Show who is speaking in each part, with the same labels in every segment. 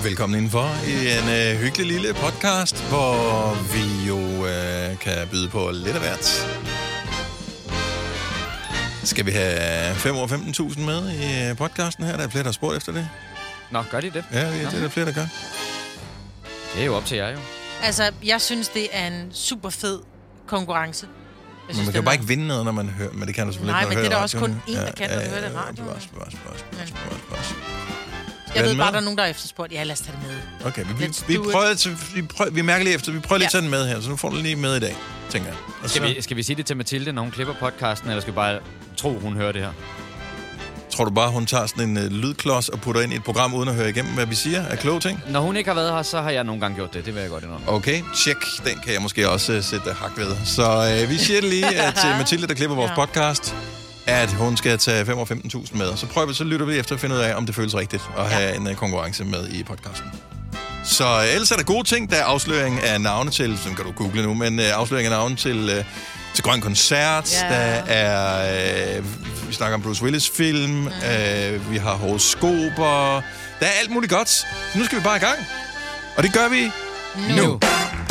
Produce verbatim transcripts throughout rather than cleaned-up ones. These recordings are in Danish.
Speaker 1: Velkommen indenfor i en øh, hyggelig lille podcast, hvor vi jo øh, kan byde på lidt af hvert. Skal vi have fem år femten tusind med i podcasten her? Der er flere, der har spurgt efter det.
Speaker 2: Nå, gør de det?
Speaker 1: Ja, det er der flere, der gør.
Speaker 2: Det er jo op til jer jo.
Speaker 3: Altså, jeg synes, det er en super fed konkurrence. Jeg synes,
Speaker 1: Men man kan jo bare ikke vinde noget, når man hører, men det kan du selvfølgelig
Speaker 3: Nej,
Speaker 1: ikke,
Speaker 3: men
Speaker 1: når
Speaker 3: det er
Speaker 1: man
Speaker 3: der også kun
Speaker 1: radioen.
Speaker 3: én, der kan, når du
Speaker 1: ja,
Speaker 3: hører det i
Speaker 1: ja,
Speaker 3: radioen.
Speaker 1: Bevares, bevares, bevares, bevares, bevares, bevares.
Speaker 3: Jeg ved
Speaker 1: den
Speaker 3: bare,
Speaker 1: med?
Speaker 3: der er nogen, der har efterspurgt. Ja, lad os tage det med.
Speaker 1: Okay, vi, vi,
Speaker 3: Let's
Speaker 1: vi,
Speaker 3: do it.
Speaker 1: prøver, til, vi, prøver, vi mærker lige efter. Vi prøver lige at
Speaker 3: Ja.
Speaker 1: tage den med her, så nu får du lige med i dag, tænker jeg. Og
Speaker 2: Skal
Speaker 1: så,
Speaker 2: vi, skal vi sige det til Mathilde, når hun klipper podcasten, eller skal vi bare tro, hun hører det her?
Speaker 1: tror du bare, hun tager sådan en uh, lydklods og putter ind i et program, uden at høre igennem, hvad vi siger? Er kloge ting?
Speaker 2: Når hun ikke har været her, så har jeg nogle gange gjort det. Det vil jeg godt indrømme.
Speaker 1: Okay, tjek. Den kan jeg måske også uh, sætte hak ved. Så uh, vi siger det lige uh, til Mathilde, der klipper vores
Speaker 3: Ja.
Speaker 1: podcast, at hun skal tage fem og femten tusind med. Så prøver vi, så lytter vi efter at finde ud af, om det føles rigtigt at have en uh, konkurrence med i podcasten. Så uh, ellers er der gode ting. Der er afsløring af navne til, som kan du google nu, men uh, afsløring af navne til... Uh, til Grøn Koncert,
Speaker 3: Ja.
Speaker 1: der er, øh, vi snakker om Bruce Willis film, mm. øh, vi har horoskoper, der er alt muligt godt. Så nu skal vi bare i gang. Og det gør vi nu. nu.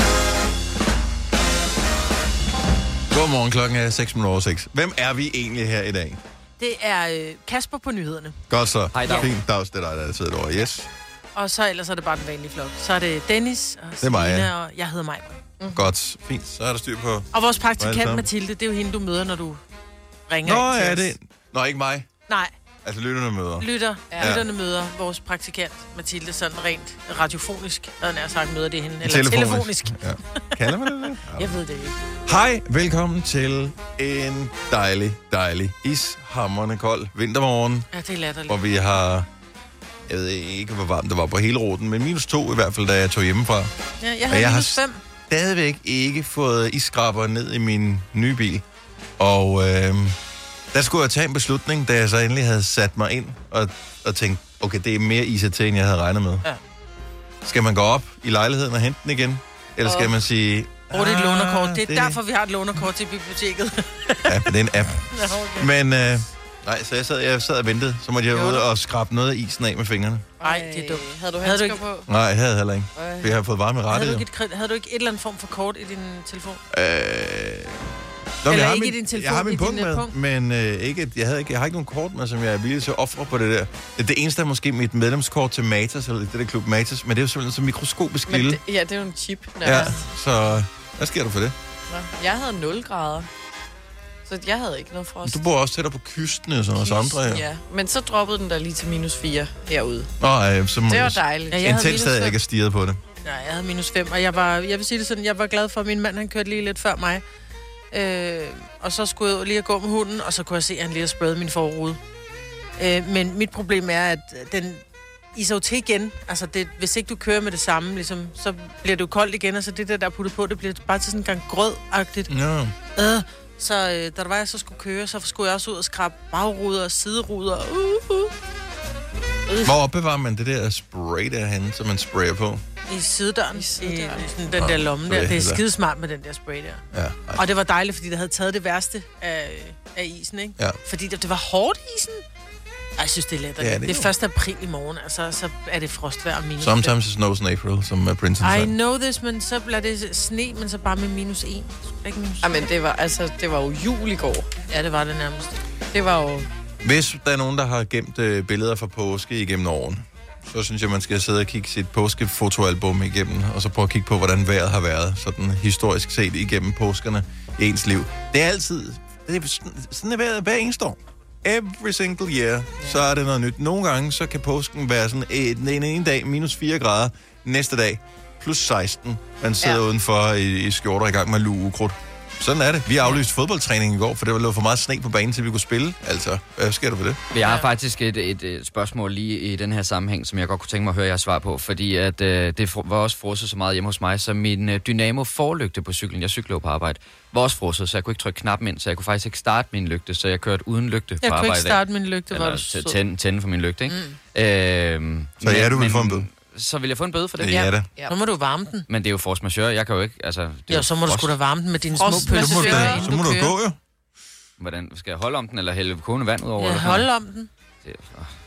Speaker 1: Godmorgen, klokken er seks minutter over seks. Hvem er vi egentlig her i dag?
Speaker 3: Det er øh, Kasper på nyhederne.
Speaker 1: Godt så.
Speaker 2: Hej, Dag.
Speaker 1: Fint, Dags, det er dig, der sidder over. Yes.
Speaker 3: Og så ellers er det bare den vanlige flok. Så er det Dennis og
Speaker 1: er mig,
Speaker 3: Selina,
Speaker 1: ja.
Speaker 3: og jeg hedder Maj.
Speaker 1: Mm. Godt. Fint. Så er der styr på...
Speaker 3: Og vores
Speaker 1: Hvad
Speaker 3: praktikant
Speaker 1: er det så?
Speaker 3: Mathilde, det er jo hende, du møder, når du ringer
Speaker 1: Nå,
Speaker 3: ind til
Speaker 1: er
Speaker 3: os.
Speaker 1: det... Nå, ikke mig.
Speaker 3: Nej,
Speaker 1: Altså, lytterne møder.
Speaker 3: lytter.
Speaker 1: Ja.
Speaker 3: Ja. Lytterne møder vores praktikant Mathilde, sådan rent radiofonisk, havde jeg nær sagt, møder det hende. Eller
Speaker 1: Telefonisk.
Speaker 3: telefonisk.
Speaker 1: Ja. Kalder man det det? Ja.
Speaker 3: Jeg ved det ikke.
Speaker 1: Hej, velkommen til en dejlig, dejlig ishamrende kold vintermorgen,
Speaker 3: Ja, det er latterligt.
Speaker 1: hvor vi har, jeg ved ikke, hvor varmt det var på hele ruten, men minus to i hvert fald, da jeg tog hjemmefra.
Speaker 3: Ja, jeg
Speaker 1: Og
Speaker 3: havde
Speaker 1: jeg
Speaker 3: minus
Speaker 1: har
Speaker 3: fem.
Speaker 1: Stadigvæk ikke fået isskraber ned i min nye bil, og øh, der skulle jeg tage en beslutning, da jeg så endelig havde sat mig ind og, og tænkt, okay, det er mere is at tage, end jeg havde regnet med.
Speaker 3: Ja.
Speaker 1: Skal man gå op i lejligheden og hente den igen, eller skal
Speaker 3: Og-
Speaker 1: man sige...
Speaker 3: Brug dit
Speaker 1: "Ah,
Speaker 3: lånerkort. Det er derfor, vi har et lånerkort til biblioteket.
Speaker 1: Ja, det er en app.
Speaker 3: Nå, okay.
Speaker 1: Men, øh, nej, så jeg sad, jeg sad og ventede. Så måtte jeg
Speaker 3: Gjorde
Speaker 1: ud
Speaker 3: du?
Speaker 1: og skrabe noget af isen af med fingrene.
Speaker 3: Ej, det er dumt.
Speaker 4: Havde du
Speaker 3: Havde du
Speaker 4: handsker
Speaker 3: ikke-
Speaker 4: på?
Speaker 1: Nej, jeg havde heller ikke.
Speaker 4: Øj.
Speaker 1: For jeg har fået varme i
Speaker 3: Havde
Speaker 1: rettet.
Speaker 3: du,
Speaker 1: jo.
Speaker 3: ikke et, havde du ikke et eller andet form for kort i din telefon?
Speaker 1: Øh... Nå, men
Speaker 3: Eller
Speaker 1: jeg har
Speaker 3: ikke
Speaker 1: min,
Speaker 3: i din telefon,
Speaker 1: jeg har min
Speaker 3: i
Speaker 1: punkt
Speaker 3: din, øh,
Speaker 1: med,
Speaker 3: punkt?
Speaker 1: men øh, ikke, et- jeg, havde ikke, jeg har ikke nogen kort med, som jeg er villig til at ofre på det der. Det eneste er måske mit medlemskort til Matas, eller det der klub Matas, men det er jo simpelthen så mikroskopisk
Speaker 4: Men
Speaker 1: lille.
Speaker 4: det, ja, det er jo en chip.
Speaker 1: Ja,
Speaker 4: Nærmest.
Speaker 1: så hvad sker der for det?
Speaker 4: Nå. Jeg havde nul grader. Så jeg havde ikke noget frost.
Speaker 1: Du bor også tættere på kysten, som os andre. Ja.
Speaker 4: Ja, men så droppede den der lige til minus fire herude.
Speaker 1: Nå, øh, så må
Speaker 4: Det var dejligt.
Speaker 3: Ja,
Speaker 4: Ja,
Speaker 3: jeg havde
Speaker 1: Intel
Speaker 3: minus
Speaker 1: stadig
Speaker 3: fem.
Speaker 1: ikke er stirret på det.
Speaker 3: Nej, jeg havde minus fem, og jeg var, jeg vil sige det sådan, jeg var glad for, at min mand, han kørte lige lidt før mig. Øh, og så skulle jeg lige gå med hunden, og så kunne jeg se, at han lige har sprayet min forrude. Øh, men mit problem er, at den iser jo til igen. Altså, det, hvis ikke du kører med det samme, ligesom, så bliver det jo koldt igen, og så det der, der er puttet på, det bliver bare til sådan en gang grød-agtigt.
Speaker 1: Ja.
Speaker 3: Øh, så øh, da der var, jeg så skulle køre, så skulle jeg også ud og skrabe bagruder og sideruder. Uh, uh.
Speaker 1: Hvor opbevarer man det der spray derhenne, som man sprayer på?
Speaker 3: I sidedøren.
Speaker 4: I
Speaker 3: I,
Speaker 4: sidedøren.
Speaker 3: i sådan den der lomme
Speaker 1: så
Speaker 3: der.
Speaker 1: det
Speaker 3: Det er
Speaker 1: heller.
Speaker 3: skidesmart med den der spray der.
Speaker 1: Ja, ej.
Speaker 3: Og det var dejligt, fordi det havde taget det værste af, af isen, ikke?
Speaker 1: Ja.
Speaker 3: Fordi det, det var hårdt isen. Ej, jeg synes, det er lettere.
Speaker 1: Ja,
Speaker 3: Ja,
Speaker 1: det er
Speaker 3: det, det
Speaker 1: jo.
Speaker 3: er første april i morgen, altså, så er det frostvejr og minus
Speaker 1: Sometimes it snows in April, som uh, Prince
Speaker 3: fem. I
Speaker 1: sang.
Speaker 3: know this, men så bliver det sne, men så bare med minus en. Ikke minus
Speaker 4: men det var, altså, det var jo jul i går.
Speaker 3: Ja, det var det nærmest.
Speaker 4: Det var jo...
Speaker 1: Hvis der er nogen, der har gemt øh, billeder fra påske igennem årene, så synes jeg, man skal sidde og kigge sit påskefotoalbum igennem, og så prøve at kigge på, hvordan vejret har været, sådan historisk set igennem påskerne i ens liv. Det er altid, det er sådan, sådan er vejret hver eneste år. Every single year, yeah. Så er det noget nyt. Nogle gange, så kan påsken være sådan en, en, en dag minus fire grader, næste dag plus seksten. Man sidder ja.
Speaker 4: Ja.
Speaker 1: udenfor i, i skjorter i gang med at luge ukrudt. Sådan er det. Vi aflyste fodboldtræning i går, for det var for meget sne på banen, til vi kunne spille. Altså, hvad sker der for det?
Speaker 2: Jeg har faktisk et, et, et spørgsmål lige i den her sammenhæng, som jeg godt kunne tænke mig at høre jeres svar på, fordi at, øh, det var også frosset så meget hjemme hos mig, så min øh, Dynamo-forlygte på cyklen, jeg cykler jo på arbejde, var også frosset, så jeg kunne ikke trykke knappen ind, så jeg kunne faktisk ikke starte min lygte, så jeg kørte uden lygte på
Speaker 3: Jeg kunne
Speaker 2: arbejde.
Speaker 3: ikke starte min lygte, var
Speaker 2: Eller
Speaker 3: du sød.
Speaker 2: t- tænde, tænde for min lygte, ikke? Mm. Øh,
Speaker 1: Så ja, du vil få en bøde?
Speaker 2: Så vil jeg få en bøde for det?
Speaker 1: Ja, da.
Speaker 4: Ja.
Speaker 3: Så må du varme den.
Speaker 2: Men det er jo force majeure, jeg kan jo ikke, altså... Det er
Speaker 3: Ja,
Speaker 2: jo
Speaker 3: så må du
Speaker 2: frost.
Speaker 3: sgu da varme den med dine små
Speaker 4: Frost-
Speaker 1: Så må, du,
Speaker 3: pølsefingre,
Speaker 4: Ja,
Speaker 1: så
Speaker 3: inden
Speaker 1: må
Speaker 3: du
Speaker 1: du
Speaker 3: kører.
Speaker 1: gå, jo.
Speaker 2: Hvordan, skal jeg holde om den, eller hælde kogende vand ud over?
Speaker 3: Ja,
Speaker 2: det?
Speaker 3: hold om den.
Speaker 2: Det,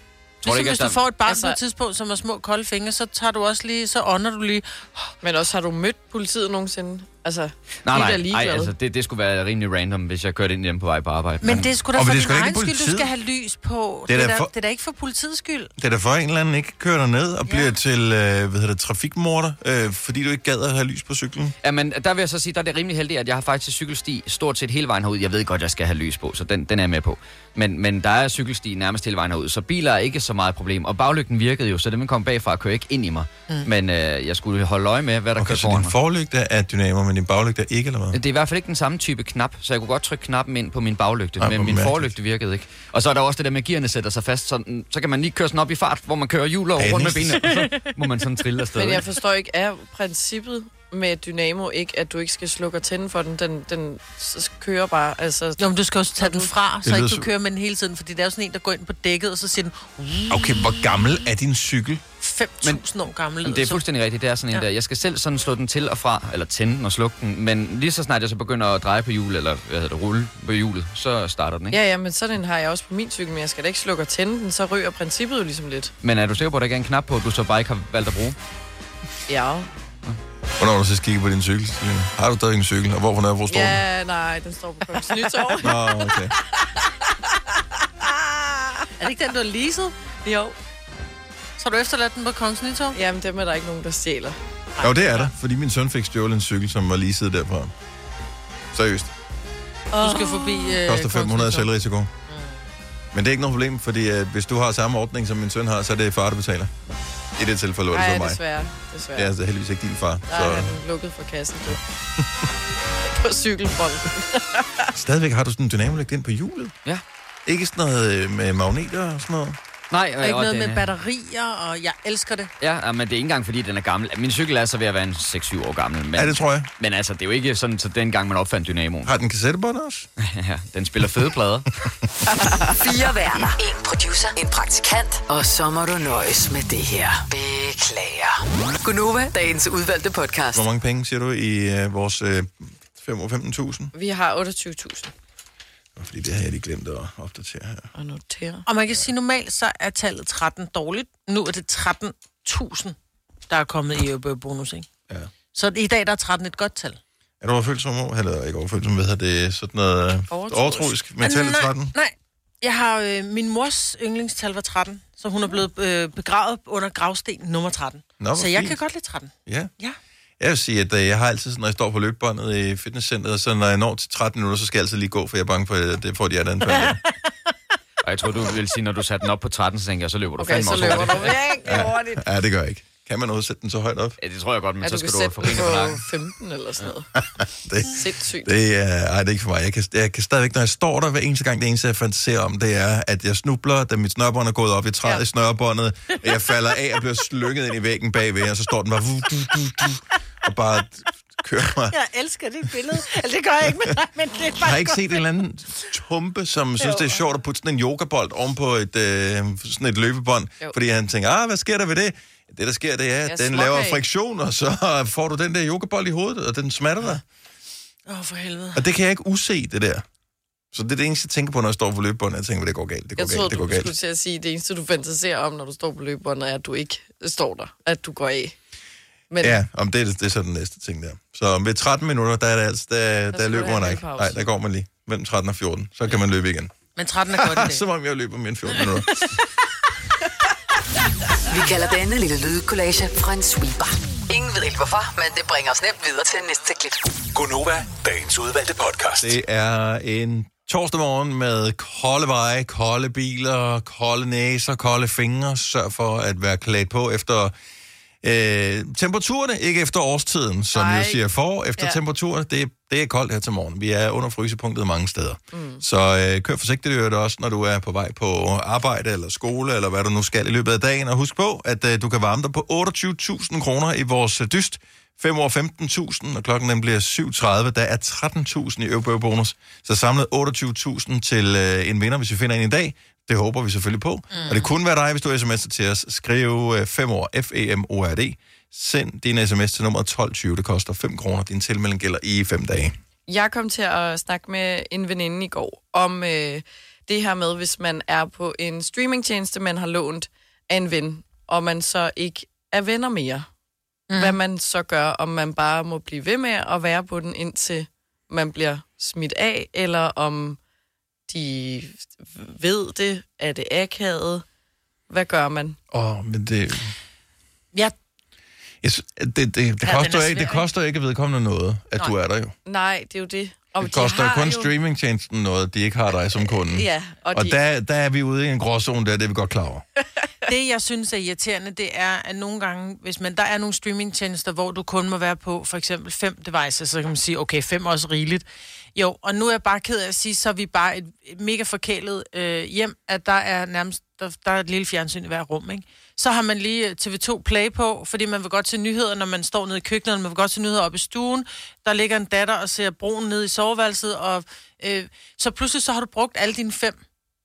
Speaker 3: Ligesom
Speaker 2: ikke,
Speaker 3: hvis
Speaker 2: at
Speaker 3: du
Speaker 2: der-
Speaker 3: får et barn
Speaker 4: Altså-
Speaker 3: på et tidspunkt, som har små kolde fingre, så tager du også lige, så ånder du lige.
Speaker 4: Men også, har du mødt politiet nogensinde? Altså,
Speaker 2: Nej,
Speaker 4: de er
Speaker 2: nej, nej,
Speaker 4: ligeglade.
Speaker 2: altså, det, det skulle være rimelig random, hvis jeg kørte ind hjem på vej på arbejde.
Speaker 3: Men det er sgu da
Speaker 1: Og
Speaker 3: for
Speaker 1: det er
Speaker 3: din
Speaker 1: sgu da ikke
Speaker 3: egen skyld, du
Speaker 1: politiet.
Speaker 3: skal have lys på.
Speaker 1: Det er
Speaker 3: Det er,
Speaker 1: da
Speaker 3: da,
Speaker 1: for-
Speaker 3: det er da ikke for politiets skyld.
Speaker 1: Det er da for en eller anden ikke kører ned og bliver
Speaker 3: Ja.
Speaker 1: til, øh, hvad hedder det, trafikmorder, øh, fordi du ikke gad at have lys på cyklen.
Speaker 2: Ja, men der vil jeg så sige, der er det rimelig heldigt, at jeg har faktisk cykelsti stort set hele vejen herud. Jeg ved godt, jeg skal have lys på, så den, den er jeg med på. Men, men der er cykelsti nærmest hele vejen herud, så biler er ikke så meget problem. Og baglygten virkede jo, så det man kom bagfra, kører ikke ind i mig. Mm. Men øh, jeg skulle holde øje med, hvad der
Speaker 1: Okay,
Speaker 2: kører
Speaker 1: så
Speaker 2: foran
Speaker 1: din
Speaker 2: mig.
Speaker 1: forlygte er dynamo, men din baglygte er ikke, eller hvad?
Speaker 2: Det er i hvert fald ikke den samme type knap, så jeg kunne godt trykke knappen ind på min baglygte,
Speaker 1: Ej,
Speaker 2: men
Speaker 1: hvor
Speaker 2: min
Speaker 1: mærkeligt.
Speaker 2: forlygte virkede ikke. Og så er der også det der med, at gearne sætter sig fast, så, så kan man lige køre sådan op i fart, hvor man kører hjul over rundt med
Speaker 1: Dennis.
Speaker 2: benene, og så må man sådan trille afsted.
Speaker 4: Men jeg
Speaker 2: ikke?
Speaker 4: forstår ikke, er princippet med Dynamo ikke, at du ikke skal slukke og tænde for den? Den, den s- kører bare, altså...
Speaker 3: Jo, men du skal også tage den fra, så
Speaker 1: lyder
Speaker 3: ikke du
Speaker 1: så-
Speaker 3: kører med den hele tiden, fordi det er jo sådan en, der går ind på dækket, og så siger den
Speaker 1: Okay, hvor gammel er din cykel?
Speaker 3: fem tusind år gammel.
Speaker 2: Men det er fuldstændig rigtigt, det er sådan en
Speaker 3: Ja.
Speaker 2: der. Jeg skal selv sådan slå den til og fra, eller tænde den og slukke den, men lige så snart jeg så begynder at dreje på hjulet, eller hvad hedder det, rulle på hjulet, så starter den, ikke?
Speaker 4: Ja, ja, men sådan en har jeg også på min cykel, men jeg skal da ikke slukke og tænde den, så ryger princippet jo ligesom lidt.
Speaker 2: Men er du sikker på, at der ikke er en knap på, du så bare ikke har valgt at bruge?
Speaker 4: Ja.
Speaker 1: Hvornår har du så kigget på din cykel, Stine? Har du stadig en cykel, og hvor på Nørrebro står den?
Speaker 4: Ja, nej, den står på Kongens Nytorv.
Speaker 1: Nå, okay.
Speaker 3: Er det ikke den, du har leaset?
Speaker 4: Jo.
Speaker 3: Så har du efterladt den på Kongens Nytorv?
Speaker 4: Jamen, dem er der ikke nogen, der stjæler.
Speaker 1: Jo, det er der, fordi min søn fik stjålet en cykel, som var leaset derfra. Seriøst.
Speaker 3: Du skal forbi... Øh,
Speaker 1: Det koster fem hundrede
Speaker 3: Kongens Nytorv.
Speaker 1: selvrisiko. Men det er ikke noget problem, fordi at hvis du har samme ordning, som min søn har, så er det far, der betaler. I det tilfælde var det
Speaker 4: Nej,
Speaker 1: så mig.
Speaker 4: desværre. desværre.
Speaker 1: Det er altså heldigvis ikke din far.
Speaker 4: Der
Speaker 1: Så
Speaker 4: er han lukket for kassen på. på cykelfronten.
Speaker 1: stadigvæk har du sådan en dynamolygte ind på hjulet.
Speaker 2: Ja.
Speaker 1: Ikke sådan noget øh, med magneter og sådan noget.
Speaker 2: Nej,
Speaker 3: Og ikke
Speaker 2: og
Speaker 3: noget
Speaker 2: den
Speaker 3: med
Speaker 2: er-
Speaker 3: batterier, og jeg elsker det.
Speaker 2: Ja, men det er ikke engang, fordi den er gammel. Min cykel er så ved at være en seks syv år gammel. Men,
Speaker 1: Ja, det tror jeg.
Speaker 2: men altså, det er jo ikke sådan, så dengang man opfandt dynamoen.
Speaker 1: Har den kassettebånd også?
Speaker 2: Ja, den spiller fede plader.
Speaker 5: Fire værter. En producer. En praktikant. Og så må du nøjes med det her. Beklager. Gunova, dagens udvalgte podcast.
Speaker 1: Hvor mange penge siger du i øh, vores øh, femten tusind?
Speaker 4: Vi har otteogtyve tusind
Speaker 1: Fordi det har jeg lige glemt at opdatere her.
Speaker 4: og notere.
Speaker 3: Og man kan sige, normalt så er tallet tretten dårligt. Nu er det tretten tusind, der er kommet i bonus, ikke?
Speaker 1: Ja.
Speaker 3: Så i dag der er tretten et godt tal.
Speaker 1: Er du overfølsom, eller ikke overfølsom, hvad hedder det, sådan noget øh,
Speaker 4: Overtroisk.
Speaker 1: overtroisk med tallet
Speaker 3: nej,
Speaker 1: tretten?
Speaker 3: nej. Jeg har, øh, min mors yndlingstal var tretten, så hun er blevet øh, begravet under gravsten nummer tretten.
Speaker 1: Nå, hvor
Speaker 3: så jeg
Speaker 1: fint.
Speaker 3: kan godt lide tretten.
Speaker 1: Ja.
Speaker 3: Ja.
Speaker 1: Jeg vil sige, at øh, jeg har altid, sådan, når jeg står på løbebåndet i fitnesscenteret, så når jeg når til tretten minutter, så skal jeg altid lige gå, for jeg er bange for, at det får de andet anfald.
Speaker 2: Og jeg tror, du vil sige, når du satte den op på tretten, så tænker jeg, så løber du
Speaker 4: Okay,
Speaker 2: fandme
Speaker 4: så
Speaker 2: også
Speaker 4: løber
Speaker 2: hurtigt.
Speaker 4: du virkelig hurtigt.
Speaker 1: Ja, det gør jeg ikke. Kan man også sætte den så højt op?
Speaker 2: Ja, det tror jeg godt, men
Speaker 4: Ja,
Speaker 2: så
Speaker 4: du
Speaker 2: skal
Speaker 4: kan
Speaker 2: du
Speaker 4: sætte
Speaker 2: få
Speaker 4: den
Speaker 2: benene på nakken.
Speaker 4: på femten eller sådan noget.
Speaker 1: Det,
Speaker 4: Sindssygt.
Speaker 1: det er, ej, det er ikke for mig. Jeg kan, jeg kan stadigvæk, når jeg står der hver eneste gang, det eneste, jeg fantaserer om, det er, at jeg snubler, da mit snørbånd er gået op, jeg træder
Speaker 4: Ja.
Speaker 1: i snørbåndet, og jeg falder af og bliver slykket ind i væggen bagved, og så står den bare du, du, du, og bare kører mig.
Speaker 3: Jeg elsker det billede. Altså, det gør jeg ikke med dig, men det er
Speaker 1: Jeg
Speaker 3: bare
Speaker 1: har ikke set en eller anden tumpe, som synes, det er sjovt at putte sådan en yogabold oven på et, øh, sådan et løbebånd,
Speaker 4: Jo.
Speaker 1: fordi han tænker, ah, hvad sker der ved det? Det, der sker, det er, at
Speaker 4: Ja,
Speaker 1: den
Speaker 4: småkage.
Speaker 1: laver friktion, og så får du den der yogabold i hovedet, og den smatter dig.
Speaker 3: Åh, oh, for helvede.
Speaker 1: Og det kan jeg ikke use, det der. Så det er det eneste, jeg tænker på, når jeg står på løbebåndet. Jeg tænker, det går galt, det går
Speaker 4: Jeg
Speaker 1: galt,
Speaker 4: troede,
Speaker 1: det går
Speaker 4: du
Speaker 1: galt.
Speaker 4: skulle til at sige, at det eneste, du fantaserer om, når du står på løbebåndet, er, at du ikke står der. At du går af. Men
Speaker 1: Ja, om det, er- det er så den næste ting der. Så ved tretten minutter, der er det altså, der, der,
Speaker 4: skal
Speaker 1: løber
Speaker 4: du have
Speaker 1: man
Speaker 4: en
Speaker 1: ikke.
Speaker 4: pause.
Speaker 1: Nej, der går man lige. Mellem tretten og fjorten. Så kan man løbe igen.
Speaker 3: Men tretten er godt i det.
Speaker 1: Som om jeg løber mere end fjorten minutter.
Speaker 5: Vi kalder denne lille lydkollage en sweeper. Ingen ved helt hvorfor, men det bringer os nemt videre til næste klip.
Speaker 6: Gunova, dagens udvalgte podcast.
Speaker 1: Det er en torsdag morgen med kolde veje, kolde biler, kolde næser, kolde fingre. Sørg for at være klædt på efter øh, temperaturerne, ikke efter årstiden, som
Speaker 4: Ej.
Speaker 1: jeg siger for. Efter ja.
Speaker 4: Ja.
Speaker 1: temperaturerne, det, det er koldt her til morgen. Vi er under frysepunktet mange steder. Mm. Så øh, kør forsigtigt det også, når du er på vej på arbejde eller skole, eller hvad du nu skal i løbet af dagen. Og husk på, at øh, du kan varme dig på otteogtyve tusind kroner i vores øh, dyst. fem år femten tusind, og klokken den bliver syv tredive. Der er tretten tusind i øvebøvebonus. Så samlet otteogtyve tusind til øh, en vinder, hvis vi finder en i dag. Det håber vi selvfølgelig på. Mm. Og det kunne være dig, hvis du sms'er til os. Skriv øh, fem år, F E M O R D. Send din sms til nummer tolv tyve. Det koster fem kroner. Din tilmelding gælder i fem dage.
Speaker 4: jeg kom til at snakke med en veninde i går om øh, det her med, hvis man er på en streamingtjeneste, man har lånt af en ven, og man så ikke er venner mere. Mm. Hvad man så gør, om man bare må blive ved med at være på den, indtil man bliver smidt af, eller om de ved det, er det akavet. Hvad gør man?
Speaker 1: Åh, oh, men det...
Speaker 3: Ja.
Speaker 1: Jeg, synes, det, det, det,
Speaker 3: Ja,
Speaker 1: koster
Speaker 3: den er
Speaker 1: ikke, det
Speaker 3: svær,
Speaker 1: koster ikke at vedkommende noget, at
Speaker 3: Nej.
Speaker 1: du er der jo.
Speaker 4: Nej, det er jo det. Og
Speaker 1: Det
Speaker 4: de
Speaker 1: koster
Speaker 4: har
Speaker 1: kun
Speaker 4: jo...
Speaker 1: streamingtjenesten noget, de ikke har dig som kunde.
Speaker 4: Ja, og,
Speaker 1: Og
Speaker 4: de...
Speaker 1: der, der er vi ude i en gråzone, der det er vi godt klar over.
Speaker 3: Det, jeg synes er irriterende, det er, at nogle gange, hvis man, der er nogle streamingtjenester, hvor du kun må være på for eksempel fem devices, så kan man sige, okay, fem er også rigeligt. Jo, og nu er jeg bare ked af at sige, så er vi bare et, et mega forkælet øh, hjem, at der er nærmest, der, der er et lille fjernsyn i hver rum, ikke? Så har man lige T V to Play på, fordi man vil godt til nyheder, når man står nede i køkkenet, man vil godt til nyheder op i stuen. Der ligger en datter og ser broen nede i soveværelset, og øh, så pludselig så har du brugt alle dine fem,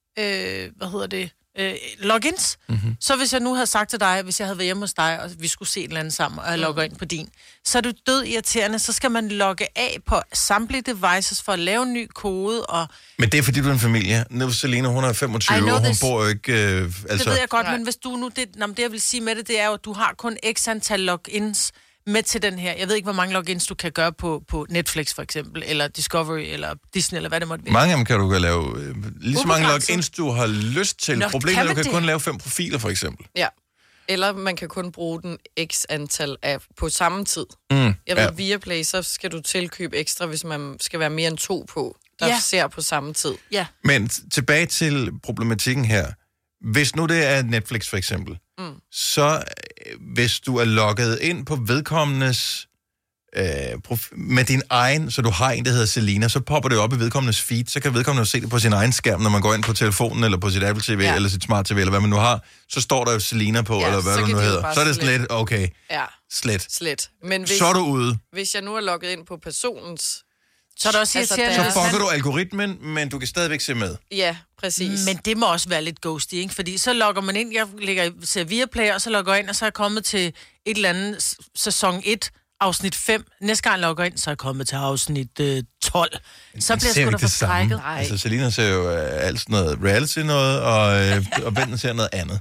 Speaker 3: øh, hvad hedder det, øh, logins. Mm-hmm. Så hvis jeg nu havde sagt til dig, hvis jeg havde været hjemme hos dig, og vi skulle se et eller andet sammen, og jeg logger ind på din, så er du død irriterende, så skal man logge af på samtlige devices for at lave en ny kode, og...
Speaker 1: Men det er fordi, du er en familie. Nu Selina, hun er femogtyve, og hun
Speaker 3: this.
Speaker 1: bor jo ikke... Øh,
Speaker 3: Altså,
Speaker 1: altså,
Speaker 3: det ved jeg godt,
Speaker 4: Nej.
Speaker 3: men hvis du nu... Det, nå, det, jeg vil sige med det, det er jo, at du har kun x antal logins med til den her. Jeg ved ikke, hvor mange logins du kan gøre på, på Netflix, for eksempel, eller Discovery, eller Disney, eller hvad det måtte være.
Speaker 1: mange af dem kan du lave øh, lige så mange
Speaker 3: Ubegrænset.
Speaker 1: logins, du har lyst til.
Speaker 3: Nå,
Speaker 1: Problemet
Speaker 3: kan
Speaker 1: er, du
Speaker 3: man
Speaker 1: kan
Speaker 3: det?
Speaker 1: kun lave fem profiler, for eksempel.
Speaker 4: Ja. Eller man kan kun bruge den x antal af på samme tid.
Speaker 1: Mm,
Speaker 4: Jeg ved,
Speaker 1: ja.
Speaker 4: via Play, så skal du tilkøbe ekstra, hvis man skal være mere end to på, der
Speaker 3: Ja.
Speaker 4: ser på samme tid.
Speaker 3: Ja.
Speaker 1: Men t- tilbage til problematikken her. Hvis nu det er Netflix, for eksempel, mm. så øh, hvis du er logget ind på vedkommendes øh, prof- med din egen, så du har en, der hedder Selina, så popper det op i vedkommendes feed, så kan vedkommende jo se det på sin egen skærm, når man går ind på telefonen, eller på sit Apple T V,
Speaker 4: Ja.
Speaker 1: eller sit Smart T V, eller hvad man nu har, så står der jo Selina på,
Speaker 4: Ja,
Speaker 1: eller hvad
Speaker 4: så
Speaker 1: det
Speaker 4: kan
Speaker 1: nu
Speaker 4: de jo
Speaker 1: hedder.
Speaker 4: bare
Speaker 1: Så er det
Speaker 4: slette.
Speaker 1: slet, okay,
Speaker 4: Ja,
Speaker 1: slet.
Speaker 4: slet. Men hvis,
Speaker 1: Så er du ude.
Speaker 4: hvis jeg nu er logget ind på personens...
Speaker 3: Så er der også
Speaker 4: Altså,
Speaker 3: irriterende,
Speaker 4: der-
Speaker 1: Så
Speaker 3: hvis
Speaker 1: fucker
Speaker 3: man-
Speaker 1: du algoritmen, men du kan stadigvæk se med.
Speaker 4: Ja, præcis.
Speaker 3: Men det må også være lidt ghosty, ikke? Fordi så logger man ind, jeg ligger i ser Viaplay, og så logger jeg ind, og så er jeg kommet til et eller andet s- sæson et, afsnit fem. Næste gang jeg logger ind, så er jeg kommet til afsnit øh, tolv. Så
Speaker 1: Den
Speaker 3: bliver jeg
Speaker 1: ser
Speaker 3: sgu
Speaker 1: jo
Speaker 3: da
Speaker 1: ikke det samme.
Speaker 3: forskrækket.
Speaker 4: Nej.
Speaker 1: Altså, Selina ser jo øh, alt sådan noget reality noget, og, øh, og Benten ser noget andet.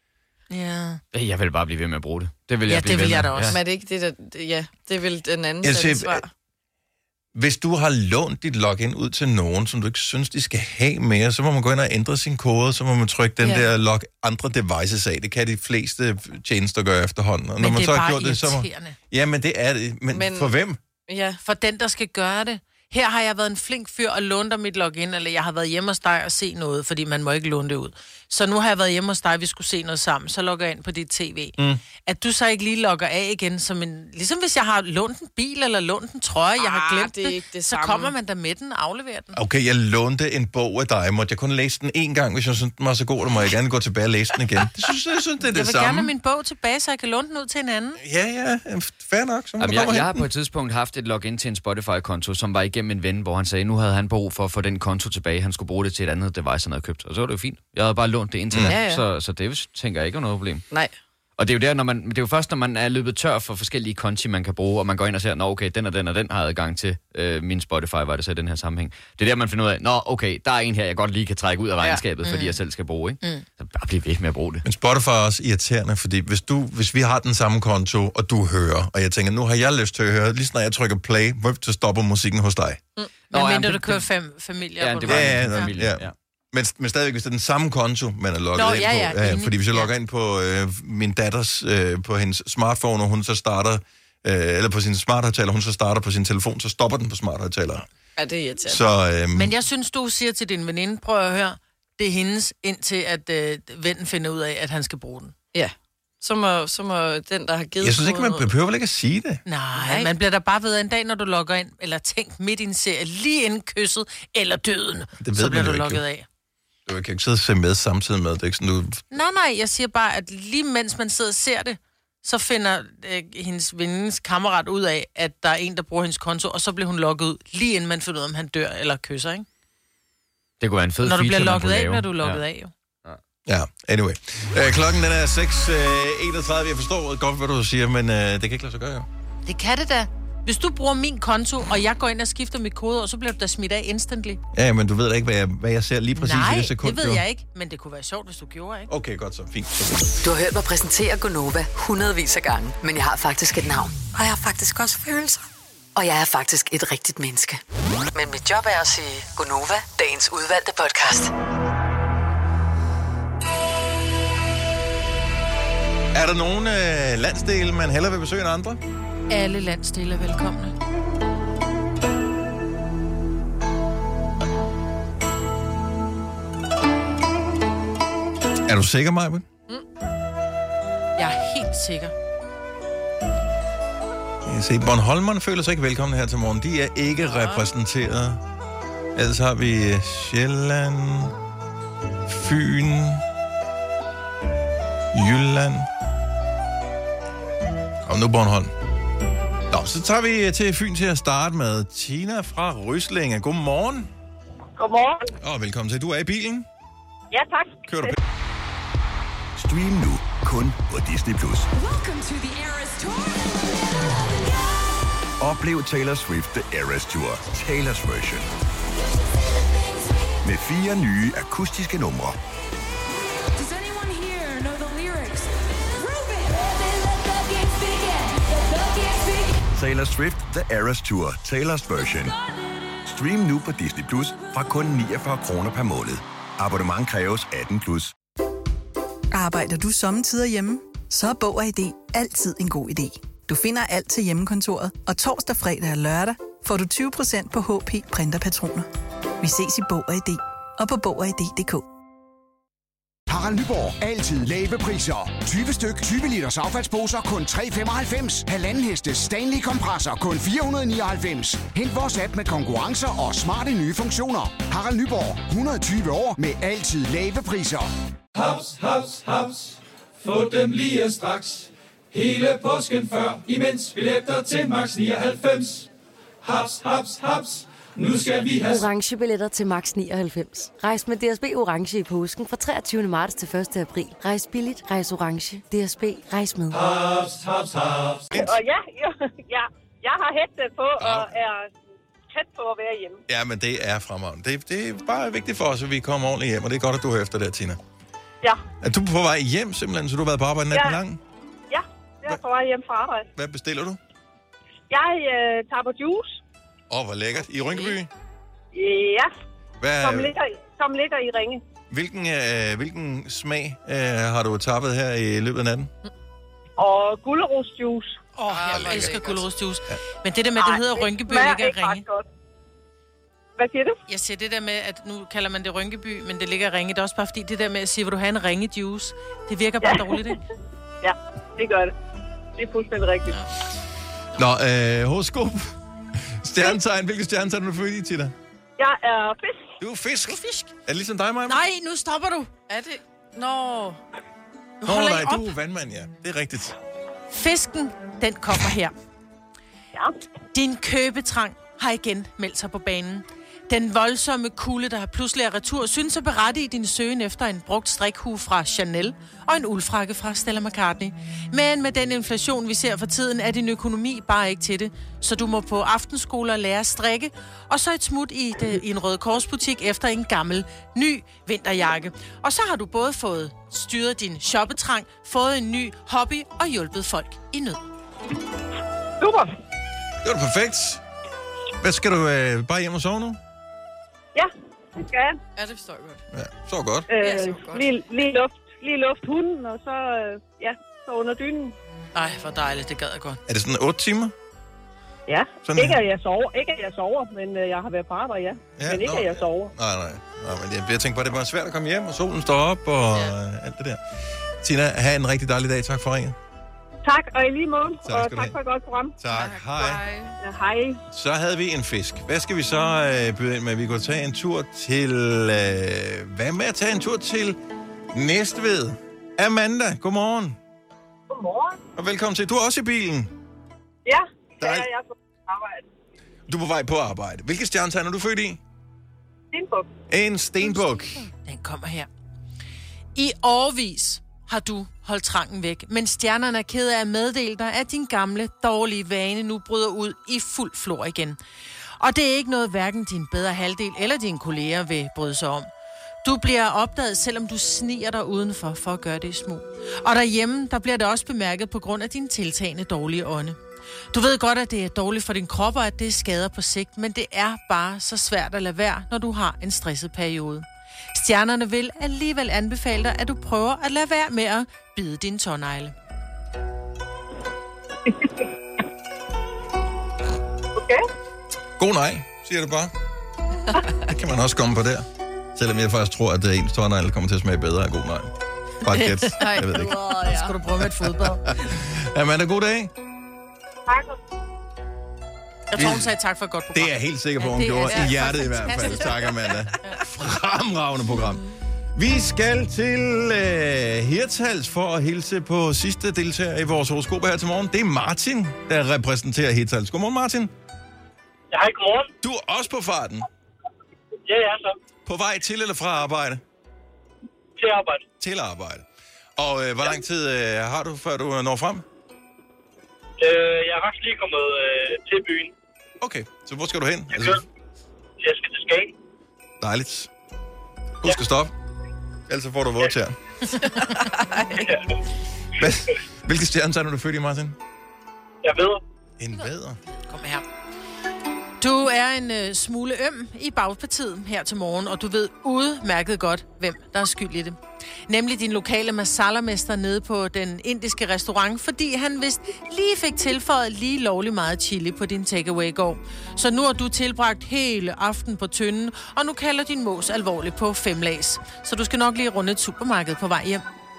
Speaker 3: Ja.
Speaker 2: Jeg vil bare blive ved med at bruge det. Det vil
Speaker 3: Ja,
Speaker 2: jeg blive
Speaker 3: det vil
Speaker 2: ved
Speaker 3: jeg
Speaker 2: med.
Speaker 3: da også.
Speaker 4: Men er det ikke det, der... det- Ja, det er vel den anden
Speaker 1: Jeg
Speaker 4: sætte
Speaker 1: siger,
Speaker 4: svar.
Speaker 1: Hvis du har lånt dit login ud til nogen, som du ikke synes, de skal have mere, så må man gå ind og ændre sin kode, så må man trykke den
Speaker 4: Ja.
Speaker 1: der log andre devices af. Det kan de fleste tjenester gøre efterhånden. Og
Speaker 3: Men
Speaker 1: man
Speaker 3: det
Speaker 1: så
Speaker 3: er
Speaker 1: har
Speaker 3: bare
Speaker 1: gjort det, så må...
Speaker 3: irriterende.
Speaker 1: Ja, men det er det. Men, men
Speaker 4: Men-
Speaker 1: for hvem?
Speaker 4: Ja,
Speaker 3: For den, der skal gøre det. Her har jeg været en flink fyr og lånt dig mit login, eller jeg har været hjemme hos dig og se noget, fordi man må ikke låne det ud. Så nu har jeg været hjemme hos dig, vi skulle se noget sammen, så logger jeg ind på dit tv. Mm. At du så ikke lige logger af igen, som en, ligesom hvis jeg har lånt en bil eller lånt en trøje, jeg har
Speaker 4: Ah,
Speaker 3: glemt
Speaker 4: det er
Speaker 3: det,
Speaker 4: ikke det
Speaker 3: så
Speaker 4: samme.
Speaker 3: kommer man der med den og afleverer den.
Speaker 1: Okay, jeg lånte en bog af dig. Måtte jeg kun læse den en gang, hvis jeg synes, den var så god, så må jeg gerne gå tilbage og læse den igen. Det synes jeg, synes, det er det
Speaker 3: Jeg vil
Speaker 1: samme.
Speaker 3: gerne have min bog tilbage, så jeg kan låne den ud til en anden.
Speaker 1: Ja, ja, fair nok. Så må
Speaker 2: Jamen,
Speaker 1: du
Speaker 2: jeg,
Speaker 1: komme
Speaker 2: jeg har
Speaker 1: hen.
Speaker 2: på et tidspunkt haft et login til en Spotify-konto, som var igennem en ven, hvor han sagde, nu havde han brug for at få den konto tilbage. Han skulle bruge det til et andet device, han havde købt. Og så var det jo fint. Jeg havde bare lånt det indtil
Speaker 1: Mm.
Speaker 2: mm.
Speaker 4: Ja, ja.
Speaker 2: så, så det tænker jeg ikke er noget problem.
Speaker 4: nej.
Speaker 2: Og det er jo der, når man, det er jo først, når man er løbet tør for forskellige konti, man kan bruge, og man går ind og siger, nå okay, den og den og den har adgang til øh, min Spotify, var det så i den her sammenhæng. Det er der, man finder ud af, nå okay, der er en her, jeg godt lige kan trække ud af regnskabet, ja. mm. fordi jeg selv skal bruge, ikke? Mm. Så bare bliv ved med at bruge det.
Speaker 1: Men Spotify er også irriterende, fordi hvis, du, hvis vi har den samme konto, og du hører, og jeg tænker, nu har jeg lyst til at høre, lige snart jeg trykker play, så stopper musikken hos dig.
Speaker 3: Men
Speaker 2: Nå, ja,
Speaker 3: mindre
Speaker 2: det-
Speaker 3: du kører
Speaker 2: det-
Speaker 3: fem familier.
Speaker 2: Ja,
Speaker 3: på
Speaker 2: det
Speaker 3: den.
Speaker 2: var
Speaker 1: Ja,
Speaker 2: en
Speaker 1: ja,
Speaker 2: familie.
Speaker 1: ja.
Speaker 2: Ja.
Speaker 1: Men, men stadigvæk, hvis det er den samme konto, man er logget
Speaker 3: Nå,
Speaker 1: ind
Speaker 3: ja,
Speaker 1: på.
Speaker 3: ja,
Speaker 1: Ja,
Speaker 3: enig.
Speaker 1: fordi hvis jeg
Speaker 3: Ja.
Speaker 1: logger ind på øh, min datters, øh, på hendes smartphone, og hun så starter, øh, eller på sin smarthøjtaler, hun så starter på sin telefon, så stopper den på smarthøjtalere.
Speaker 4: Ja, det er irriterende.
Speaker 1: Så øh,
Speaker 3: Men jeg synes, du siger til din veninde, prøv at høre, det er hendes, indtil at øh, vennen finder ud af, at han skal bruge den.
Speaker 4: Ja. Så må, så må den, der har givet
Speaker 1: jeg synes ikke, man
Speaker 4: koden ud-
Speaker 1: behøver vel ikke at sige det.
Speaker 3: Nej,
Speaker 4: Nej.
Speaker 3: man bliver da bare ved en dag, når du logger ind, eller tænk midt i en serie, lige inden kysset, eller døden,
Speaker 1: ved
Speaker 3: så
Speaker 1: man
Speaker 3: bliver
Speaker 1: jo
Speaker 3: du
Speaker 1: ikke,
Speaker 3: logget
Speaker 1: jo.
Speaker 3: af.
Speaker 1: Du kan ikke sidde og se med samtidig med. Det er ikke sådan, du...
Speaker 3: Nej, nej, jeg siger bare, at lige mens man sidder og ser det, så finder øh, hendes venindens kammerat ud af, at der er en, der bruger hendes konto, og så bliver hun logget ud, lige inden man finder ud af, om han dør eller kysser, ikke?
Speaker 2: Det kunne være en fed
Speaker 3: Når du
Speaker 2: feature,
Speaker 3: bliver
Speaker 2: man
Speaker 3: logget
Speaker 2: kunne
Speaker 3: af,
Speaker 2: lave.
Speaker 3: bliver du logget
Speaker 2: ja.
Speaker 3: af, jo.
Speaker 1: Ja, anyway. Øh, klokken den er seks enogtredive. Jeg forstår godt, hvad du siger, men øh, det kan ikke lade sig gøre, jo.
Speaker 3: Det kan det da. Hvis du bruger min konto, og jeg går ind og skifter mit kode, og så bliver du da smidt af instantly.
Speaker 1: Ja, men du ved da ikke, hvad jeg, hvad jeg ser lige præcis
Speaker 3: Nej,
Speaker 1: i det sekund.
Speaker 3: det ved
Speaker 1: jo.
Speaker 3: jeg ikke, men det kunne være sjovt, hvis du gjorde, ikke?
Speaker 1: Okay, godt så. Fint. Så.
Speaker 5: Du har hørt mig præsentere Gonova hundredvis af gange, men jeg har faktisk et navn. Og jeg har faktisk også følelser. Og jeg er faktisk et rigtigt menneske. Men mit job er at sige Gonova, dagens udvalgte podcast.
Speaker 1: Er der nogen øh, landsdele, man hellere vil besøge end andre?
Speaker 3: Alle landsdele er velkomne.
Speaker 1: Er du sikker, Majbert?
Speaker 3: Mm. Jeg er helt sikker.
Speaker 1: Jeg kan se, Bornholmerne føler sig ikke velkomne her til morgen. De er ikke ja. repræsenteret. Ellers har vi Sjælland, Fyn, Jylland og nu Bornholm. Nå, så tager vi til Fyn til at starte med Tina fra Ryslinge. Godmorgen.
Speaker 7: Godmorgen.
Speaker 1: Og velkommen til. Du er i bilen?
Speaker 7: Ja, tak.
Speaker 1: Kører du?
Speaker 6: Stream nu kun på Disney plus. Oplev Taylor Swift The Eras Tour, Taylor's version. Med fire nye akustiske numre. Taylor Swift The Eras Tour, Taylor's version. Stream nu på Disney plus fra kun niogfyrre kroner per måned. Abonnement kræves atten plus.
Speaker 8: Arbejder du sommetider hjemme? Så er Bog og I D altid en god idé. Du finder alt til hjemmekontoret, og torsdag, fredag og lørdag får du tyve procent på H P printerpatroner. Vi ses i Bog og I D og på bog og i d punktum d k.
Speaker 9: Harald Nyborg. Altid lave priser. tyve styk, tyve liters affaldsposer kun tre komma femoghalvfems. Halvanden heste Stanley kompresser kun fire hundrede og nioghalvfems. Hent vores app med konkurrencer og smarte nye funktioner. Harald Nyborg. hundrede og tyve år med altid lave priser.
Speaker 10: Haps, haps, haps. Få dem lige straks. Hele påsken før, imens billetter til max nioghalvfems. Haps, haps, haps. Nu skal vi have
Speaker 11: orange billetter til max nioghalvfems. Rejs med D S B orange i påsken fra treogtyvende marts til første april. Rejs billigt, rejs orange. D S B, rejs med.
Speaker 10: haps, haps, haps.
Speaker 7: Og ja, ja, ja, jeg har headset på og er tæt på at være hjemme.
Speaker 1: Ja, men det er fremragende. Det, det er bare vigtigt for os, at vi kommer ordentligt hjem, og det er godt, at du hører efter der, Tina.
Speaker 7: Ja.
Speaker 1: Er du på vej hjem simpelthen, så du har været på arbejde natten
Speaker 7: Ja.
Speaker 1: lang?
Speaker 7: Ja, jeg er på vej hjem fra arbejde.
Speaker 1: Hvad bestiller du?
Speaker 7: Jeg øh, tager på juice.
Speaker 1: Åh, oh, hvor lækkert. I Rynkeby?
Speaker 7: Ja,
Speaker 1: Hvad,
Speaker 7: som ligger, som ligger i Ringe.
Speaker 1: hvilken, øh, hvilken smag øh, har du tappet her i løbet af natten?
Speaker 7: Og gulerodsjuice.
Speaker 3: Åh, oh, jeg
Speaker 4: Ah,
Speaker 3: elsker
Speaker 4: lækkert.
Speaker 3: gulerodsjuice. Men det der med, at det hedder Rynkeby,
Speaker 7: smager
Speaker 3: ligger
Speaker 7: ikke
Speaker 3: i
Speaker 7: ret
Speaker 3: Ringe.
Speaker 7: godt. Hvad siger du?
Speaker 3: Jeg siger det der med, at nu kalder man det Rynkeby, men det ligger i Ringe. Det er også bare fordi, det der med at sige, vil du have en Ringe-juice? Det virker bare
Speaker 7: Ja.
Speaker 3: dårligt, ikke?
Speaker 7: Ja, det gør det. Det er fuldstændig rigtigt.
Speaker 1: Nå, øh, horoskop. Stjernetegn. Hvilke stjernetegn er du født i, Tina?
Speaker 7: Jeg er fisk.
Speaker 1: Du er fisk.
Speaker 3: Du er fisk.
Speaker 1: Er det ligesom dig, Maja?
Speaker 3: Nej, nu stopper du.
Speaker 4: Er det? Nå.
Speaker 1: Nå,
Speaker 3: Hold
Speaker 1: nej,
Speaker 3: ikke op.
Speaker 1: du er vandmand, ja. Det er rigtigt.
Speaker 3: Fisken, den kommer her.
Speaker 7: Ja.
Speaker 3: Din købetrang har igen meldt sig på banen. Den voldsomme kulde, der har pludselig er retur, synes at berettige din søgen efter en brugt strikhue fra Chanel og en uldfrakke fra Stella McCartney. Men med den inflation, vi ser for tiden, er din økonomi bare ikke til det. Så du må på aftenskoler lære at strikke, og så et smut i, det, i en Røde Korsbutik efter en gammel, ny vinterjakke. Og så har du både fået styret din shoppetrang, fået en ny hobby og hjulpet folk i nød.
Speaker 7: Super.
Speaker 1: Det var perfekt. Hvad skal du øh, bare hjem og sove nu?
Speaker 7: Ja, det skal jeg.
Speaker 4: Ja, det forstår jeg godt.
Speaker 1: Ja, så godt.
Speaker 7: Øh,
Speaker 4: Ja, så godt.
Speaker 7: lige, lige, luft, lige luft hunden, og så, øh, ja, så under dynen.
Speaker 3: Ej, hvor dejligt, det gad jeg godt.
Speaker 1: Er det sådan otte timer?
Speaker 7: Ja,
Speaker 1: Sådan
Speaker 7: ikke
Speaker 1: her.
Speaker 7: at jeg sover, ikke at jeg sover, men øh, jeg har været på arbejde, ja.
Speaker 1: Ja,
Speaker 7: Men ikke
Speaker 1: nå,
Speaker 7: at jeg
Speaker 1: ja.
Speaker 7: sover.
Speaker 1: Nej, nej. nej men jeg, jeg tænkte bare, det var svært at komme hjem, og solen står op, og ja. øh, alt det der. Tina, have en rigtig dejlig dag. Tak for ringet.
Speaker 7: Tak, og i lige måde,
Speaker 1: Tak
Speaker 7: og
Speaker 1: skal du
Speaker 7: tak
Speaker 1: have.
Speaker 7: for et godt program.
Speaker 1: Tak. Hej.
Speaker 7: Ja, hej.
Speaker 1: Så havde vi en fisk. Hvad skal vi så øh, byde ind med? Vi kunne tage en tur til... Øh, hvad med at tage en tur til Næstved? Amanda, godmorgen.
Speaker 7: Godmorgen.
Speaker 1: Og velkommen til. Du er også i bilen.
Speaker 7: Ja,
Speaker 1: Der er-
Speaker 7: ja, jeg er på arbejde.
Speaker 1: Du er på vej på arbejde. Hvilke stjernetegn er du født i?
Speaker 7: Stenbuk.
Speaker 1: En stenbuk.
Speaker 3: Den kommer her. I årvis har du holdt trangen væk, men stjernerne er ked af at meddele dig, at din gamle, dårlige vane nu bryder ud i fuld flor igen. Og det er ikke noget, hverken din bedre halvdel eller dine kolleger vil bryde sig om. Du bliver opdaget, selvom du sniger dig udenfor for at gøre det i smug. Og derhjemme, der bliver det også bemærket på grund af din tiltagende dårlige ånde. Du ved godt, at det er dårligt for din krop, og at det skader på sigt, men det er bare så svært at lade være, når du har en stresset periode. Stjernerne vil alligevel anbefale dig, at du prøver at lade være med at bide din tånegle.
Speaker 7: Okay.
Speaker 1: God nej, siger det bare. Det kan man også komme på der. Selvom jeg faktisk tror, at ens tårnegle kommer til at smage bedre af god nej. Bare et gæt. Jeg ved det ikke.
Speaker 3: Ja. Skal du prøve med et fodbad?
Speaker 1: Amanda, god dag.
Speaker 7: Tak.
Speaker 3: Jeg tror, hun sagde tak for et godt program.
Speaker 1: Det er jeg helt sikker på, hun
Speaker 3: ja,
Speaker 1: gjorde.
Speaker 3: er,
Speaker 1: I hjertet i hvert fald. Tak, Amanda. Fremragende program. Vi skal til uh, Hirtshals for at hilse på sidste deltager i vores horoskop her til morgen. Det er Martin, der repræsenterer Hirtshals. Godmorgen, Martin.
Speaker 12: Ja, hej, godmorgen.
Speaker 1: Du er også på farten.
Speaker 12: Ja, ja, så.
Speaker 1: På vej til eller fra arbejde?
Speaker 12: Til arbejde.
Speaker 1: Til arbejde. Og uh, hvor lang tid uh, har du, før du når frem?
Speaker 12: Øh, jeg er faktisk lige kommet øh, til byen.
Speaker 1: Okay, så hvor skal du hen?
Speaker 12: Jeg, altså... jeg skal til Skagen.
Speaker 1: Dejligt. Husk at stoppe. Ellers får du vådt her. Hvilke stjerne er du født i, Martin?
Speaker 12: Jeg ved.
Speaker 1: En vædder.
Speaker 3: Kom her. Du er en øh, smule øm i bagpartiet her til morgen, og du ved udmærket godt, hvem der er skyld i det. Nemlig din lokale masalamester nede på den indiske restaurant, fordi han vist lige fik tilføjet lige lovlig meget chili på din takeaway i går. Så nu har du tilbragt hele aften på tynden, og nu kalder din mås alvorligt på femlags. Så du skal nok lige runde et supermarked på vej hjem.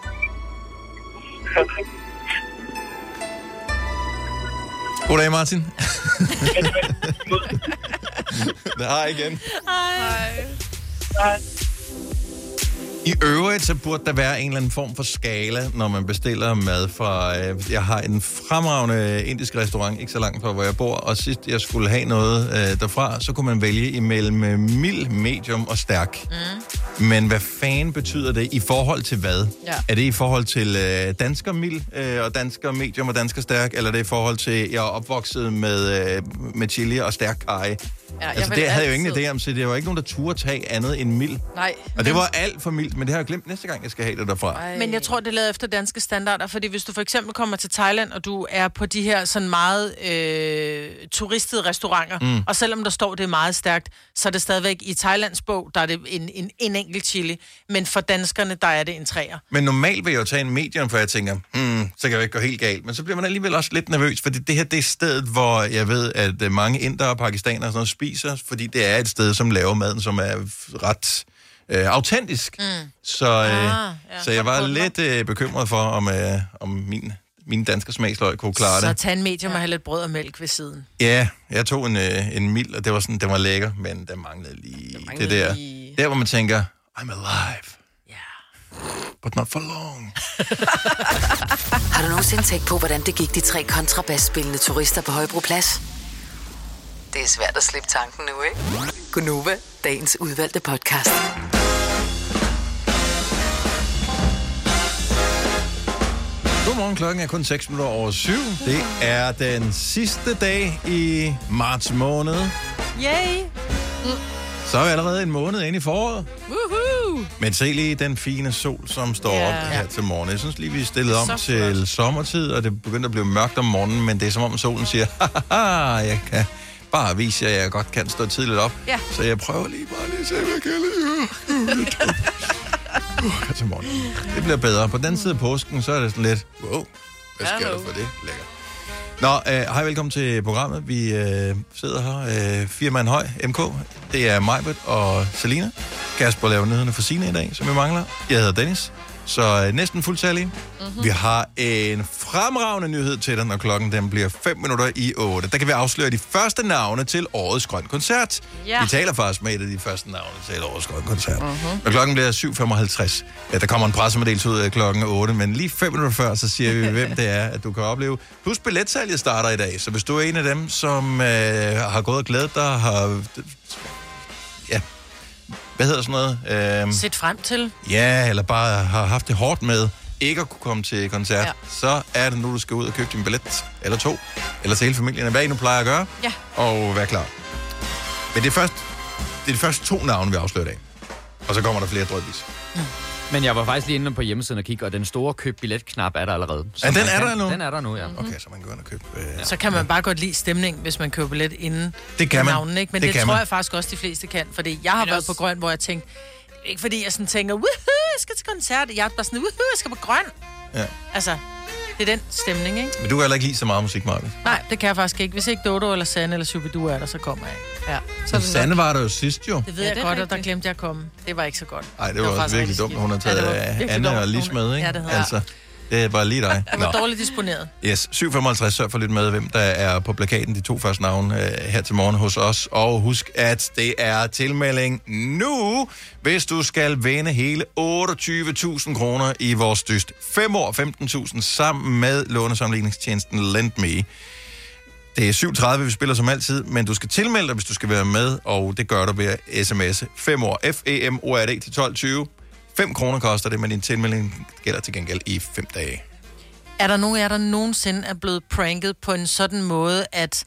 Speaker 1: Goddag, Martin. Det har jeg igen.
Speaker 3: Hej.
Speaker 12: Hej.
Speaker 1: I øvrigt, så burde der være en eller anden form for skala, når man bestiller mad fra... Øh, jeg har en fremragende indisk restaurant, ikke så langt fra, hvor jeg bor, og sidst jeg skulle have noget øh, derfra, så kunne man vælge imellem mild, medium og stærk. Mm. Men hvad fanden betyder det i forhold til hvad?
Speaker 3: Ja.
Speaker 1: Er det i forhold til øh, dansker mild øh, og dansker medium og dansker stærk, eller er det i forhold til, jeg er opvokset med, øh, med chili og stærk karry?
Speaker 4: Ja,
Speaker 1: altså, det havde jeg jo ingen idé om, så det var ikke nogen, der turde tage andet end mild.
Speaker 4: Nej.
Speaker 1: Og det var alt for mildt, men det har jeg glemt næste gang, jeg skal have det derfra.
Speaker 4: Ej.
Speaker 3: Men jeg tror, det er lavet efter danske standarder, fordi hvis du for eksempel kommer til Thailand, og du er på de her sådan meget øh, turistede restauranter, mm. og selvom der står, det er meget stærkt, så er det stadigvæk i Thailands bog, der er det en, en, en enkelt chili, men for danskerne, der er det en træer.
Speaker 1: Men normalt vil jeg jo tage en medium, for jeg tænker, hmm, så kan jeg jo ikke gå helt galt. Men så bliver man alligevel også lidt nervøs, fordi det her, det er stedet, hvor jeg ved, at mange indere og pakistanere og sådan noget spiser, fordi det er et sted, som laver maden, som er ret øh, autentisk. Mm. Så, øh, ah, ja, så jeg var lidt øh, bekymret for, om, øh, om min, min danske smagsløg kunne klare
Speaker 3: så
Speaker 1: det.
Speaker 3: Så tag en medium og have lidt brød og mælk ved siden.
Speaker 1: Ja, jeg tog en, øh, en mild, og det var sådan, den var lækker, men der manglede lige det, manglede det der. Lige... Der, hvor man tænker, I'm alive. Yeah. But not for long.
Speaker 5: Har du nogensinde tænkt på, hvordan det gik de tre kontrabasspillende turister på Højbroplads? Det er svært at slippe tanken nu, ikke? Gunova, dagens udvalgte podcast.
Speaker 1: Godmorgen, klokken er kun seks minutter over syv. Det er den sidste dag i marts måned.
Speaker 3: Yay!
Speaker 1: Mm. Så er vi allerede en måned inde i foråret.
Speaker 3: Woohoo!
Speaker 1: Men se lige den fine sol, som står yeah. op her til morgen. Jeg synes lige, vi er stillet om
Speaker 3: så
Speaker 1: til
Speaker 3: flot.
Speaker 1: sommertid, og det begynder at blive mørkt om morgenen, men det er som om solen siger, haha, jeg kan bare vise jer, at jeg godt kan stå tidligt op.
Speaker 3: Ja.
Speaker 1: Så jeg prøver lige bare lige at se, hvad jeg kan lide. Uh, til morgen. Det bliver bedre. På den side af påsken, så er det sådan lidt, wow, hvad sker der for det? Lækker. Nå, øh, hej, velkommen til programmet. Vi øh, sidder her, øh, fire mand høj, M K. Det er Majbert og Selina. Kasper laver nyhederne for Signe i dag, som vi mangler. Jeg hedder Dennis, så øh, næsten fuldtallige. Mm-hmm. Vi har en fremragende nyhed til dig, når klokken den bliver fem minutter i otte. Der kan vi afsløre de første navne til årets Grøn Koncert.
Speaker 3: Ja.
Speaker 1: Vi taler faktisk med et af de første navne til årets Grøn Koncert.
Speaker 3: Mm-hmm.
Speaker 1: Og klokken bliver syv femoghalvtreds. Ja, der kommer en pressemeddelelse ud af klokken otte, men lige fem minutter før, så siger vi, hvem det er, at du kan opleve. Husk, billetsalget starter i dag, så hvis du er en af dem, som øh, har gået og glædet dig, har... Ja, hvad hedder sådan noget? Øh,
Speaker 3: Sæt frem til.
Speaker 1: Ja, eller bare har haft det hårdt med ikke at kunne komme til koncert, ja. så er det nu, du skal ud og købe din billet, eller to, eller til hele familien, hvad I nu plejer at gøre,
Speaker 4: ja.
Speaker 1: og være klar. Men det er først, det er de første to navne, vi afslører i dag. Og så kommer der flere drødvis.
Speaker 2: Mm. Men jeg var faktisk lige inde på hjemmesiden og kigge, og den store køb billet-knap er der allerede.
Speaker 1: Ja, den er der nu?
Speaker 2: Den er der nu, ja.
Speaker 1: Okay, så man kan gå ind og købe... Øh...
Speaker 3: Ja. Så kan man bare godt lide stemning, hvis man køber billet inden
Speaker 1: det kan man.
Speaker 3: navnen, ikke? Men det, det tror man. jeg faktisk også, de fleste kan. Fordi jeg har været også... på Grøn, hvor jeg tænkte... Ikke fordi jeg sådan tænker, woohoo, jeg skal til koncert. Jeg er bare sådan, woohoo, jeg skal på Grøn.
Speaker 1: Ja.
Speaker 3: Altså, det er den stemning, ikke?
Speaker 1: Men du kan heller ikke lide så meget musik, Marvind.
Speaker 3: Nej, det kan jeg faktisk ikke. Hvis ikke Dodo eller Sanne eller Shubidua er der, så kommer jeg ikke. Ja.
Speaker 1: Så Sanne var der jo sidst, jo.
Speaker 3: Det ved ja, jeg godt, og der glemte jeg at komme. Det var ikke så godt.
Speaker 1: Nej, det, det var, var også virkelig dumt. Hun har taget ja, Anna og Lis med, ikke?
Speaker 3: Ja, det havde
Speaker 1: altså, det var lige dig.
Speaker 3: Det var dårligt disponeret.
Speaker 1: Yes, syv femoghalvtreds, sørg for lidt med, hvem der er på plakaten, de to første navne øh, her til morgen hos os. Og husk, at det er tilmelding nu, hvis du skal vinde hele otteogtyve tusind kroner i vores dyst. fem år, femten tusind sammen med lånesamligningstjenesten LendMe. Det er syv tredive, vi spiller som altid, men du skal tilmelde dig, hvis du skal være med, og det gør du ved at sms'e fem år, F E M O R D til tolv tyve. fem kroner koster det, men din tilmelding gælder til gengæld i fem dage.
Speaker 3: Er der nogen af jer, der nogensinde er blevet pranket på en sådan måde, at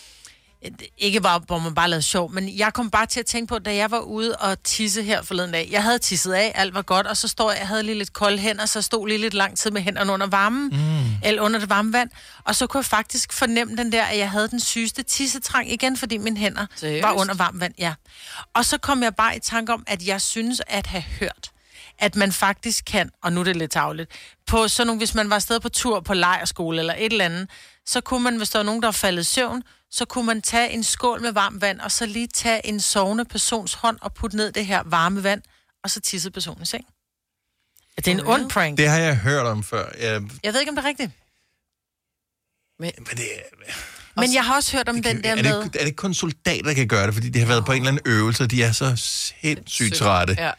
Speaker 3: ikke bare, hvor man bare lavede sjov, men jeg kom bare til at tænke på, da jeg var ude og tisse her forleden dag. Jeg havde tisset af, alt var godt, og så står jeg, jeg havde lige lidt kolde hænder, så stod lige lidt lang tid med hænderne under varmen, mm. eller under det varme vand, og så kunne jeg faktisk fornemme den der, at jeg havde den sygeste tissetrang igen, fordi mine hænder Seriøst? var under varmt vand, ja. Og så kom jeg bare i tanke om, at jeg synes at have hørt, at man faktisk kan, og nu er det lidt tarveligt, på sådan nogle, hvis man var afsted på tur på lejrskole eller et eller andet, så kunne man, hvis der var nogen, der var faldet i søvn, så kunne man tage en skål med varmt vand, og så lige tage en sovende persons hånd og putte ned det her varme vand, og så tisse personen i seng. Det er en ond prank.
Speaker 1: Det har jeg hørt om før. Jeg,
Speaker 3: jeg ved ikke, om det er rigtigt.
Speaker 1: Men, men, det,
Speaker 3: men jeg har også hørt om den der
Speaker 1: er
Speaker 3: med...
Speaker 1: Det, er det ikke kun soldater, der kan gøre det, fordi de har været oh. på en eller anden øvelse, og de er så sindssygt trætte. Ja.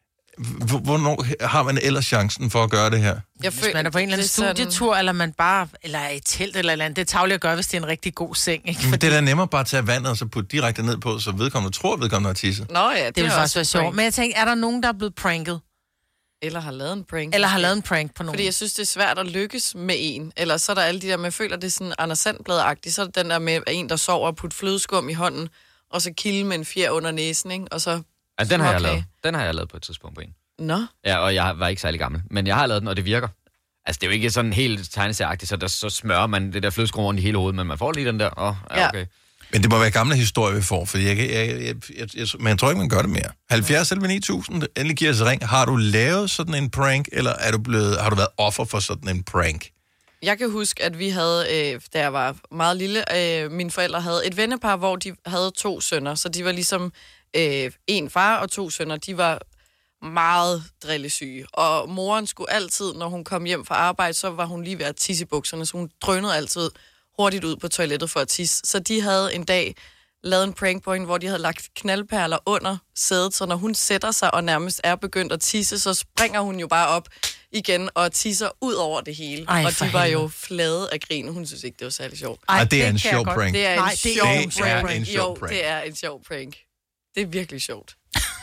Speaker 1: Hvornår har man ellers chancen for at gøre det her?
Speaker 3: Jeg hvis man er på en eller anden studietur, sådan... eller man bare, eller er i telt eller eller andet, det er tavligt at gøre, hvis det er en rigtig god seng, ikke?
Speaker 1: Fordi... Men det er da nemmere bare at tage vandet og så putte direkte ned på, så vedkommende tror, vedkommende har tisset.
Speaker 4: Nå ja, det,
Speaker 3: det vil faktisk være sjovt. Men jeg tænker, er der nogen, der er blevet pranket?
Speaker 4: Eller har lavet en prank.
Speaker 3: Eller har lavet en prank på nogen.
Speaker 4: Fordi jeg synes, det er svært at lykkes med en. Eller så er der alle de der, man føler, det er sådan Anders Sandblad-agtigt. Så er det den der med en, der sover og putter flødeskum i hånden, og så kilde med en fjer under næsen, ikke? Og så...
Speaker 2: Ja, den har jeg lavet. Den har jeg lavet på et tidspunkt på en.
Speaker 4: Nå.
Speaker 2: Ja, og jeg var ikke særlig gammel. Men jeg har lavet den, og det virker. Altså, det er jo ikke sådan helt tegneserieagtigt, så der så smører man det der flødeskum rundt i hele hovedet, men man får lige den der. Åh, ja, okay.
Speaker 1: Men det må være gamle historier, vi får, for jeg, jeg, jeg, jeg, jeg, men jeg tror ikke, man gør det mere. halvfjerds eller ni tusind, endelig giver os ring. Har du lavet sådan en prank, eller er du blevet, har du været offer for sådan en prank?
Speaker 4: Jeg kan huske, at vi havde, øh, da jeg var meget lille, øh, mine forældre havde et vennepar, hvor de havde to sønner. Så de var ligesom øh, en far og to sønner. De var meget drillesyge. Og moren skulle altid, når hun kom hjem fra arbejde, så var hun lige ved at tisse i bukserne, så hun drønede altid hurtigt ud på toilettet for at tisse. Så de havde en dag lavet en prank på hende, hvor de havde lagt knaldperler under sædet, så når hun sætter sig og nærmest er begyndt at tisse, så springer hun jo bare op igen og tisser ud over det hele. Ej, og de var jo flade af grin. Hun synes ikke, det var særlig sjovt.
Speaker 1: Ej, det, det er en sjov prank.
Speaker 4: Det er en
Speaker 3: Nej,
Speaker 4: sjov
Speaker 3: det
Speaker 4: prank.
Speaker 1: er en sjov prank.
Speaker 4: Jo, det er en sjov prank. Det er virkelig sjovt.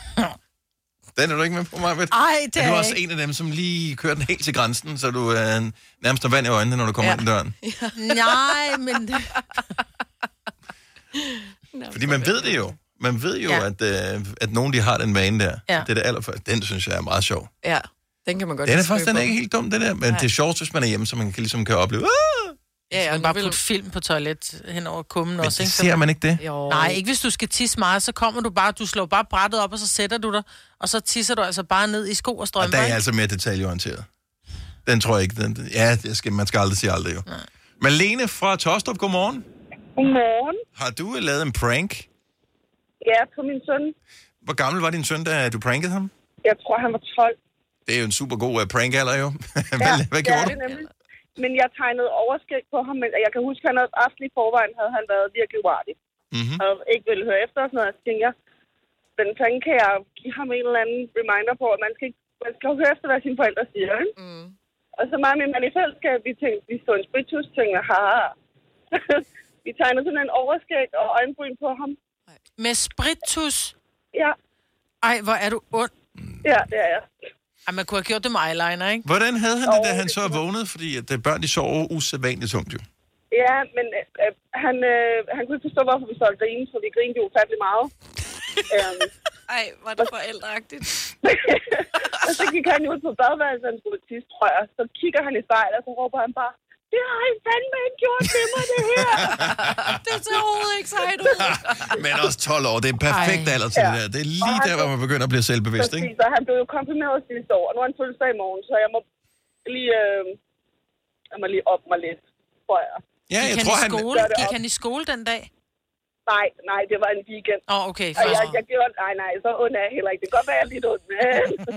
Speaker 1: Den er du ikke med på mig, Britt?
Speaker 3: Ej, det er,
Speaker 1: er du også en af dem, som lige kører den helt til grænsen, så du er øh, nærmest har vand i øjnene, når du kommer ja. ind ad døren?
Speaker 3: Ja. Nej, men...
Speaker 1: Fordi man ved det jo. Man ved jo, ja. at, øh, at nogen de har den vane der. Ja. Det er det allerførste. Den synes jeg er meget sjov.
Speaker 4: Ja, den kan man godt
Speaker 1: lide. Den er faktisk den er ikke helt dum, det der. Men ja. det er sjovt, hvis man er hjemme, så man kan, ligesom kan opleve... Aah!
Speaker 3: Ja, ja, man bare putte film på toilet hen over kummen
Speaker 1: men
Speaker 3: også, ikke?
Speaker 1: ser man ikke det?
Speaker 3: Jo. Nej, ikke hvis du skal tisse meget, så kommer du bare, du slår bare brættet op, og så sætter du dig, og så tisser du altså bare ned i sko og strømper.
Speaker 1: Og der er jeg altså mere detaljeorienteret. Den tror jeg ikke, den, ja, jeg skal, man skal aldrig sige aldrig jo. Nej. Malene fra Tostrup, godmorgen.
Speaker 7: Godmorgen.
Speaker 1: Har du lavet en prank?
Speaker 7: Ja, på min søn.
Speaker 1: Hvor gammel var din søn, da du prankede ham?
Speaker 7: Jeg tror, han var tolv.
Speaker 1: Det er jo en super god uh, prank-alder jo. hvad,
Speaker 7: ja,
Speaker 1: hvad gjorde du?
Speaker 7: Men jeg tegnede overskæg på ham, og jeg kan huske, at han havde aften i forvejen havde han været virkelig uartig. Mm-hmm. Og ikke ville høre efter og sådan noget. Så tænkte jeg, men sådan kan jeg give ham en eller anden reminder på, at man skal, man skal høre efter, hvad sine forældre siger. Ikke? Mm. Og så meget med min mand i fællesskab, vi tænkte, vi stod en spritus, tænkte jeg, haha. Vi tegnede sådan en overskæg og øjenbryn på ham.
Speaker 3: Med spritus?
Speaker 7: Ja.
Speaker 3: Ej, hvor er du ond.
Speaker 7: Ja, det er jeg.
Speaker 3: Ej, man kunne have gjort det med eyeliner, ikke?
Speaker 1: Hvordan havde han det, da han så vågnede? Fordi at øh, børn, de sover usædvanligt tungt, jo.
Speaker 7: Ja, men øh, han, øh, han kunne ikke forstå, hvorfor vi så grine, for vi grinede jo ufattelig meget. um,
Speaker 4: Ej, var det forældreagtigt?
Speaker 7: Og så gik han ud på badeværelset, han skulle tisse, tror jeg. Så kigger han i spejlet, og så råber han bare, det har I fandme ikke gjort til mig, det her.
Speaker 4: Det ser overhovedet ikke sejt ud.
Speaker 1: Men også tolv år, det er en perfekt alder til det der. Det er lige der, hvor man begynder at blive selvbevidst, ikke?
Speaker 7: Så han blev jo konfirmeret sidste år, og nu er han fødselsdag i morgen, så jeg må lige, øh, jeg må lige op mig lidt, tror jeg.
Speaker 1: Ja, jeg
Speaker 3: Gik
Speaker 1: tror,
Speaker 3: han
Speaker 1: han...
Speaker 3: i skole? Gik han i skole den dag?
Speaker 7: Nej, nej, det var en weekend.
Speaker 3: Åh, oh, okay.
Speaker 7: Og jeg, jeg gjorde, nej, nej, så ond er jeg heller ikke. Det kan godt være, jeg er lidt ond, men...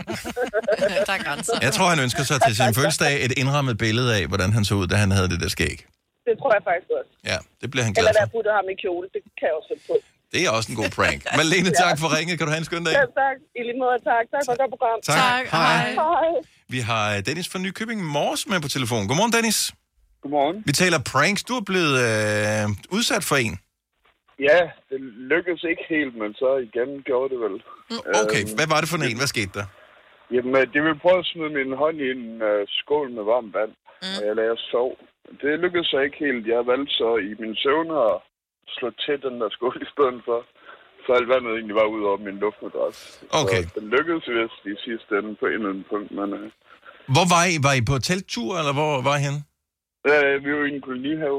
Speaker 4: Der er grænser.
Speaker 1: Jeg tror, han ønsker sig til sin fødselsdag et indrammet billede af, hvordan han så ud, da han havde det der skæg.
Speaker 7: Det tror jeg faktisk også.
Speaker 1: Ja, det bliver han glad
Speaker 7: Eller
Speaker 1: for.
Speaker 7: der putter ham i kjole, det kan jeg også sætte på.
Speaker 1: Det er også en god prank. Malene, tak for ringet. Kan du have en skøn dag?
Speaker 7: Ja, tak. I lige måde, tak. Tak for et godt program.
Speaker 1: Tak. Tak. Hej.
Speaker 7: Hej.
Speaker 1: Vi har Dennis fra Nykøbing Mors med på telefon. Godmorgen, Dennis.
Speaker 13: Godmorgen.
Speaker 1: Vi taler pranks. Du er blevet øh, udsat for en.
Speaker 13: Ja, det lykkedes ikke helt, men så igen gjorde det vel.
Speaker 1: Okay, hvad var det for en? Hvad skete der?
Speaker 13: Jamen, de ville prøve at smide min hånd i en uh, skål med varmt vand, mm. og jeg lagde og sov. Det lykkedes så ikke helt. Jeg valgte så i min søvn at slå til den der skål i stedet for. Så alt vandet egentlig var ud over min luftmadras.
Speaker 1: Okay.
Speaker 13: Så den lykkedes vist i sidste ende på en eller anden punkt, men... Uh...
Speaker 1: Hvor var I? Var I på telttur, eller hvor var I henne?
Speaker 13: Uh, vi var i en kolonihave.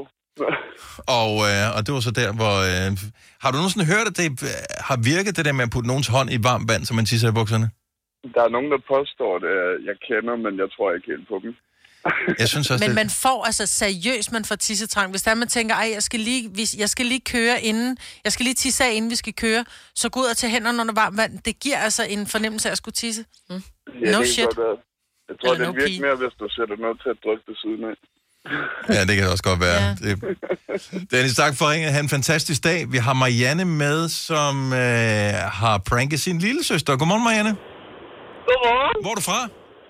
Speaker 1: og, øh, og det var så der, hvor... Øh, har du nogensinde hørt, at det øh, har virket, det der med at putte nogens hånd i varmt vand, så man tisser i bukserne?
Speaker 13: Der er nogen, der påstår det, jeg kender, men jeg tror ikke helt på dem.
Speaker 1: Jeg synes også,
Speaker 3: Men
Speaker 1: det...
Speaker 3: man får altså seriøst, man får tissetrang. Hvis der man tænker, ej, jeg skal lige, hvis, jeg skal lige køre inden, jeg skal lige tisse af, inden vi skal køre, så gå ud og tage hænderne under varmt vand. Det giver altså en fornemmelse af at skulle tisse. Mm.
Speaker 13: Ja,
Speaker 3: No
Speaker 13: det
Speaker 3: shit.
Speaker 13: Godt, uh... Jeg tror,
Speaker 3: Eller
Speaker 13: det
Speaker 3: no
Speaker 13: virker
Speaker 3: pee.
Speaker 13: mere, hvis du sætter noget til at drykke ved siden af.
Speaker 1: Ja, det kan også godt være. Ja. Det... Dennis, tak for ringet. Ha' en fantastisk dag. Vi har Marianne med, som øh, har pranket sin lille søster. Godmorgen, Marianne.
Speaker 7: Godmorgen.
Speaker 1: Hvor er du fra?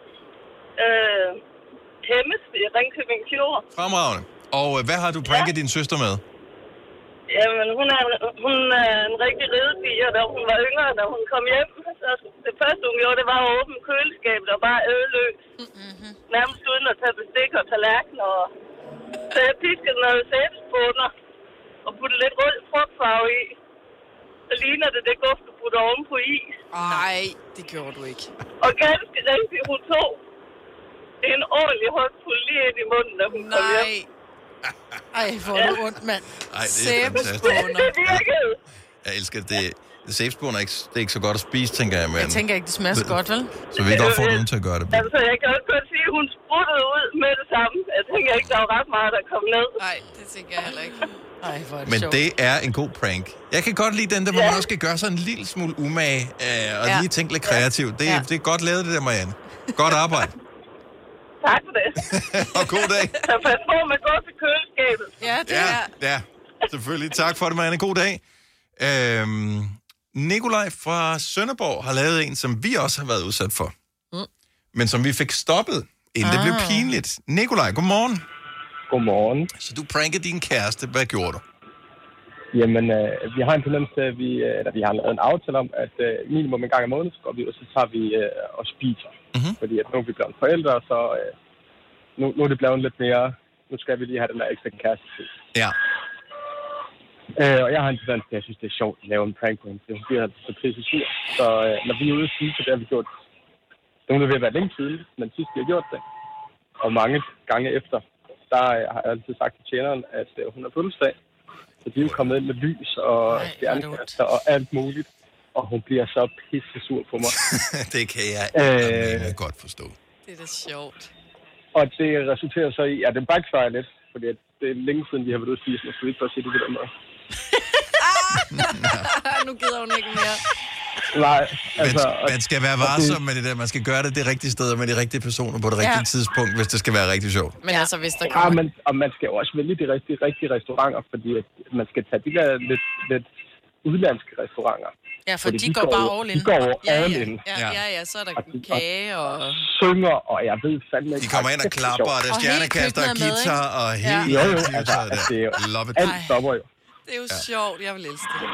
Speaker 7: Øh, Hemmes i Ringkøbing Fjord.
Speaker 1: Fremragende. Og øh, hvad har du pranket ja. din søster med?
Speaker 7: Jamen, hun er, hun er en rigtig ridepige, og da hun var yngre, da hun kom hjem, så det første, hun gjorde, det var at åbne køleskabet og bare æde løs. Mm-hmm. Nærmest uden at tage bestik og tallerken. Og... Så jeg piskede noget sæbespåner og puttede lidt rød frugtfarve i. Så ligner det det guft, du putter oven på is.
Speaker 4: Nej, det gjorde du ikke.
Speaker 7: Og ganske rigtigt, hun tog en ordentlig håndfuld lige ind i munden, da hun kom hjem.
Speaker 4: Nej.
Speaker 3: Ej, hvor er du ondt, mand.
Speaker 1: Ej, det er fantastisk.
Speaker 7: Det virkede.
Speaker 1: Jeg elsker det. Sæbespåner er ikke, det er ikke så godt at spise, tænker jeg. Men...
Speaker 3: Jeg tænker ikke, det smager så godt, vel?
Speaker 1: Så vi kan godt få nogen til at gøre det.
Speaker 7: Altså, jeg kan også godt sige, at hun spruttede ud med det samme. Jeg tænker ikke, der var ret meget, der kom ned.
Speaker 4: Nej, det tænker jeg heller ikke.
Speaker 3: Ej, hvor er det
Speaker 1: Men
Speaker 3: sjovt.
Speaker 1: det er en god prank. Jeg kan godt lide den der, hvor
Speaker 7: Ja.
Speaker 1: man også skal gøre sig en lille smule umage, øh, og
Speaker 3: Ja.
Speaker 1: lige tænke lidt kreativt. Det,
Speaker 3: Ja.
Speaker 1: det er godt lavet, det der, Marianne. Godt arbejde.
Speaker 7: Tak for det.
Speaker 1: Og god dag.
Speaker 7: Så pas på med at gå til køleskabet.
Speaker 3: Ja, det
Speaker 1: Ja,
Speaker 3: er...
Speaker 1: ja, selvfølgelig. Tak for det, Marianne. God dag. Øhm, Nikolaj fra Sønderborg har lavet en, som vi også har været udsat for. Mm. Men som vi fik stoppet, inden ah. det blev pinligt. Nikolaj, godmorgen.
Speaker 14: Godmorgen.
Speaker 1: Så du prankede din kæreste. Hvad gjorde du?
Speaker 14: Jamen, øh, vi har en tendens til, at vi, øh, eller vi har lavet en aftale om, at øh, minimum en gang i måneden, så går vi ud, og så tager vi øh, og spiser. Mm-hmm. Fordi at nu er vi blevet forældre, så øh, nu, nu er det blevet lidt mere, nu skal vi lige have den der ekstra kæreste.
Speaker 1: Ja.
Speaker 14: Øh, og jeg har en tendens til, at jeg synes, det er sjovt at lave en prank på hende. Hun bliver altså så pisse sur. Så øh, når vi er ude at spise, så det har vi gjort. Nu er det ved at være længe siden, men sidst vi har gjort det. Og mange gange efter, der øh, har jeg altid sagt til tjeneren, at øh, hun har fødselsdag. Så de er jo kommet ind med lys og stjernekaster og alt muligt. Og hun bliver så pisse sur på mig.
Speaker 1: Det kan jeg øh, godt forstå.
Speaker 4: Det er da sjovt.
Speaker 14: Og det resulterer så i, at den backfire lidt. Fordi det er længe siden, vi har været ude at spise, og skal vi ikke bare sige det på den måde.
Speaker 4: Nu gider hun ikke mere.
Speaker 14: Nej, altså...
Speaker 1: Man, man skal være varsom med det der. Man skal gøre det det rigtige sted og med de rigtige personer på det rigtige
Speaker 4: Ja.
Speaker 1: tidspunkt, hvis det skal være rigtig sjovt.
Speaker 4: Men altså, hvis der
Speaker 14: Ja,
Speaker 4: kommer...
Speaker 14: men, og man skal jo også vælge de rigtige, rigtige restauranter, fordi at man skal tage de der lidt, lidt udlandske restauranter.
Speaker 3: Ja, for de, de går bare all in.
Speaker 14: De går
Speaker 4: Ja,
Speaker 14: all
Speaker 4: ja.
Speaker 14: in.
Speaker 4: Ja, ja, ja, så er der
Speaker 14: Og de-
Speaker 4: kage og...
Speaker 14: Synger, og jeg ved fandme ikke...
Speaker 1: De kommer ind og klapper, og der er
Speaker 3: Og hele
Speaker 1: stjernekaster og
Speaker 3: køkkenet er med,
Speaker 1: guitar og
Speaker 3: ikke?
Speaker 1: hele
Speaker 14: Jo, jo,
Speaker 1: det
Speaker 14: altså,
Speaker 1: der.
Speaker 14: altså, det er jo...
Speaker 1: Love it.
Speaker 14: Alt stopper jo.
Speaker 4: Det er jo ja. sjovt, jeg vil elske det.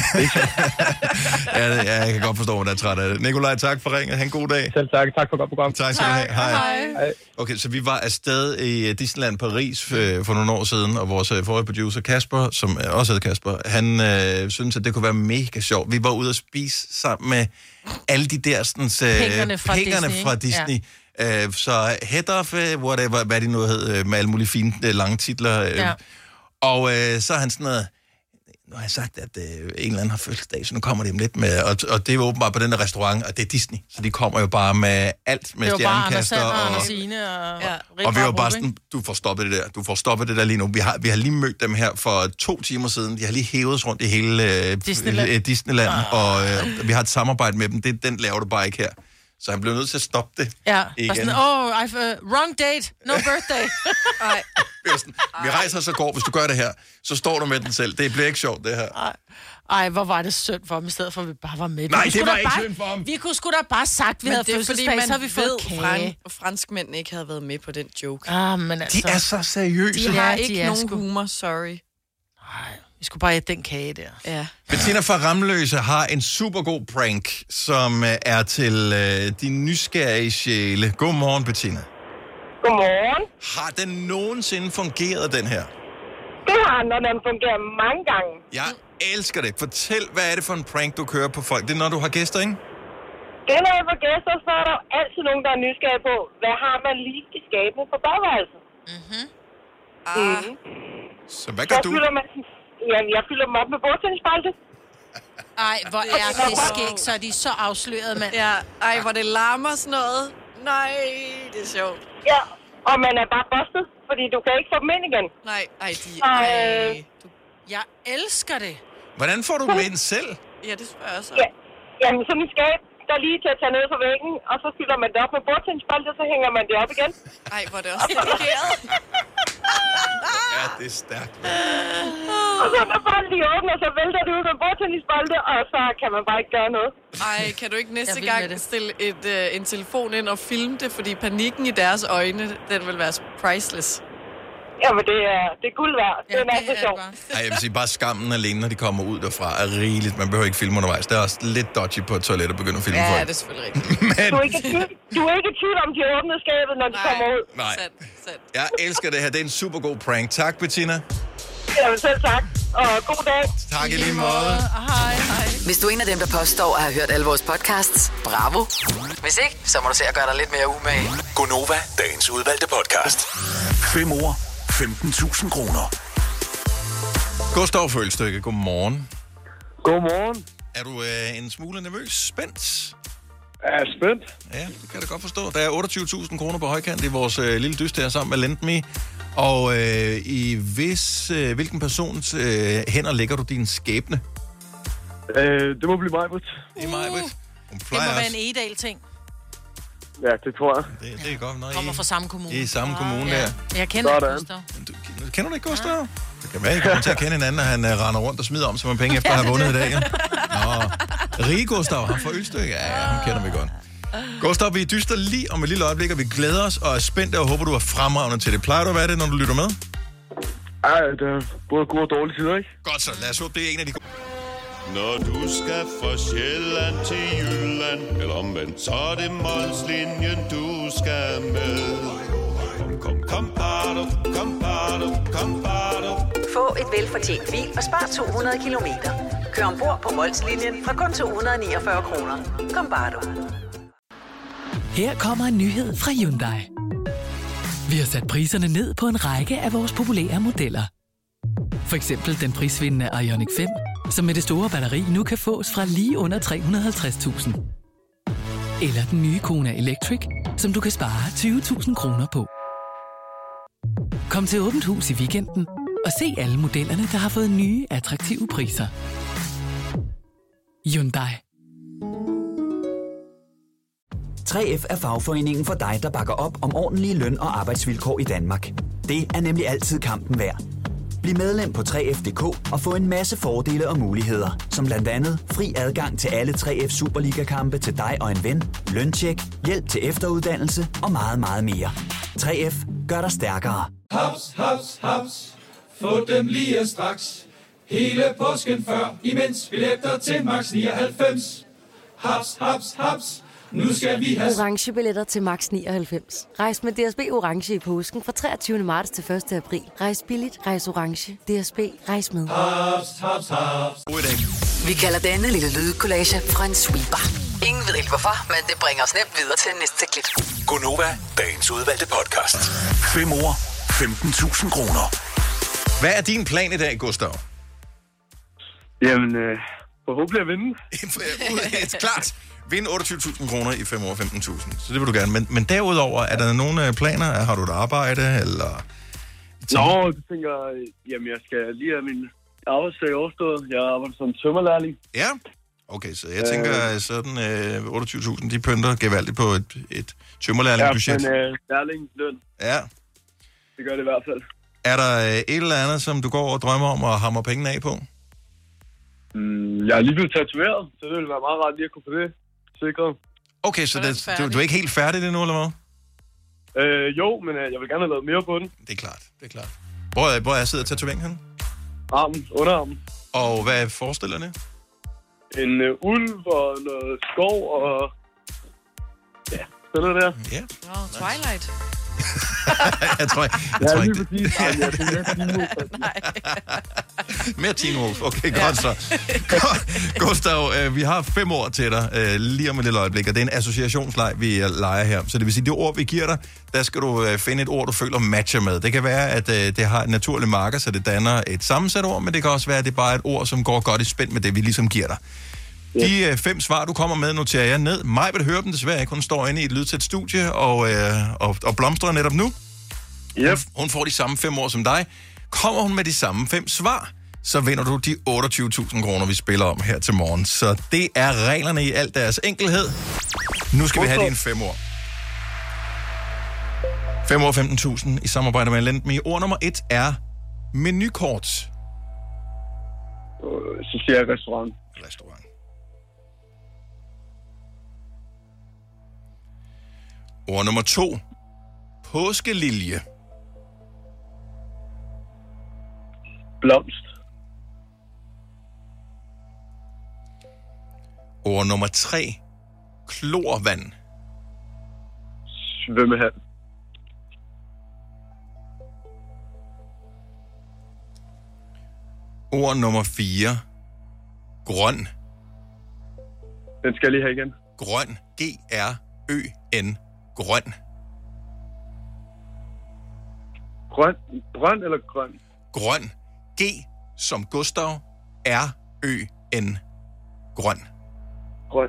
Speaker 1: ja, ja, jeg kan godt forstå, at jeg er træt af det. Nikolaj, tak for ringet. Ha' en god dag.
Speaker 14: Selv tak. Tak for godt program.
Speaker 1: Tak skal du have. Hej. Hej. Okay, så vi var afsted i Disneyland Paris øh, for nogle år siden, og vores øh, forrige producer Kasper, som er også hedder Kasper, han øh, synes, at det kunne være mega sjovt. Vi var ude at spise sammen med alle de der sådan, øh,
Speaker 3: pengerne fra
Speaker 1: pengerne
Speaker 3: Disney.
Speaker 1: Fra Disney. Ja. Øh, så head of, øh, whatever, hvad de nu hed, med alle mulige fine øh, lange titler. Øh, ja. Og øh, så er han sådan noget, nu har jeg sagt, at øh, en eller anden har fødselsdag, så nu kommer de dem lidt med, og, og det er åbenbart på den der restaurant, og det er Disney, så de kommer jo bare med alt med stjernekaster.
Speaker 3: Det var bare
Speaker 1: og,
Speaker 3: Anders Signe og, ja.
Speaker 1: og vi var bare sådan, du får stoppet det der, du får stoppet det der lige nu. Vi har, vi har lige mødt dem her for to timer siden, de har lige hævet os rundt i hele øh, Disneyland, Disneyland ah. og øh, vi har et samarbejde med dem, det, den laver du bare ikke her. Så han blev nødt til at stoppe det.
Speaker 3: Ja,
Speaker 1: igen.
Speaker 3: Sådan, oh, I've, uh, wrong date, no birthday.
Speaker 4: Ej.
Speaker 1: Sådan, vi rejser så går, hvis du gør det her, så står du med den selv. Det bliver ikke sjovt, det her.
Speaker 3: Ej, Ej hvor var det synd for ham, i stedet for, at vi bare var med.
Speaker 1: Nej, det var ikke
Speaker 3: bare,
Speaker 1: synd for ham.
Speaker 3: Vi kunne sgu da bare sagt, vi
Speaker 4: men
Speaker 3: havde fødselsdag, så havde vi fået kage.
Speaker 4: Fran- franskmændene ikke havde været med på den joke.
Speaker 3: Ah, men altså,
Speaker 1: de er så seriøse.
Speaker 4: De har
Speaker 3: ja,
Speaker 4: ikke
Speaker 3: de
Speaker 4: nogen
Speaker 3: sgu...
Speaker 4: humor, sorry.
Speaker 3: Nej, vi skulle bare æde den kage der.
Speaker 4: Ja.
Speaker 1: Bettina fra Ramløse har en super god prank, som er til øh, de nysgerrige sjæle. Godmorgen, Bettina.
Speaker 15: Godmorgen.
Speaker 1: Har den nogensinde fungeret, den her?
Speaker 15: Det har den, og den fungerer mange gange.
Speaker 1: Jeg elsker det. Fortæl, hvad er det for en prank, du kører på folk? Det er, når du har gæster, ikke?
Speaker 15: Det er, når jeg får gæster, så er der altid nogen, der er nysgerrige på, hvad har man lige i skabene på badeværelset?
Speaker 3: Mhm.
Speaker 15: Ah. Mm-hmm.
Speaker 1: Så hvad gør
Speaker 15: så
Speaker 1: du?
Speaker 15: Fylder man, jamen, jeg fylder dem op med bordtændspalte.
Speaker 3: Ej, hvor er det skægt, så er de så afsløret, mand.
Speaker 4: Ja, ej, hvor det larmer sådan noget. Nej, det er sjovt.
Speaker 15: Ja, og man er bare bustet, fordi du kan ikke få dem ind igen.
Speaker 4: Nej, ej, de...
Speaker 15: Ej.
Speaker 4: Du...
Speaker 3: Jeg elsker det.
Speaker 1: Hvordan får du dem ind selv?
Speaker 4: Ja, det spørger jeg så.
Speaker 15: Ja. Jamen, sådan en skab, der lige til at tage ned fra væggen, og så fylder man det op med bordtændspalte, og så hænger man det op igen.
Speaker 4: Ej, hvor er det også delikeret.
Speaker 1: Ja, det er stærkt.
Speaker 15: Og så når folk lige åbner, så vælter det ud med bordtændspalte, og så kan man bare ikke gøre noget.
Speaker 4: Ej, kan du ikke næste gang stille et, uh, en telefon ind og filme det, fordi panikken i deres øjne, den vil være priceless.
Speaker 15: Jamen, det er, det er guld værd. Det er ja, så sjovt.
Speaker 1: Ej, jeg vil sige, bare skammen alene, når de kommer ud derfra, er rigeligt. Man behøver ikke filme undervejs. Det er også lidt dodgy på et toilet at begynde at filme
Speaker 4: ja,
Speaker 1: folk.
Speaker 4: Ja, det er selvfølgelig rigtigt.
Speaker 1: Men...
Speaker 15: Du, er ikke tvivl, du er ikke i tvivl om, de åbner skabet, når de
Speaker 4: Nej.
Speaker 15: kommer ud.
Speaker 1: Nej.
Speaker 4: Sand, sand.
Speaker 1: Jeg elsker det her. Det er en super god prank. Tak, Bettina.
Speaker 15: Jamen, selv tak. Og god dag.
Speaker 1: Tak i lige måde.
Speaker 3: Hej, hej.
Speaker 5: Hvis du er en af dem, der påstår at have hørt alle vores podcasts, bravo. Hvis ikke, så må du se at gøre dig lidt mere umage.
Speaker 6: Gonova, dagens udvalgte podcast. Fem år, femten tusind kroner.
Speaker 1: Gustav Følstykke, godmorgen.
Speaker 13: Godmorgen.
Speaker 1: Er du øh, en smule nervøs? Spændt?
Speaker 13: Jeg er spændt.
Speaker 1: Ja, det kan jeg da godt forstå. Der er otteogtyve tusind kroner på højkant i vores øh, lille dyst her sammen med LendMe. Og øh, i hvis, øh, hvilken persons øh, hænder lægger du din skæbne?
Speaker 13: Øh, det må blive mig, Britt.
Speaker 1: Det er mig, Britt. Hun
Speaker 3: Det
Speaker 1: plejer
Speaker 3: må være
Speaker 1: også.
Speaker 3: en Egedal-ting.
Speaker 13: Ja, det tror jeg.
Speaker 1: Det, det er godt. Nå,
Speaker 3: Kommer fra samme kommune.
Speaker 1: I, I samme kommune
Speaker 3: ja.
Speaker 1: der.
Speaker 3: Jeg kender ikke
Speaker 13: Sådan.
Speaker 3: Gustav.
Speaker 1: Du, kender du ikke Gustav? Ja. Det kan være, I kommer til at kende hinanden, og han uh, render rundt og smider om sig med penge efter at have vundet i dag. Ja? Nå, Rige Gustav, han får ølstykke. Ja, ja, ham kender vi godt. Gustav, vi dyster lige om et lille øjeblik, og vi glæder os og er spændte og håber, du er fremragende til det. Plejer du at være det, når du lytter med?
Speaker 13: Ej, det er både gode og dårlige tider, ikke?
Speaker 1: Godt så, lad os håbe, det er en af de gode.
Speaker 16: Når du skal fra Sjælland til Jylland, eller omvendt, så er det Molslinjen, du skal med. Kom, kom, kom, bado, kom, bado, kom, bado.
Speaker 5: Få et velfortjent bil og spar to hundrede kilometer. Kør ombord på Molslinjen fra kun to hundrede niogfyrre kroner. Kom bare du.
Speaker 17: Her kommer en nyhed fra Hyundai. Vi har sat priserne ned på en række af vores populære modeller. For eksempel den prisvindende Ioniq fem, som med det store batteri nu kan fås fra lige under tre hundrede og halvtreds tusind. Eller den nye Kona Electric, som du kan spare tyve tusind kroner på. Kom til Åbent Hus i weekenden og se alle modellerne, der har fået nye, attraktive priser. Hyundai.
Speaker 18: tre F er fagforeningen for dig, der bakker op om ordentlige løn- og arbejdsvilkår i Danmark. Det er nemlig altid kampen værd. Bliv medlem på tre F punktum d k og få en masse fordele og muligheder, som blandt andet fri adgang til alle tre F Superliga-kampe til dig og en ven, løntjek, hjælp til efteruddannelse og meget, meget mere. tre F gør dig stærkere.
Speaker 10: Haps, haps, haps. Få dem lige straks. Hele påsken før, imens billetter til max nioghalvfems. Haps, haps, haps. Nu skal vi have
Speaker 11: Orange billetter til max nioghalvfems. Rejs med D S B Orange i påsken fra treogtyvende marts til første april. Rejs billigt, rejs orange. D S B, rejs med.
Speaker 10: haps, haps, haps.
Speaker 1: God dag.
Speaker 5: Vi kalder denne lille lydkollage Frans sweeper. Ingen ved helt hvorfor, men det bringer os nemt videre til næste klip.
Speaker 19: Gonova, dagens udvalgte podcast. Fem år, femten tusind kroner.
Speaker 1: Hvad er din plan i dag, Gustav?
Speaker 14: Jamen, øh, forhåbentlig at vinde.
Speaker 1: Det er klart. Vinde otteogtyve tusind kroner i fem år, femten tusind. Så det vil du gerne. Men, men derudover, er der nogle planer? Har du et arbejde, eller...
Speaker 14: Nå, jeg tænker, jamen jeg skal lige have min arbejdsdag overstået. Jeg arbejder som tømmerlærling.
Speaker 1: Ja? Okay, så jeg tænker, øh, sådan øh, otteogtyve tusind, de pynter gevaldigt på et, et tømmerlærlingbudget.
Speaker 14: Ja, men øh, lærlingsløn.
Speaker 1: Ja.
Speaker 14: Det gør det i hvert fald.
Speaker 1: Er der øh, et eller andet, som du går og drømmer om at hamre pengene af på?
Speaker 14: Mm, jeg er lige blevet tatoveret, så det ville være meget rart lige at kunne få det sikret.
Speaker 1: Okay, så det, du, du er ikke helt færdig endnu, eller hvad?
Speaker 14: Øh, jo, men øh, jeg vil gerne have lavet mere på den.
Speaker 1: Det er klart, det er klart. Hvor, er, hvor er sidder tatoveringen henne?
Speaker 14: Armen, underarmen.
Speaker 1: Og hvad forestiller det?
Speaker 14: En øh, ulv og noget skov og... Ja, sådan noget der.
Speaker 1: Ja.
Speaker 4: Nå, oh, Twilight.
Speaker 1: jeg tror, jeg, jeg
Speaker 14: ja,
Speaker 1: tror
Speaker 14: lige
Speaker 1: ikke...
Speaker 14: præcis. Ja, jeg tænker, at
Speaker 1: Mere Teen Wolf. Okay, ja. Godt så. Gustav, øh, vi har fem ord til dig øh, lige om et lille øjeblik, og det er en associationsleg, vi leger her. Så det vil sige, det ord, vi giver dig, der skal du øh, finde et ord, du føler matcher med. Det kan være, at øh, det har et naturligt marker, så det danner et sammensat ord, men det kan også være, at det er bare et ord, som går godt i spænd med det, vi ligesom giver dig. De øh, fem svar, du kommer med, noterer jeg ned. Maj vil høre dem desværre ikke. Hun står inde i et lydtæt studie og, øh, og, og blomstrer netop nu.
Speaker 14: Yep.
Speaker 1: Hun, hun får de samme fem ord som dig. Kommer hun med de samme fem svar, så vinder du de otteogtyve tusind kroner, vi spiller om her til morgen. Så det er reglerne i al deres enkelhed. Nu skal vi have dine fem ord. fem år femten tusind i samarbejde med Lendme. Ord nummer et er menukort.
Speaker 14: Så siger jeg restaurant.
Speaker 1: Restaurant. Ord nummer to. Påskelilje.
Speaker 14: Blomst.
Speaker 1: Ord nummer tre. Klorvand.
Speaker 14: Svømmehal.
Speaker 1: Ord nummer fire. Grøn.
Speaker 14: Den skal jeg lige have igen.
Speaker 1: Grøn. G R Ø N. Grøn.
Speaker 14: Grøn. Grøn eller grøn?
Speaker 1: Grøn. G som Gustav. R Ø N. Grøn.
Speaker 14: Grøn.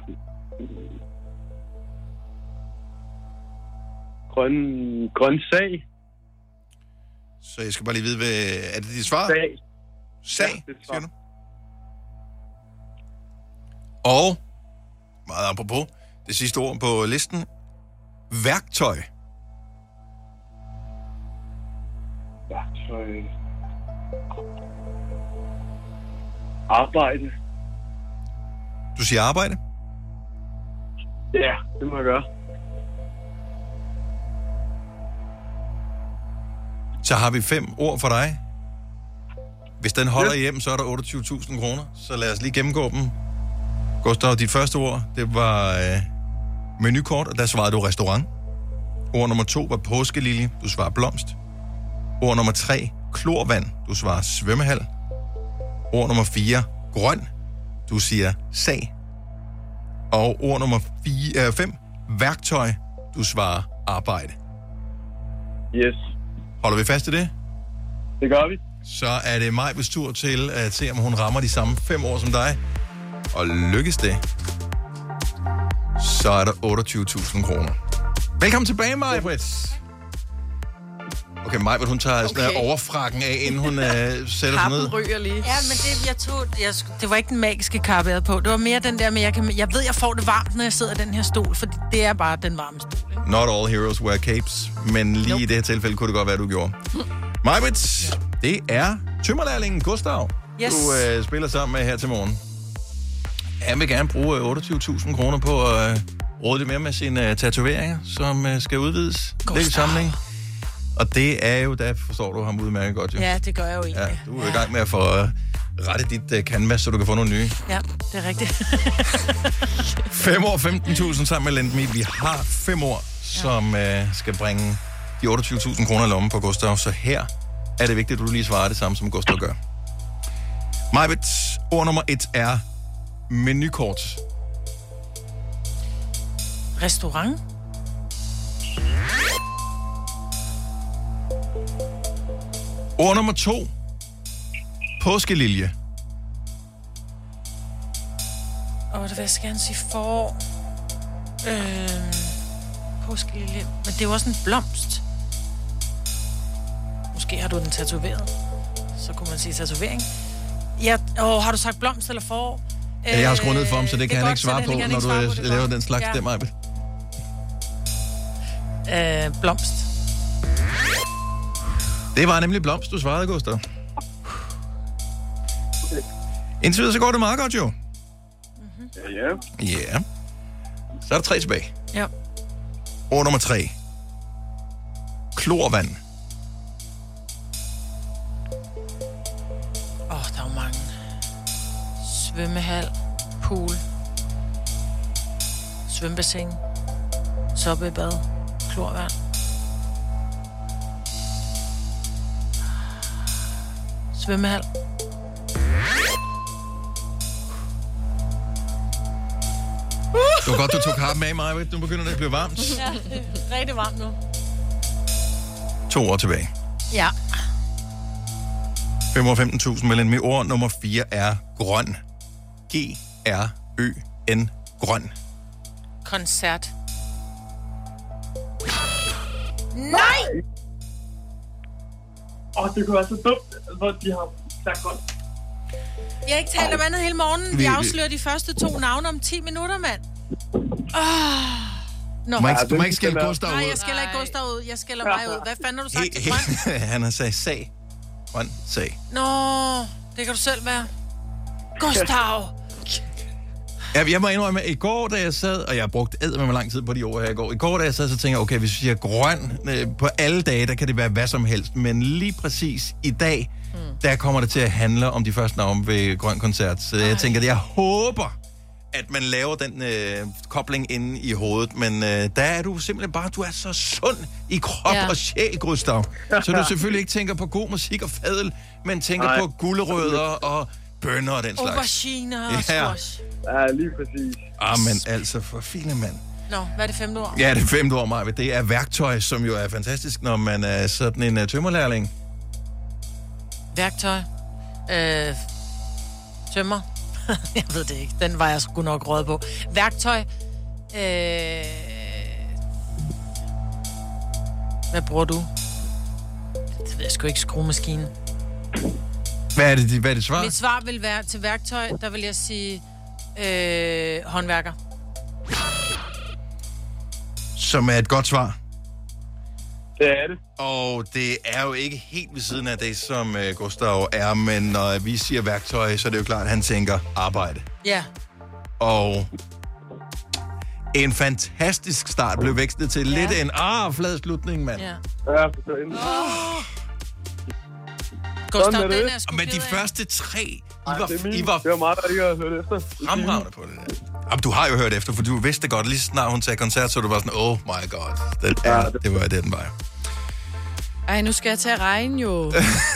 Speaker 14: Grøn. Grøn sag.
Speaker 1: Så jeg skal bare lige vide, hvad... Er det dit svar?
Speaker 14: Sag.
Speaker 1: Sag,
Speaker 14: ja, det
Speaker 1: siger du? Og, meget apropos, det sidste ord på listen. Værktøj.
Speaker 14: Værktøj. Arbejde.
Speaker 1: Du siger arbejde?
Speaker 14: Ja, det må jeg gøre.
Speaker 1: Så har vi fem ord for dig. Hvis den holder ja. hjem, så er der otteogtyve tusind kroner. Så lad os lige gennemgå dem. Gustav, dit første ord, det var øh, menukort, og der svarede du restaurant. Ord nummer to var påskelilje, du svarer blomst. Ord nummer tre, klorvand, du svarer svømmehal. Ord nummer fire, grøn, du siger sag. Og ord nummer fire, øh, fem, værktøj, du svarer arbejde.
Speaker 14: Yes.
Speaker 1: Holder vi fast i det?
Speaker 14: Det gør vi.
Speaker 1: Så er det Majbes tur til at se, om hun rammer de samme fem år som dig. Og lykkes det, så er der otteogtyve tusind kroner. Velkommen tilbage, Majbrit. Okay, Majbrit, hun tager okay. sådan her overfrakken af, inden hun øh, sætter sig ned.
Speaker 4: Kappen ryger lige.
Speaker 3: Ja, men det, jeg tog, jeg, det var ikke den magiske kappe, jeg havde på. Det var mere den der med, jeg, kan, jeg ved, jeg får det varmt, når jeg sidder i den her stol, for det er bare den varme stol. Ikke?
Speaker 1: Not all heroes wear capes, men lige nope. i det her tilfælde kunne det godt være, du gjorde. Majbrit, det er tømmerlærlingen Gustav,
Speaker 3: yes.
Speaker 1: du øh, spiller sammen med her til morgen. Han vil gerne bruge otteogtyve tusind kroner på at øh, råde lidt mere med sine øh, tatoveringer, som øh, skal udvides. Lidt samling. Og det er jo, der forstår du ham udmærket godt, jo.
Speaker 3: Ja, det gør jeg jo egentlig.
Speaker 1: Ja, du er i gang med at få, øh, rette dit uh, canvas, så du kan få nogle nye.
Speaker 3: Ja, det er rigtigt.
Speaker 1: fem år, femten tusind sammen med Lendme. Vi har fem år, som uh, skal bringe de otteogtyve tusind kroner i lommen på Gustav. Så her er det vigtigt, at du lige svarer det samme, som Gustav gør. Majbet, ord nummer et er menukort.
Speaker 3: Restaurant.
Speaker 1: Ord nummer to. Påskelilje.
Speaker 3: Åh, det vil jeg så gerne sige forår. Øh, påskelilje. Men det er jo også en blomst. Måske har du den tatoveret. Så kunne man sige tatovering. Ja, åh, har du sagt blomst eller forår?
Speaker 1: Ja, jeg har skruet ned for ham, så det, det kan han
Speaker 3: godt,
Speaker 1: ikke svare på, når du på, laver godt. Den slags ja. Stemmer.
Speaker 3: Øh, blomst.
Speaker 1: Det var nemlig blomst, du svarede, Gustav. Indtil videre, så går det meget godt, jo.
Speaker 13: Mm-hmm. Ja,
Speaker 1: ja. Ja. Så er der tre tilbage.
Speaker 3: Ja.
Speaker 1: Ord nummer tre. Klorvand.
Speaker 3: Åh, oh, der er jo mange. Svømmehal, pool, svømmebassin, soppebad, klorvand. Svømmehal.
Speaker 1: Det var godt, du tog kappen af, Maja. Nu begynder det at blive varmt.
Speaker 3: Ja, det er rigtig varmt nu.
Speaker 1: To år tilbage.
Speaker 3: Ja.
Speaker 1: fem år femten tusind mellem med ord. Nummer fire er grøn. G R Ø N. Grøn.
Speaker 3: Koncert. Nej!
Speaker 20: Åh, oh, det kunne være så dumt, hvor de har sagt godt.
Speaker 3: Jeg har ikke talt om andet hele morgenen. Vi afslører de første to navne om ti minutter, mand. Oh.
Speaker 1: No. Du må ikke, du må ikke skælde Gustav ud.
Speaker 3: Nej, jeg skælder ikke Gustav ud. Jeg skælder mig ud. Hvad fanden har du sagt til grøn?
Speaker 1: Han har sagt sag. Grøn sag.
Speaker 3: Nå, det kan du selv være. Gustav!
Speaker 1: Ja, jeg må indrømme, at i går, da jeg sad, og jeg har brugt eddermame lang tid på de ord her i går, i går, da jeg sad, så tænkte jeg, okay, hvis vi siger grøn, øh, på alle dage, der kan det være hvad som helst, men lige præcis i dag, hmm. der kommer det til at handle om de første navne ved Grøn Koncert. Så jeg Ej. tænker, at jeg håber, at man laver den øh, kobling inde i hovedet, men øh, der er du simpelthen bare, du er så sund i krop ja. og sjæl, Gustav. Så du selvfølgelig ikke tænker på god musik og fadel, men tænker Ej. på gulerødder og bønner og den slags.
Speaker 3: Aubergine og squash.
Speaker 13: Ja, lige præcis.
Speaker 1: Ah, men altså, for fine mand.
Speaker 3: Nå, hvad er det femte ord?
Speaker 1: Ja, det er femte ord, Maja. Det er værktøj, som jo er fantastisk, når man er sådan en uh, tømmerlærling.
Speaker 3: Værktøj. Øh, tømmer. Jeg ved det ikke. Den var jeg sgu nok råd på. Værktøj. Øh, hvad bruger du? Det ved jeg sgu ikke. Skruemaskine.
Speaker 1: Hvad er det, hvad er det svar?
Speaker 3: Mit svar vil være til værktøj, der vil jeg sige øh, håndværker.
Speaker 1: Som er et godt svar.
Speaker 13: Det er det.
Speaker 1: Og det er jo ikke helt ved siden af det, som uh, Gustav er, men når vi siger værktøj, så er det jo klart, at han tænker arbejde.
Speaker 3: Ja.
Speaker 1: Og en fantastisk start blev vækstet til ja. lidt en ah, flad slutning, mand.
Speaker 3: Ja.
Speaker 13: Ja, for søren.
Speaker 3: Oh. Gustav, den er sgu
Speaker 1: Men de første tre, I
Speaker 13: Ej,
Speaker 1: var,
Speaker 13: det, er
Speaker 1: I var
Speaker 13: det var meget, der ikke har hørt efter.
Speaker 1: fremragende på det der. Jamen, du har jo hørt efter, for du vidste godt, lige snart hun sagde koncert, så du var sådan, oh my god, den er, ja, det, det var det, den var.
Speaker 4: Ej, nu skal jeg til at regne jo.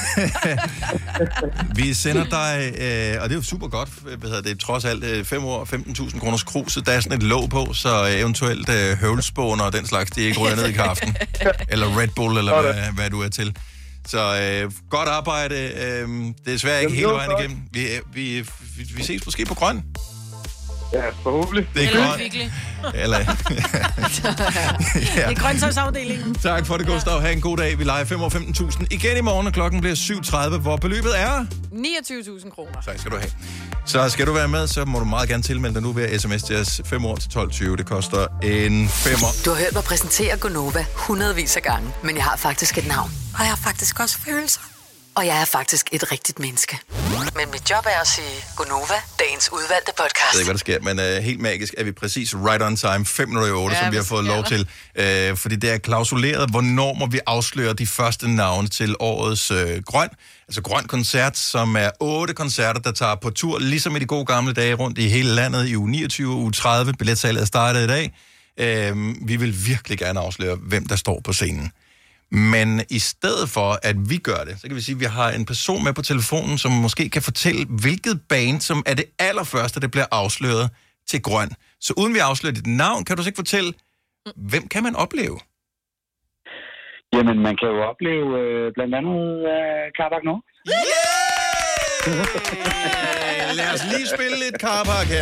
Speaker 1: Vi sender dig, øh, og det er jo super godt, hvad hedder det, trods alt øh, fem år, femten tusind kroners kruse, der er sådan et låg på, så øh, eventuelt øh, høvlspåner og den slags, de ikke ryger ned i kaffen. Eller Red Bull, eller hvad, hvad du er til. Så øh, godt arbejde. Øh, det er desværre ikke hele vejen igennem. Vi, vi, vi, vi ses måske på Grøn.
Speaker 13: Ja, forhåbentlig.
Speaker 1: Det er
Speaker 3: Eller
Speaker 1: grøn.
Speaker 3: virkelig.
Speaker 1: Eller
Speaker 3: ja. Det er grøntsagsafdelingen.
Speaker 1: Tak for det, Gustav. Ha' en god dag. Vi leger fem år femten tusind igen i morgen, og klokken bliver syv tredive, hvor beløbet er
Speaker 4: niogtyve tusind kroner.
Speaker 1: Tak skal du have. Så skal du være med, så må du meget gerne tilmelde dig nu ved at sms til os fem år til tolv tyve. Det koster en femmer.
Speaker 5: Du har hørt mig præsentere Gonova hundredvis af gange, men jeg har faktisk et navn. Og jeg har faktisk også følelser. Og jeg er faktisk et rigtigt menneske. Men mit job er at sige Gonova, dagens udvalgte podcast.
Speaker 1: Jeg ved ikke, hvad der sker, men uh, helt magisk er vi præcis right on time, fem minutter i otte, ja, som vi har fået lov til. Uh, fordi det er klausuleret, hvornår må vi afsløre de første navne til årets uh, Grøn. Altså Grøn Koncert, som er otte koncerter, der tager på tur, ligesom i de gode gamle dage, rundt i hele landet i uge niogtyve og uge tredive. Billetsalget er startet i dag. Uh, vi vil virkelig gerne afsløre, hvem der står på scenen. Men i stedet for, at vi gør det, så kan vi sige, at vi har en person med på telefonen, som måske kan fortælle, hvilket band, som er det allerførste, der bliver afsløret til Grøn. Så uden vi afslører dit navn, kan du så ikke fortælle, hvem kan man opleve?
Speaker 21: Jamen, man kan jo opleve øh, blandt andet øh, Carpark Nord.
Speaker 1: Yeah! Lad os lige spille lidt Carpark her.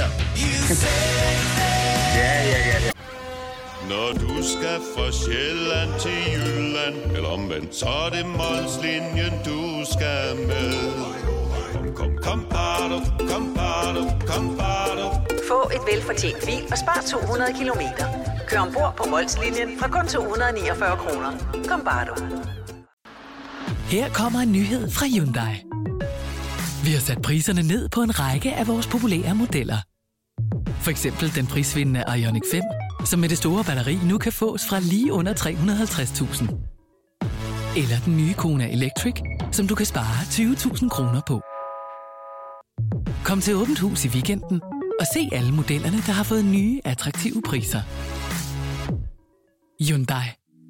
Speaker 21: Ja, ja, ja, ja.
Speaker 16: Når du skal fra Sjælland til Jylland, eller omvendt, så er det Molslinjen, du skal med. Kom, kom, kom, bado, kom, bado, kom, bado.
Speaker 5: Få et velfortjent bil og spar to hundrede kilometer. Kør ombord på Molslinjen fra kun to hundrede niogfyrre kroner. Kom, bado.
Speaker 17: Her kommer en nyhed fra Hyundai. Vi har sat priserne ned på en række af vores populære modeller. For eksempel den prisvindende Ioniq fem, som med det store batteri nu kan fås fra lige under tre hundrede og halvtreds tusind. Eller den nye Kona Electric, som du kan spare tyve tusind kroner på. Kom til Åbent Hus i weekenden og se alle modellerne, der har fået nye, attraktive priser. Hyundai.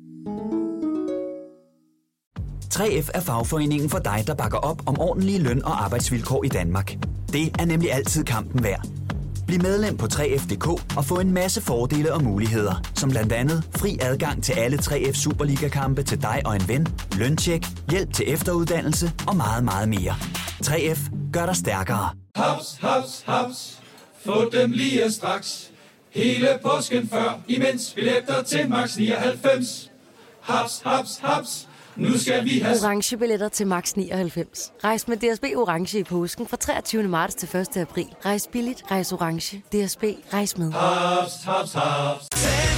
Speaker 18: tre F er fagforeningen for dig, der bakker op om ordentlige løn- og arbejdsvilkår i Danmark. Det er nemlig altid kampen værd. Bliv medlem på tre F punktum d k og få en masse fordele og muligheder, som blandt andet fri adgang til alle tre F Superliga-kampe til dig og en ven, løntjek, hjælp til efteruddannelse og meget, meget mere. tre F gør dig stærkere.
Speaker 10: Haps, haps, haps. Få dem lige straks. Hele påsken før, imens billetter til max nioghalvfems. Haps, haps, haps. Nu skal vi have
Speaker 11: orange billetter til max nioghalvfems. Rejs med D S B orange i påsken fra treogtyvende marts til første april. Rejs billigt, rejs orange. D S B, rejs med.
Speaker 10: haps, haps, haps.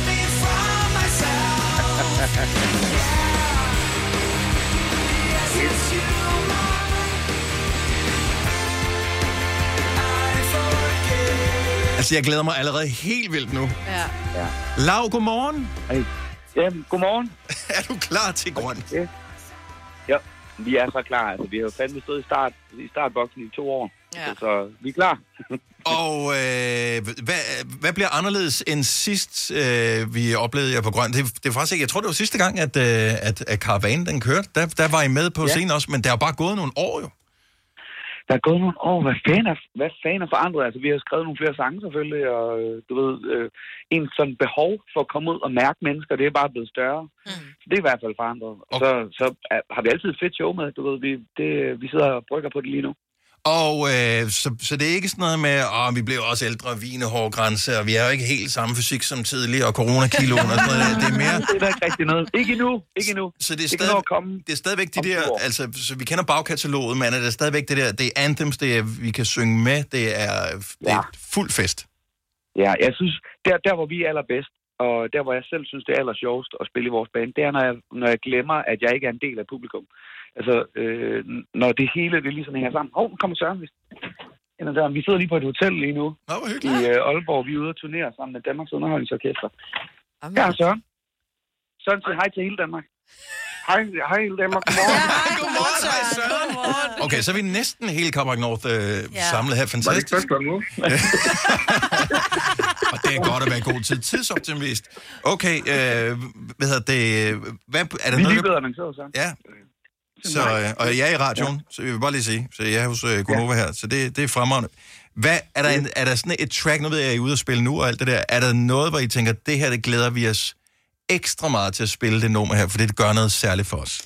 Speaker 1: Altså, jeg glæder mig allerede helt vildt nu.
Speaker 3: Ja.
Speaker 21: Ja.
Speaker 1: Lav, godmorgen.
Speaker 21: Hey. Ja, godmorgen.
Speaker 1: Er du klar til Grøn?
Speaker 21: Ja. Ja, vi er så klar. Altså, vi har jo fandme stået i, start, i startboksen i to år. Ja. Så, så vi er klar.
Speaker 1: Og øh, hvad, hvad bliver anderledes end sidst, øh, vi oplevede jer på Grøn? Det, det er faktisk ikke, jeg tror, det var sidste gang, at, øh, at, at Karavanen den kørte. Der, der var I med på ja. scenen også, men der er jo bare gået nogle år jo.
Speaker 21: Der er gået nogle år. Hvad fanden er, hvad fanden er forandret? Altså, vi har skrevet nogle flere sange selvfølgelig, og du ved, øh, en sådan behov for at komme ud og mærke mennesker, det er bare blevet større. Mm. Så det er i hvert fald forandret. Okay. Så, så er, har vi altid et fedt show med, du ved, vi, det, vi sidder og brygger på det lige nu.
Speaker 1: Og øh, så, så det er ikke sådan noget med, at vi bliver også ældre, vinehårgrænse, og vi er jo ikke helt samme fysik som tidligere, og coronakiloen og sådan noget. Det er mere...
Speaker 21: Det er da ikke rigtig noget. Ikke endnu. Ikke endnu.
Speaker 1: Så det er, stadig, det er stadigvæk de der, altså, så vi kender bagkataloget, men er det stadigvæk det der, det er anthems, det er, vi kan synge med, det er, det er ja. fuld fest.
Speaker 21: Ja, jeg synes, der, der hvor vi er allerbedst, og der hvor jeg selv synes, det er aller sjovest at spille i vores band, det er, når jeg, når jeg glemmer, at jeg ikke er en del af publikum. Altså, øh, når det hele, det ligesom hænger sammen. Hov, kommer Søren, hvis... Vi sidder lige på et hotel lige nu.
Speaker 1: Nå, hvor
Speaker 21: hyggeligt. I øh, Aalborg. Vi er ude og turnere sammen med Danmarks Underholdningsorkester. Her er Søren. Søren siger hej til hele Danmark. Hej, hej hele Danmark. Godmorgen.
Speaker 3: Ja, hej, godmorgen, Søren. Godmorgen.
Speaker 1: Okay, så er vi næsten hele Carpark North øh, ja. samlet her. Fantastisk.
Speaker 21: Var det ikke nu?
Speaker 1: Og det er godt at være god tid. Tidsoptimist. Okay, øh, hvad hedder det? Hvad, er der
Speaker 21: vi er
Speaker 1: noget,
Speaker 21: lige blevet annonceret, så.
Speaker 1: Ja. Så, øh, og jeg er i radioen, ja. så jeg vil bare lige sige, så jeg er hos øh, Gonova ja. her, så det, det er fremragende. Hvad, er, der en, er der sådan et track, nu ved jeg, at I er ude at spille nu og alt det der, er der noget, hvor I tænker, det her, det glæder vi os ekstra meget til at spille det nummer her, for det gør noget særligt for os?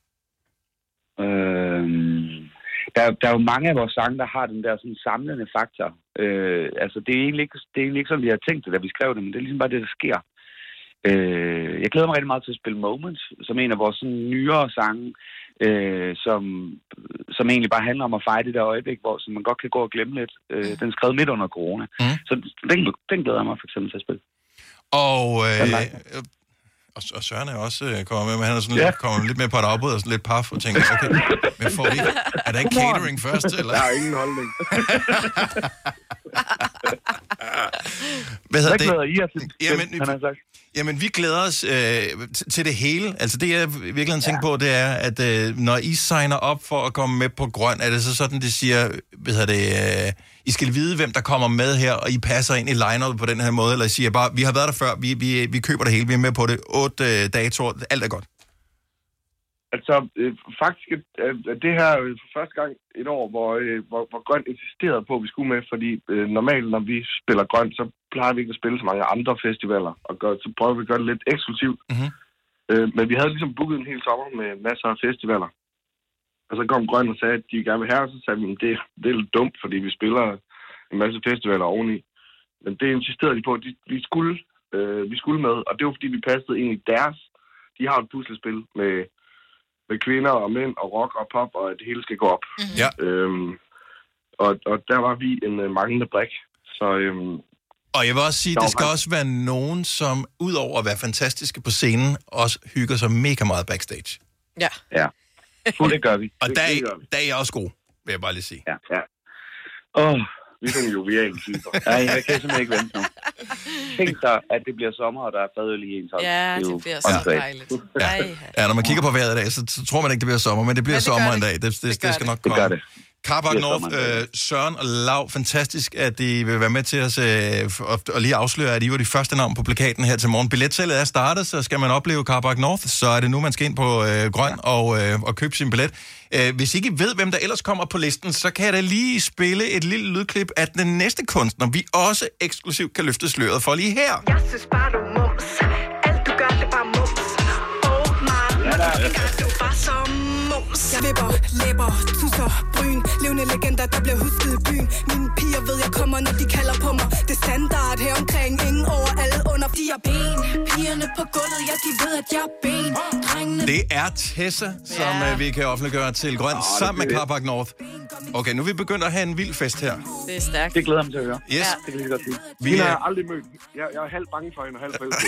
Speaker 21: Øhm, der, der er jo mange af vores sange, der har den der sådan samlende faktor. Øh, altså, det er, egentlig ikke, det er egentlig ikke sådan, vi har tænkt det, da vi skrev det, men det er ligesom bare det, der sker. Øh, jeg glæder mig rigtig meget til at spille Moments, som en af vores sådan, nyere sange, øh, som, som egentlig bare handler om at fejre det der øjeblik, hvor som man godt kan gå og glemme lidt. Øh, den er skrevet midt under corona. Mm. Så den, den glæder jeg mig for eksempel til at spille.
Speaker 1: Og, øh, Og, og Søren er også øh, kommet med, men han er sådan
Speaker 21: Ja.
Speaker 1: lidt, kommer lidt mere på et afbud og sådan lidt paf og tænker, okay, men får vi, er der ikke catering først, eller?
Speaker 21: Der er ingen holdning.
Speaker 1: Hvad hedder
Speaker 21: Hvad glæder I jer til?
Speaker 1: Jamen,
Speaker 21: Han har sagt.
Speaker 1: Jamen, vi glæder os øh, t- til det hele. Altså, det jeg virkelig tænker ja. på, det er, at øh, når I signer op for at komme med på grøn, er det så sådan, det siger, hvad hedder det, øh, I skal vide, hvem der kommer med her, og I passer ind i line-up på den her måde, eller I siger bare, vi har været der før, vi, vi, vi køber det hele, vi er med på det, otte øh, datoer, alt er godt.
Speaker 21: Altså, øh, faktisk er er det her øh, for første gang et år, hvor, øh, hvor, hvor Grøn insisterede på, at vi skulle med, fordi øh, normalt, når vi spiller Grøn, så plejer vi ikke at spille så mange andre festivaler, og gør, så prøver vi at gøre det lidt eksklusivt.
Speaker 1: Mm-hmm.
Speaker 21: Øh, men vi havde ligesom booket en hel sommer med masser af festivaler. Og så kom Grøn og sagde, at de gerne vil have, og så sagde vi, at det, det er lidt dumt, fordi vi spiller en masse festivaler oveni. Men det insisterede de på, at de, vi, skulle, øh, vi skulle med, og det var fordi, vi passede ind i deres. De har et puslespil med... med kvinder og mænd og rock og pop, og at det hele skal gå op.
Speaker 1: Mm-hmm. Ja.
Speaker 21: Øhm, og, og der var vi en uh, manglende brik. Så, øhm,
Speaker 1: og jeg vil også sige, det skal også være nogen, som udover at være fantastiske på scenen, også hygger sig mega meget backstage.
Speaker 4: Ja.
Speaker 21: Ja, Fuld, det gør vi.
Speaker 1: Og
Speaker 21: det,
Speaker 1: der,
Speaker 21: det
Speaker 1: er, der er jeg også god, vil jeg bare lige sige.
Speaker 21: Ja, ja. Åh, oh, vi er nogle joviale typer. Nej, jeg kan simpelthen ikke vente nu. Tænk sig, at det bliver sommer, og der er fadøl i ens hånd.
Speaker 4: Ja, det, det bliver så dejligt.
Speaker 1: Ja. Ja, når man kigger på vejret i dag, så, så tror man ikke, det bliver sommer, men det bliver men det sommer en dag. Det, det, det, det skal nok komme.
Speaker 21: Det gør det.
Speaker 1: Carpark North, øh, Søren og Lau, fantastisk, at de vil være med til os øh, og, og lige afsløre, at I var de første navn på plakaten her til morgen. Billetsalget er startet, så skal man opleve Carpark North, så er det nu, man skal ind på øh, Grøn og, øh, og købe sin billet. Øh, hvis I ikke ved, hvem der ellers kommer på listen, så kan jeg da lige spille et lille lydklip af den næste kunstner, vi også eksklusivt kan løfte sløret for lige her.
Speaker 8: Jeg synes bare, du mums. Alt du gør, det er bare mums. Oh man, ja, du er bare så mums. Jeg vipper, læber, tusser, bryn. Levende legender, der bliver husket i byen. Mine piger ved, jeg kommer, når de kalder på mig. Det er standard her omkring. Ingen over, alle under. De er ben. Pigerne på gulvet, ja, de ved, at jeg er ben. Drengene...
Speaker 1: Det er Tessa, som ja. vi kan offentliggøre til Grøn, oh, sammen med Carpark North. Okay, nu er vi begyndt at have en vild fest her.
Speaker 4: Det er stærkt.
Speaker 21: Det glæder jeg mig til at høre.
Speaker 1: Yes.
Speaker 21: Ja. Det kan jeg godt sige.
Speaker 1: Vi
Speaker 21: Vi
Speaker 1: er-
Speaker 21: har aldrig mødt. Jeg, jeg er halvt bange for hende og halvt forelsket.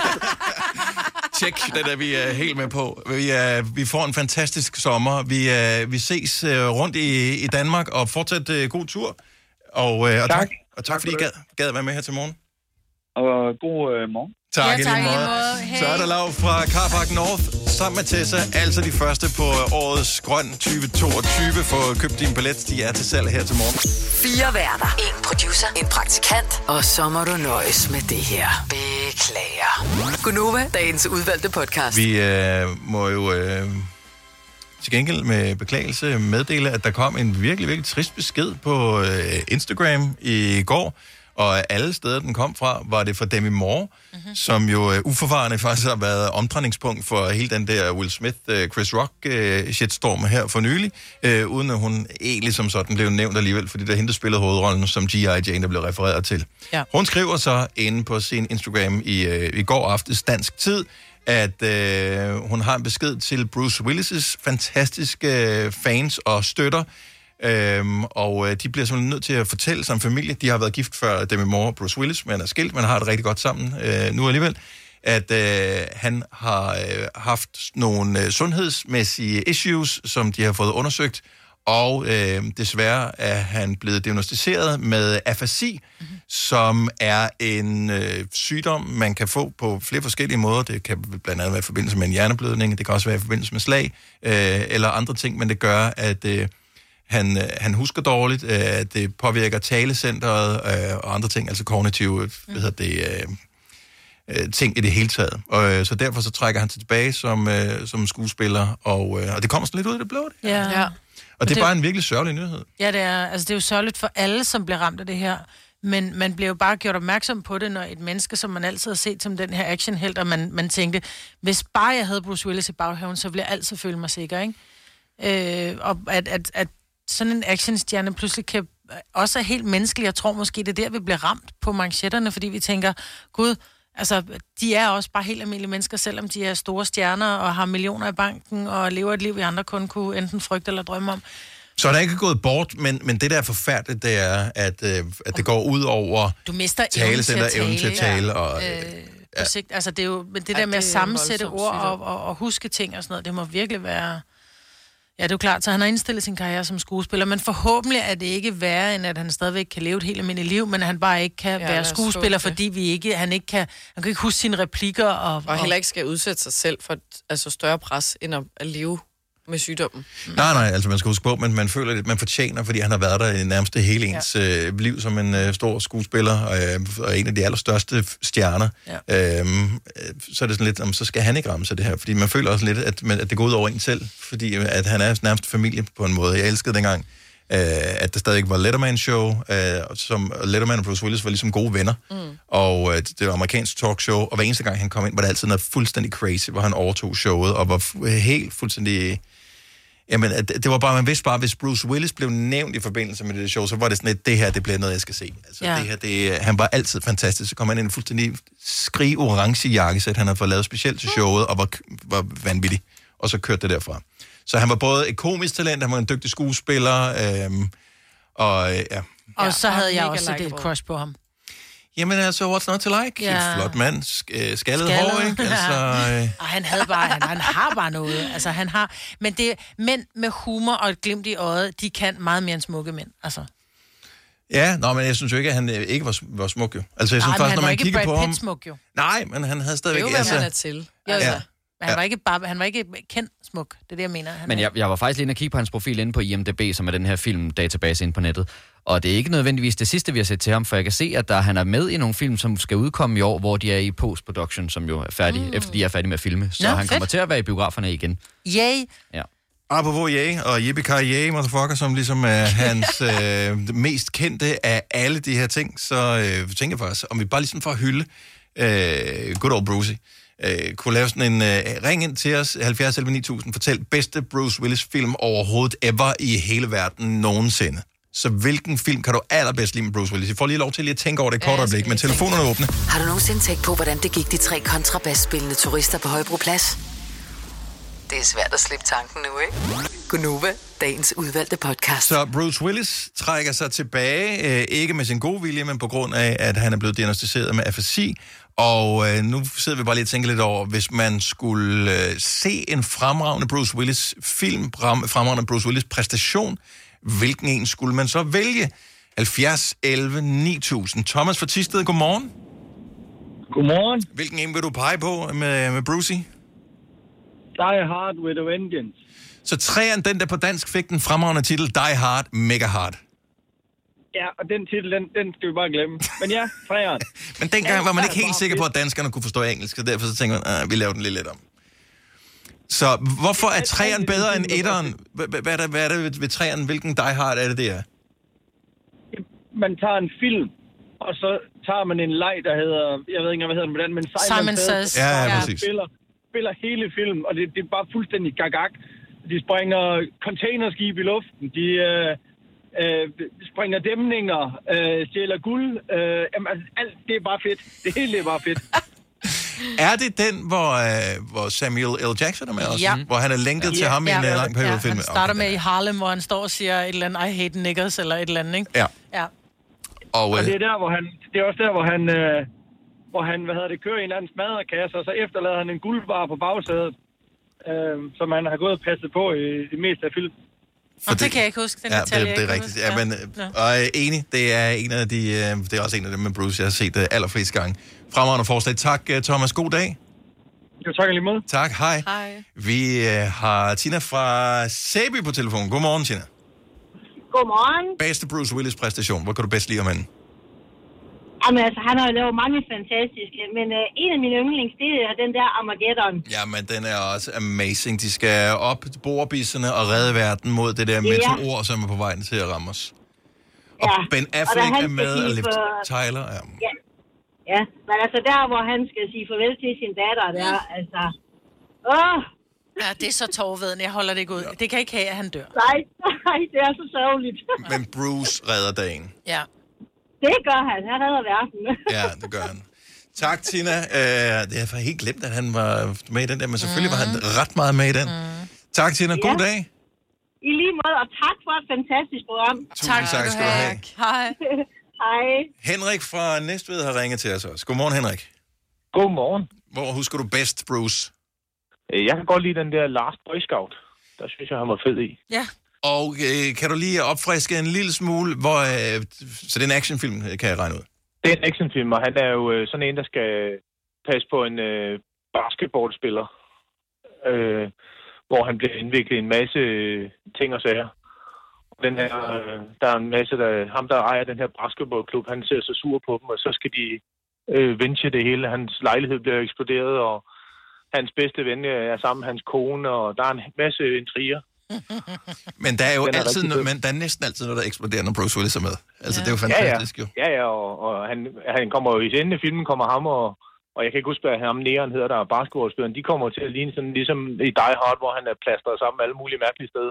Speaker 1: Tjek, det er vi er helt med på. Vi, er, vi får en fantastisk sommer. Vi, er, vi ses uh, rundt i, i Danmark, og fortsat uh, god tur. Og, uh, og tak. tak. Og tak, fordi I gad, gad være med her til morgen.
Speaker 21: Og god uh, morgen.
Speaker 1: Tak,
Speaker 21: Ja,
Speaker 1: i
Speaker 21: tak,
Speaker 1: lige
Speaker 21: i lige
Speaker 1: måde.
Speaker 21: måde. Hey.
Speaker 1: Så er der Lav fra Carpark North sammen med Tessa. Altså de første på årets Grøn tyve toogtyve. Få købt din billet. De er til salg her til morgen.
Speaker 5: Fire værter. En producer. En praktikant. Og så må du nøjes med det her. Beklager. Gunova, dagens udvalgte podcast.
Speaker 1: Vi øh, må jo øh, til gengæld med beklagelse meddele, at der kom en virkelig, virkelig trist besked på øh, Instagram i går. Og alle steder, den kom fra, var det fra Demi Moore, mm-hmm. som jo uh, uforvarende faktisk har været omdrejningspunkt for hele den der Will Smith-Chris uh, Rock-shitstorm uh, her for nylig, uh, uden at hun egentlig som sådan blev nævnt alligevel, fordi der hende, der spillede hovedrollen som G I. Jane, der blev refereret til.
Speaker 3: Ja.
Speaker 1: Hun skriver så inde på sin Instagram i, uh, i går aftes dansk tid, at uh, hun har en besked til Bruce Willis' fantastiske uh, fans og støtter. Øhm, og øh, de bliver simpelthen nødt til at fortælle som familie, de har været gift før Demi Moore og Bruce Willis, men er skilt, men har det rigtig godt sammen øh, nu alligevel, at øh, han har øh, haft nogle øh, sundhedsmæssige issues, som de har fået undersøgt, og øh, desværre er han blevet diagnosticeret med afasi, mm-hmm. som er en øh, sygdom, man kan få på flere forskellige måder. Det kan blandt andet være i forbindelse med en hjerneblødning, det kan også være i forbindelse med slag, øh, eller andre ting, men det gør, at øh, Han, han husker dårligt, øh, det påvirker talecentret øh, og andre ting, altså kognitive hvad hedder det, øh, ting i det hele taget. Og, øh, så derfor så trækker han sig tilbage som, øh, som skuespiller, og, øh, og det kommer sådan lidt ud af det blå. Det.
Speaker 3: Ja. ja.
Speaker 1: Og det er bare en virkelig sørgelig nyhed.
Speaker 3: Ja, det er, altså det er jo sørgeligt for alle, som bliver ramt af det her. Men man bliver jo bare gjort opmærksom på det, når et menneske, som man altid har set som den her actionhelt, og man, man tænkte, hvis bare jeg havde Bruce Willis i baghaven, så ville jeg altid føle mig sikker, ikke? Øh, og at, at, at sådan en actionstjerne pludselig kan også er helt menneskelig. Jeg tror måske, det er der, vi bliver ramt på manchetterne, fordi vi tænker, gud, altså, de er også bare helt almindelige mennesker, selvom de er store stjerner og har millioner i banken og lever et liv, vi andre kun kunne enten frygte eller drømme om.
Speaker 1: Så er der ikke gået bort, men, men det der er forfærdeligt, det er, at, øh, at det går ud over
Speaker 3: du mister
Speaker 1: talesender, evnen til at tale.
Speaker 3: Ja.
Speaker 1: Og,
Speaker 3: øh, ja. på sigt. Altså, det er jo men det
Speaker 4: Ej,
Speaker 3: der med
Speaker 4: det
Speaker 3: at
Speaker 4: er
Speaker 3: sammensætte
Speaker 4: voldsomt
Speaker 3: ord og,
Speaker 4: sygdom.
Speaker 3: og, og huske ting og sådan noget, det må virkelig være... Ja, det er jo klart, så han har indstillet sin karriere som skuespiller, men forhåbentlig er det ikke værre, end at han stadigvæk kan leve et helt almindeligt liv, men han bare ikke kan
Speaker 4: Ja,
Speaker 3: ja,
Speaker 4: lad
Speaker 3: være
Speaker 4: os
Speaker 3: skuespiller,
Speaker 4: håbe det.
Speaker 3: fordi vi ikke, han ikke kan, han kan ikke huske sine replikker. Og,
Speaker 4: Og heller ikke skal udsætte sig selv for et altså, større pres, end at, at leve med sygdommen.
Speaker 1: Nej, nej, altså man skal huske på, men man føler lidt, man fortjener, fordi han har været der i nærmest hele ens ja. øh, liv som en øh, stor skuespiller, øh, og en af de allerstørste stjerner. Ja. Øhm, så er det sådan lidt, om, så skal han ikke ramme sig det her, fordi man føler også lidt, at, at det går ud over en selv, fordi at han er nærmest familie på en måde. Jeg elskede dengang, øh, at der stadig var Letterman-show, øh, som Letterman og Bruce Willis var ligesom gode venner, mm. og øh, det var amerikansk talkshow, og hver eneste gang han kom ind, var det altid noget fuldstændig crazy, hvor han overtog showet, og var f- helt fuldstændig... Jamen, det var bare, man vidste bare, hvis Bruce Willis blev nævnt i forbindelse med det show, så var det sådan, at det her, det bliver noget, jeg skal se. Altså, ja. det her, det, han var altid fantastisk. Så kom han ind i en fuldstændig skrig-orange jakkesæt, han havde fået lavet specielt til showet, og var, var vanvittig. Og så kørte det derfra. Så han var både et komisk talent, han var en dygtig skuespiller, øhm, og ja.
Speaker 3: Og så havde jeg
Speaker 4: mega
Speaker 3: også et
Speaker 4: likeable.
Speaker 3: crush på ham.
Speaker 1: Jamen altså, what's not to like?
Speaker 3: Ja.
Speaker 1: Et flot mand, sk- skaldet
Speaker 3: Skaldet.
Speaker 1: hår, ikke? Altså, øh...
Speaker 3: Og han havde bare, han, han har bare noget. Altså, han har, men det, mænd med humor og et glimt i øjet, de kan meget mere end smukke mænd, altså.
Speaker 1: Ja, nå, men jeg synes jo ikke, at han øh, ikke var, var smuk, jo. Altså, jeg synes
Speaker 3: Nej, men
Speaker 1: faktisk,
Speaker 3: han
Speaker 1: når
Speaker 3: var
Speaker 1: man
Speaker 3: ikke
Speaker 1: kigger
Speaker 3: Brad
Speaker 1: på ham...
Speaker 3: Pitt smuk, jo.
Speaker 1: Nej, men han havde
Speaker 4: Det
Speaker 1: stadigvæk...
Speaker 4: er jo, hvad man er til.
Speaker 3: Jo,
Speaker 1: Ja.
Speaker 3: ja. Men han
Speaker 1: Ja.
Speaker 3: var ikke bare, han var ikke kendt smuk. Det er det, jeg mener. Han
Speaker 2: Men
Speaker 3: er-
Speaker 2: jeg, jeg var faktisk lige inde og kigge på hans profil inde på I M D B, som er den her filmdatabase inde på nettet. Og det er ikke nødvendigvis det sidste, vi har set til ham, for jeg kan se, at der, han er med i nogle film, som skal udkomme i år, hvor de er i post-production, som jo er færdige, mm. efter de er færdige med at filme. Så
Speaker 3: Nå,
Speaker 2: han
Speaker 3: fedt.
Speaker 2: kommer til at være i biograferne igen.
Speaker 3: Yay!
Speaker 2: Ja.
Speaker 1: Apropos Yay og Yippee-Ki-Yay, motherfucker, som ligesom er hans øh, mest kendte af alle de her ting, så øh, tænker jeg faktisk, om vi bare ligesom for at hylde øh, good old Brucey, øh, kunne lave sådan en øh, ring ind til os, halvfjerds elleve ni tusind, fortæl bedste Bruce Willis-film overhovedet ever i hele verden nogensinde. Så hvilken film kan du allerbedst lide med Bruce Willis? I får lige lov til lige at tænke over det et kort øjeblik, men telefonerne er åbne.
Speaker 5: Har du nogensinde tænkt på, hvordan det gik de tre kontrabasspillende turister på Højbroplads? Det er svært at slippe tanken nu, ikke? Gunova, dagens udvalgte podcast.
Speaker 1: Så Bruce Willis trækker sig tilbage, øh, ikke med sin gode vilje, men på grund af, at han er blevet diagnosticeret med afasi. Og øh, nu sidder vi bare lige og tænker lidt over, hvis man skulle øh, se en fremragende Bruce Willis-film, fremragende Bruce Willis-præstation, hvilken en skulle man så vælge? halvfjerds elleve ni tusind. Thomas fra Thisted, godmorgen.
Speaker 9: Godmorgen.
Speaker 1: Hvilken en vil du pege på med, med Brucey?
Speaker 9: Die Hard with a Vengeance.
Speaker 1: Så træeren, den der på dansk fik den fremragende titel Die Hard, Mega Hard.
Speaker 9: Ja, og den titel, den, den skal vi bare glemme. Men ja, træeren.
Speaker 1: Men dengang var man ikke helt sikker på, at danskerne kunne forstå engelsk, så derfor så tænker man, at vi laver den lidt let om. Så hvorfor er træeren bedre end etteren? Hvad er det, hvad er det ved, ved træeren? Hvilken Die Hard er det, det er?
Speaker 9: Man tager en film, og så tager man en leg, der hedder, jeg ved ikke engang, hvad hedder den på den, men Simon,
Speaker 3: Simon Says.
Speaker 1: Ja, ja, præcis.
Speaker 9: Spiller, spiller hele film, og det, det er bare fuldstændig gagag. De springer containerskib i luften, de øh, øh, springer dæmninger, øh, stjæler guld. Øh, jamen, altså, alt, det er bare fedt. Det hele er bare fedt.
Speaker 1: Er det den, hvor, øh, hvor Samuel L. Jackson er med også?
Speaker 3: Ja.
Speaker 1: Hvor han er lænket
Speaker 9: Ja.
Speaker 1: til ham i en
Speaker 3: Ja.
Speaker 1: øh, lang periode
Speaker 3: Ja,
Speaker 1: film?
Speaker 3: han starter
Speaker 1: Okay.
Speaker 3: med i Harlem, hvor han står og siger et eller andet, I hate niggers, eller et eller andet, ikke?
Speaker 1: Ja.
Speaker 3: Ja.
Speaker 1: Og,
Speaker 9: Og
Speaker 1: øh,
Speaker 9: det er der, hvor han, det er også der, hvor han, øh, hvor han, hvad hedder det, kører i en eller anden smadrekasse, og så efterlader han en guldbar på bagsædet, øh, som han har gået og passet på i det meste af filmen.
Speaker 3: Og det kan jeg ikke huske, den
Speaker 1: Ja,
Speaker 3: detalje,
Speaker 1: det, det er
Speaker 3: jeg
Speaker 1: rigtigt.
Speaker 3: ikke
Speaker 1: Ja, men,
Speaker 3: huske. Ja.
Speaker 1: og øh, enig, det er en af de, øh, det er også en af dem med Bruce, jeg har set det allerflest gange. Fremragende forslag. Tak, øh, Thomas. God dag.
Speaker 9: Jo, tak lige måde.
Speaker 1: Tak, hej.
Speaker 4: Hej.
Speaker 1: Vi øh, har Tina fra Sæby på telefonen. Godmorgen, Tina.
Speaker 22: Godmorgen.
Speaker 1: Bedste Bruce Willis præstation. Hvad kan du bedst lide om hende?
Speaker 22: Jamen altså, han har jo lavet mange fantastiske, men øh, en af mine yndlings, det er den der Armageddon.
Speaker 1: Jamen, den er også amazing. De skal op til bordbisserne og redde verden mod det der
Speaker 22: Ja.
Speaker 1: meteor, som er på vejen til at ramme os. Og
Speaker 22: Ja.
Speaker 1: Ben
Speaker 22: Og da
Speaker 1: Affleck
Speaker 22: han
Speaker 1: er
Speaker 22: skal
Speaker 1: med, og
Speaker 22: sige
Speaker 1: Liv
Speaker 22: for-
Speaker 1: Tyler er...
Speaker 22: Ja. Ja, men altså der, hvor han skal sige farvel til sin datter, der altså... Åh,
Speaker 3: Ja, det er så tårvedende. Jeg holder det ikke ud. Ja. Det kan ikke have, at han dør.
Speaker 22: nej, nej, det er så sørgeligt.
Speaker 1: Men Bruce redder dagen.
Speaker 3: Ja.
Speaker 22: Det gør han. Han redder verden.
Speaker 1: Ja, det gør han. Tak, Tina. Uh, det er for helt glemt, at han var med i den der, men selvfølgelig var han ret meget med i den. Mm. Tak, Tina. God
Speaker 22: Ja.
Speaker 1: dag.
Speaker 22: I lige måde, og tak for et fantastisk program.
Speaker 1: Tusind tak, tak skal du have.
Speaker 3: Hej.
Speaker 22: Hej.
Speaker 1: Henrik fra Næstved har ringet til os også. Godmorgen, Henrik.
Speaker 7: Godmorgen.
Speaker 1: Hvor husker du bedst, Bruce?
Speaker 7: Jeg kan godt lide den der Last Boy Scout. Der synes jeg, han var fed i.
Speaker 3: Ja.
Speaker 1: Og øh, kan du lige opfriske en lille smule, hvor... Øh, så det er en actionfilm, kan jeg regne ud?
Speaker 7: Det er en actionfilm, og han er jo øh, sådan en, der skal passe på en øh, basketballspiller. Øh, hvor han bliver indviklet i en masse øh, ting og sager. Den her, øh, der er en masse, der, ham der ejer den her basketballklub, han ser så sur på dem, og så skal de øh, vende det hele. Hans lejlighed bliver eksploderet, og hans bedste ven er sammen med hans kone, og der er en masse intriger.
Speaker 1: Men der er jo
Speaker 7: Den er
Speaker 1: altid,
Speaker 7: rigtig
Speaker 1: noget,
Speaker 7: fed.
Speaker 1: men der er næsten altid noget, der eksploderer, når Bruce Willis er med. Altså, ja. Det er jo fantastisk,
Speaker 7: ja, ja.
Speaker 1: jo.
Speaker 7: Ja, ja, og, og han, han kommer jo i enden af filmen, kommer ham og, og jeg kan ikke huske, hvad ham næren hedder, der er basketballspilleren, de kommer til at ligne sådan ligesom i Die Hard, hvor han er plastret sammen alle mulige mærkelige steder.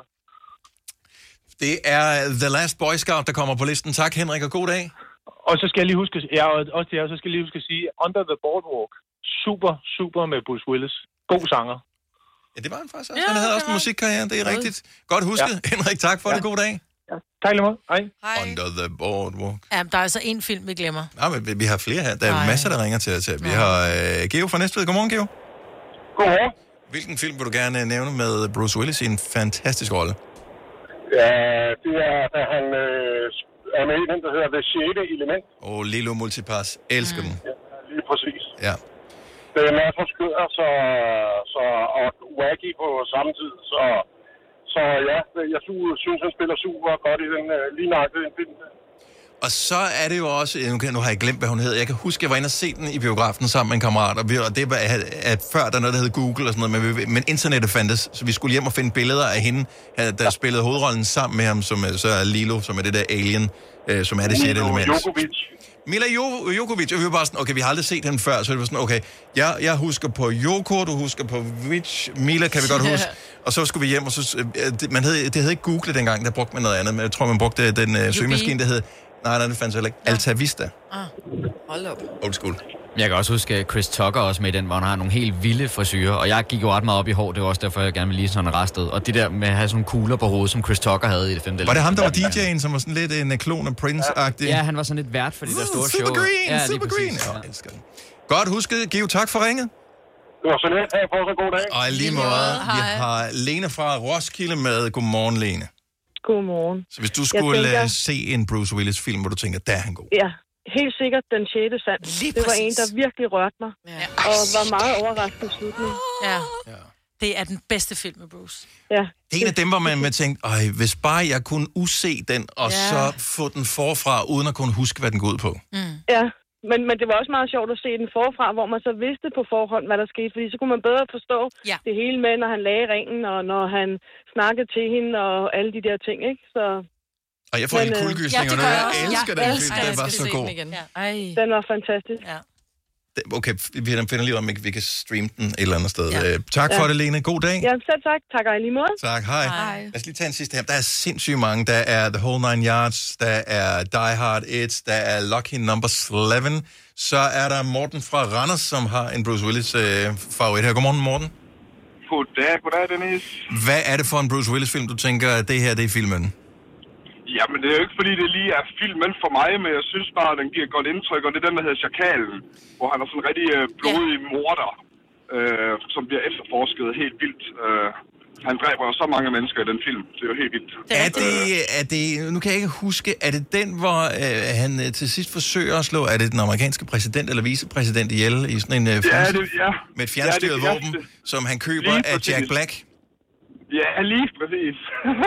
Speaker 1: Det er The Last Boy Scout, der kommer på listen. Tak, Henrik, og god dag.
Speaker 7: Og så skal jeg lige huske, ja, og også det her, så skal jeg lige huske at sige, Under the Boardwalk, super, super med Bruce Willis. God sanger.
Speaker 1: Ja, det var han faktisk også. Ja, han havde også en musikkarriere, det er rigtigt. Godt husket. Ja. Henrik, tak for ja. det. God dag.
Speaker 7: Ja. Tak lige måde. Hej.
Speaker 3: Hej.
Speaker 1: Under the Boardwalk.
Speaker 3: Ja, der er altså en film, vi glemmer.
Speaker 1: Nej, men vi- vi har flere her. Der er
Speaker 3: Nej.
Speaker 1: masser, der ringer til os her. Vi har øh, Geo fra Næstved. Godmorgen, Geo.
Speaker 12: Godmorgen.
Speaker 1: Hvilken film vil du gerne øh, nævne med Bruce Willis i en fantastisk rolle?
Speaker 12: Ja, det er, da han øh, er med i den, der hedder Det sjette element.
Speaker 1: Og Lilo Multipass. Elsker mm. den.
Speaker 12: Ja, lige præcis.
Speaker 1: Ja.
Speaker 12: Den er så skør så, så, og wacky på samme tid, så, så ja, jeg synes, han spiller super godt i den øh, lige nøjagtig den film.
Speaker 1: Og så er det jo også, nu, kan, nu har jeg glemt, hvad hun hedder. Jeg kan huske, jeg var inde og se den i biografen sammen med en kammerat, og, vi, og det var at, at før der er noget, der hed Google og sådan noget, men, vi, men internettet fandtes, så vi skulle hjem og finde billeder af hende, der spillede hovedrollen sammen med ham, som er, så er Lilo, som er det der alien, øh, som er det sjette element.
Speaker 12: Jokovic.
Speaker 1: Mila jo- Jokovic, og vi var bare sådan, okay, vi har aldrig set hende før, så det var sådan, okay, jeg, jeg husker på Joko, du husker på Vic, Mila kan vi godt huske, og så skulle vi hjem, og så, øh, det, man hed, det hed ikke Google dengang, der brugte man noget andet, men jeg tror, man brugte den øh, søgemaskine, der hed, nej, nej, det fandt heller ikke, Alta Vista.
Speaker 3: Ah, hold op.
Speaker 1: Old school.
Speaker 2: Jeg kan også huske at Chris Tucker også med i den, hvor han har nogle helt vilde frisyrer, og jeg gik jo ret meget op i hår, det var også derfor, jeg gerne ville lige sådan restet. Og det der med at have sådan nogle kugler på hovedet, som Chris Tucker havde i det femte.
Speaker 1: Var det ham, der var D J'en, som var sådan lidt en klon af Prince-agtig?
Speaker 2: Ja, han var sådan lidt vært for de der store show.
Speaker 1: Super Green,
Speaker 2: ja,
Speaker 1: Super Green. Ja, jeg elsker den. Godt husket, Geo, tak for ringet.
Speaker 12: Det var så let. Ha' på så god dag.
Speaker 1: Og i lige måde, vi har Lene fra Roskilde med. Godmorgen, Lene.
Speaker 23: Godmorgen.
Speaker 1: Så hvis du skulle
Speaker 23: tænker,
Speaker 1: tænker... se en Bruce Willis-film, hvor du tænker, der er han god.
Speaker 23: Ja, helt sikkert den sjette sand. Det var en, der virkelig rørte mig. Ja. Og var meget overrasket i slutningen.
Speaker 3: Ja. ja. Det er den bedste film med Bruce.
Speaker 23: Ja.
Speaker 1: Det er en af dem, hvor man, man tænkte, øj, hvis bare jeg kunne use den, og ja. så få den forfra, uden at kunne huske, hvad den går ud på.
Speaker 23: Mm. Ja, men, men det var også meget sjovt at se den forfra, hvor man så vidste på forhånd, hvad der skete. Fordi så kunne man bedre forstå ja. det hele med, når han lagde ringen, og når han snakkede til hende, og alle de der ting, ikke? Så...
Speaker 1: Og jeg får men, en kuldegysninger, ja, og jeg elsker
Speaker 23: jeg
Speaker 1: den
Speaker 23: elsker,
Speaker 1: film, den var så god.
Speaker 23: Ja. Den var fantastisk. Ja.
Speaker 1: Okay, vi finder lige om, at vi kan streame den et eller andet sted. Ja. Tak for ja. det, Lene. God dag.
Speaker 23: Ja, selv tak. Tak og i lige måde.
Speaker 1: Tak, hej. hej. Lad os lige tage en sidste her. Der er sindssygt mange. Der er The Whole Nine Yards, der er Die Hard et, der er Lucky Number elleve. Så er der Morten fra Randers, som har en Bruce Willis øh, favorit her. Godmorgen, Morten.
Speaker 24: Goddag, goddag, Dennis.
Speaker 1: Hvad er det for en Bruce Willis-film, du tænker, at det her det er filmen?
Speaker 24: Jamen, det er jo ikke, fordi det lige er filmen for mig, men jeg synes bare, at den giver et godt indtryk, og det er den, der hedder Chakalen, hvor han er sådan en rigtig øh, blodig ja. morder, øh, som bliver efterforsket helt vildt. Øh, han dræber jo så mange mennesker i den film, det er jo helt vildt.
Speaker 1: Det er, det, er det, nu kan jeg ikke huske, er det den, hvor øh, han øh, til sidst forsøger at slå, er det den amerikanske præsident eller vicepræsident ihjel i sådan en øh,
Speaker 24: ja, det, ja.
Speaker 1: med et fjernstyret ja, våben, som han køber lige af Jack Black?
Speaker 24: Ja, lige præcis.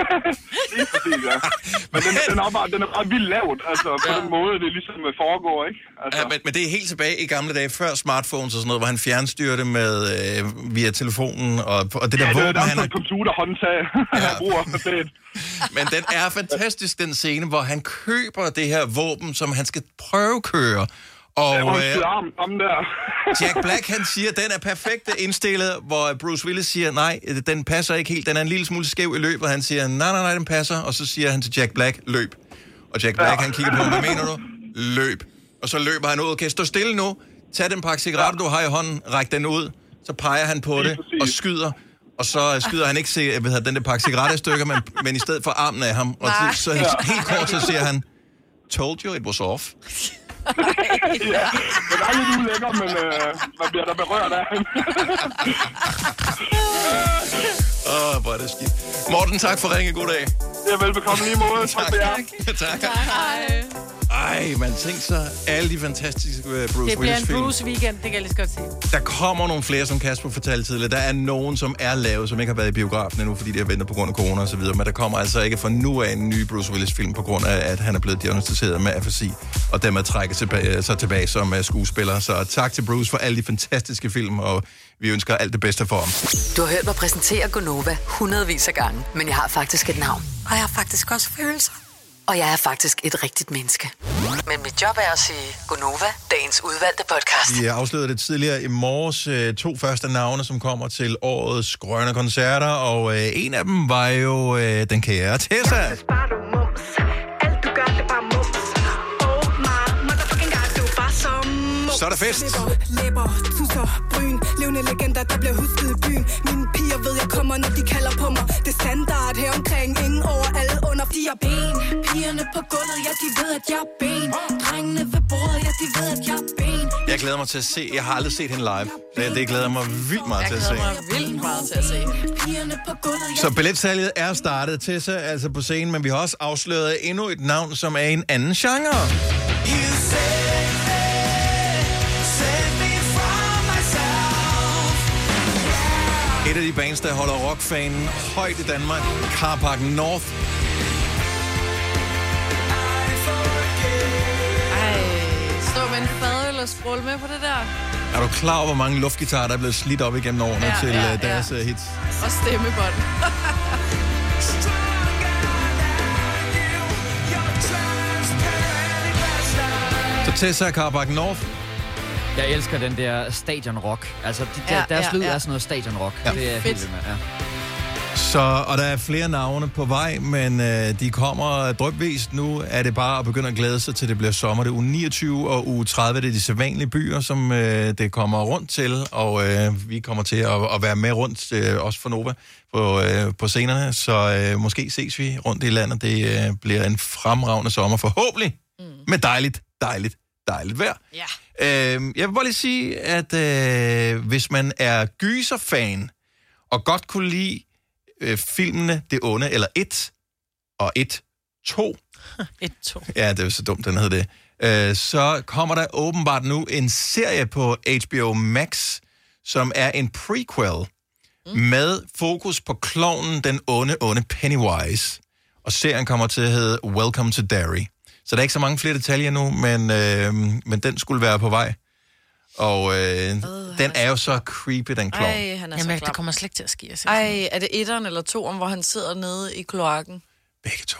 Speaker 24: lige præcis, ja. Men den, den, er bare, den er bare vildt lavt, altså på ja. den måde, det ligesom foregår, ikke? Altså.
Speaker 1: Ja, men, men det er helt tilbage i gamle dage, før smartphones og sådan noget, hvor han fjernstyrer det med, øh, via telefonen, og, og det der
Speaker 24: ja,
Speaker 1: våben,
Speaker 24: det er
Speaker 1: han
Speaker 24: har... computerhåndtag, ja. han bruger.
Speaker 1: Men den er fantastisk, den scene, hvor han køber det her våben, som han skal prøvekøre. Og
Speaker 24: øh,
Speaker 1: Jack Black, han siger, at den er perfekt indstillet, hvor Bruce Willis siger, nej, den passer ikke helt, den er en lille smule skæv i løbet, og han siger, nej, nej, nej, den passer, og så siger han til Jack Black, løb. Og Jack Black, ja. han kigger på ham, hvad mener du? Løb. Og så løber han ud, okay, stå stille nu, tag den pakke cigaretter, ja. du har i hånden, ræk den ud, så peger han på det og skyder, og så skyder han ikke se, hvad hedder, den der pakke cigaretter i stykker, men, men i stedet for armen af ham, og så, så helt kort så siger han, told you it was off.
Speaker 24: ja, den er lidt ulækker, men øh, man bliver da berørt af ham.
Speaker 1: Åh, oh, hvor er det skidt. Morten, tak for ringe. God dag.
Speaker 24: Ja, velbekomme lige måde. Tak for jer.
Speaker 1: Tak.
Speaker 3: Tak, hej.
Speaker 1: Ej, man tænker så alle de fantastiske Bruce Willis film.
Speaker 3: Det bliver en Bruce-weekend, det kan jeg lige så godt sige.
Speaker 1: Der kommer nogle flere, som Kasper fortalte tidligere. Der er nogen, som er lavet, som ikke har været i biografen endnu, fordi de har ventet på grund af corona og så videre. Men der kommer altså ikke fra nu af en ny Bruce Willis-film, på grund af, at han er blevet diagnosticeret med afasi, og dermed trækker tilbage, sig tilbage som skuespiller. Så tak til Bruce for alle de fantastiske film, og vi ønsker alt det bedste for ham.
Speaker 5: Du har hørt mig præsentere Gonova hundredvis af gange, men jeg har faktisk et navn. Og jeg har faktisk også følelser. Og jeg er faktisk et rigtigt menneske. Men mit job er at sige Gonova, dagens udvalgte podcast.
Speaker 1: Vi afslørede det tidligere i morges. øh, To første navne, som kommer til årets grønne koncerter, og øh, en af dem var jo øh, den kære Tessa. Så er der fest.
Speaker 8: Læber, tusser, bryn, levende legender, der bliver husket i byen. Mine piger ved, jeg kommer, når de kalder på mig. Det er standard her omkring, ingen over, alle under. De er ben, pigerne på gulvet, ja, de ved, at jeg er ben. Drengene ved bordet, ja, de ved, at jeg er ben.
Speaker 1: Jeg glæder mig til at se. Jeg har aldrig set hende live. Det, det glæder mig vildt meget
Speaker 4: Jeg
Speaker 1: til at se.
Speaker 4: glæder mig vildt meget til at se.
Speaker 1: Så billetsalget er startet, Tessa, altså på scenen, men vi har også afsløret endnu et navn, som er i en anden genre. Et af de bands, der holder rockfanen højt i Danmark, Carpark North.
Speaker 4: Ej, stå med en fadøl og skråle med på det der.
Speaker 1: Er du klar over, hvor mange luftgitarer, der er blevet slidt op igennem årene
Speaker 4: Ja,
Speaker 1: til
Speaker 4: ja,
Speaker 1: uh, deres
Speaker 4: ja.
Speaker 1: uh, hits?
Speaker 4: Og stemmebånd.
Speaker 1: Så Tessa, Carpark North.
Speaker 2: Jeg elsker den der stadion-rock. Altså, de, der,
Speaker 4: Ja,
Speaker 2: deres
Speaker 4: ja,
Speaker 2: lyd
Speaker 4: ja.
Speaker 2: er sådan noget stadion-rock.
Speaker 1: Ja.
Speaker 2: Det er
Speaker 4: Fedt.
Speaker 2: helt vildt med, ja.
Speaker 1: Så, og der er flere navne på vej, men øh, de kommer drypvist. Nu er det bare at begynde at glæde sig til, det bliver sommer. Det er uge niogtyve og uge tredive, det er de sædvanlige byer, som øh, det kommer rundt til. Og øh, vi kommer til at, at være med rundt, øh, også for Nova, på, øh, på scenerne. Så øh, måske ses vi rundt i landet. Det øh, bliver en fremragende sommer, forhåbentlig. Mm. Med dejligt, dejligt, dejligt vejr.
Speaker 4: Ja.
Speaker 1: Øh, jeg vil bare lige sige, at øh, hvis man er gyserfan, og godt kunne lide øh, filmene Det Onde, eller et og et, to.
Speaker 3: et, to.
Speaker 1: Ja, det er jo så dumt, den hed det. Øh, så kommer der åbenbart nu en serie på H B O Max, som er en prequel mm. med fokus på klovnen, den onde, onde Pennywise. Og serien kommer til at hedde Welcome to Derry. Så der er ikke så mange flere detaljer nu, men, øh, men den skulle være på vej. Og øh, uh, den er jo så creepy, den klovn.
Speaker 4: Ej, han er
Speaker 3: Jamen,
Speaker 4: så
Speaker 3: det
Speaker 4: klam.
Speaker 3: kommer slet ikke til at ske. Jeg
Speaker 4: Ej, er det etteren eller toeren, hvor han sidder nede i kloakken?
Speaker 1: Begge to.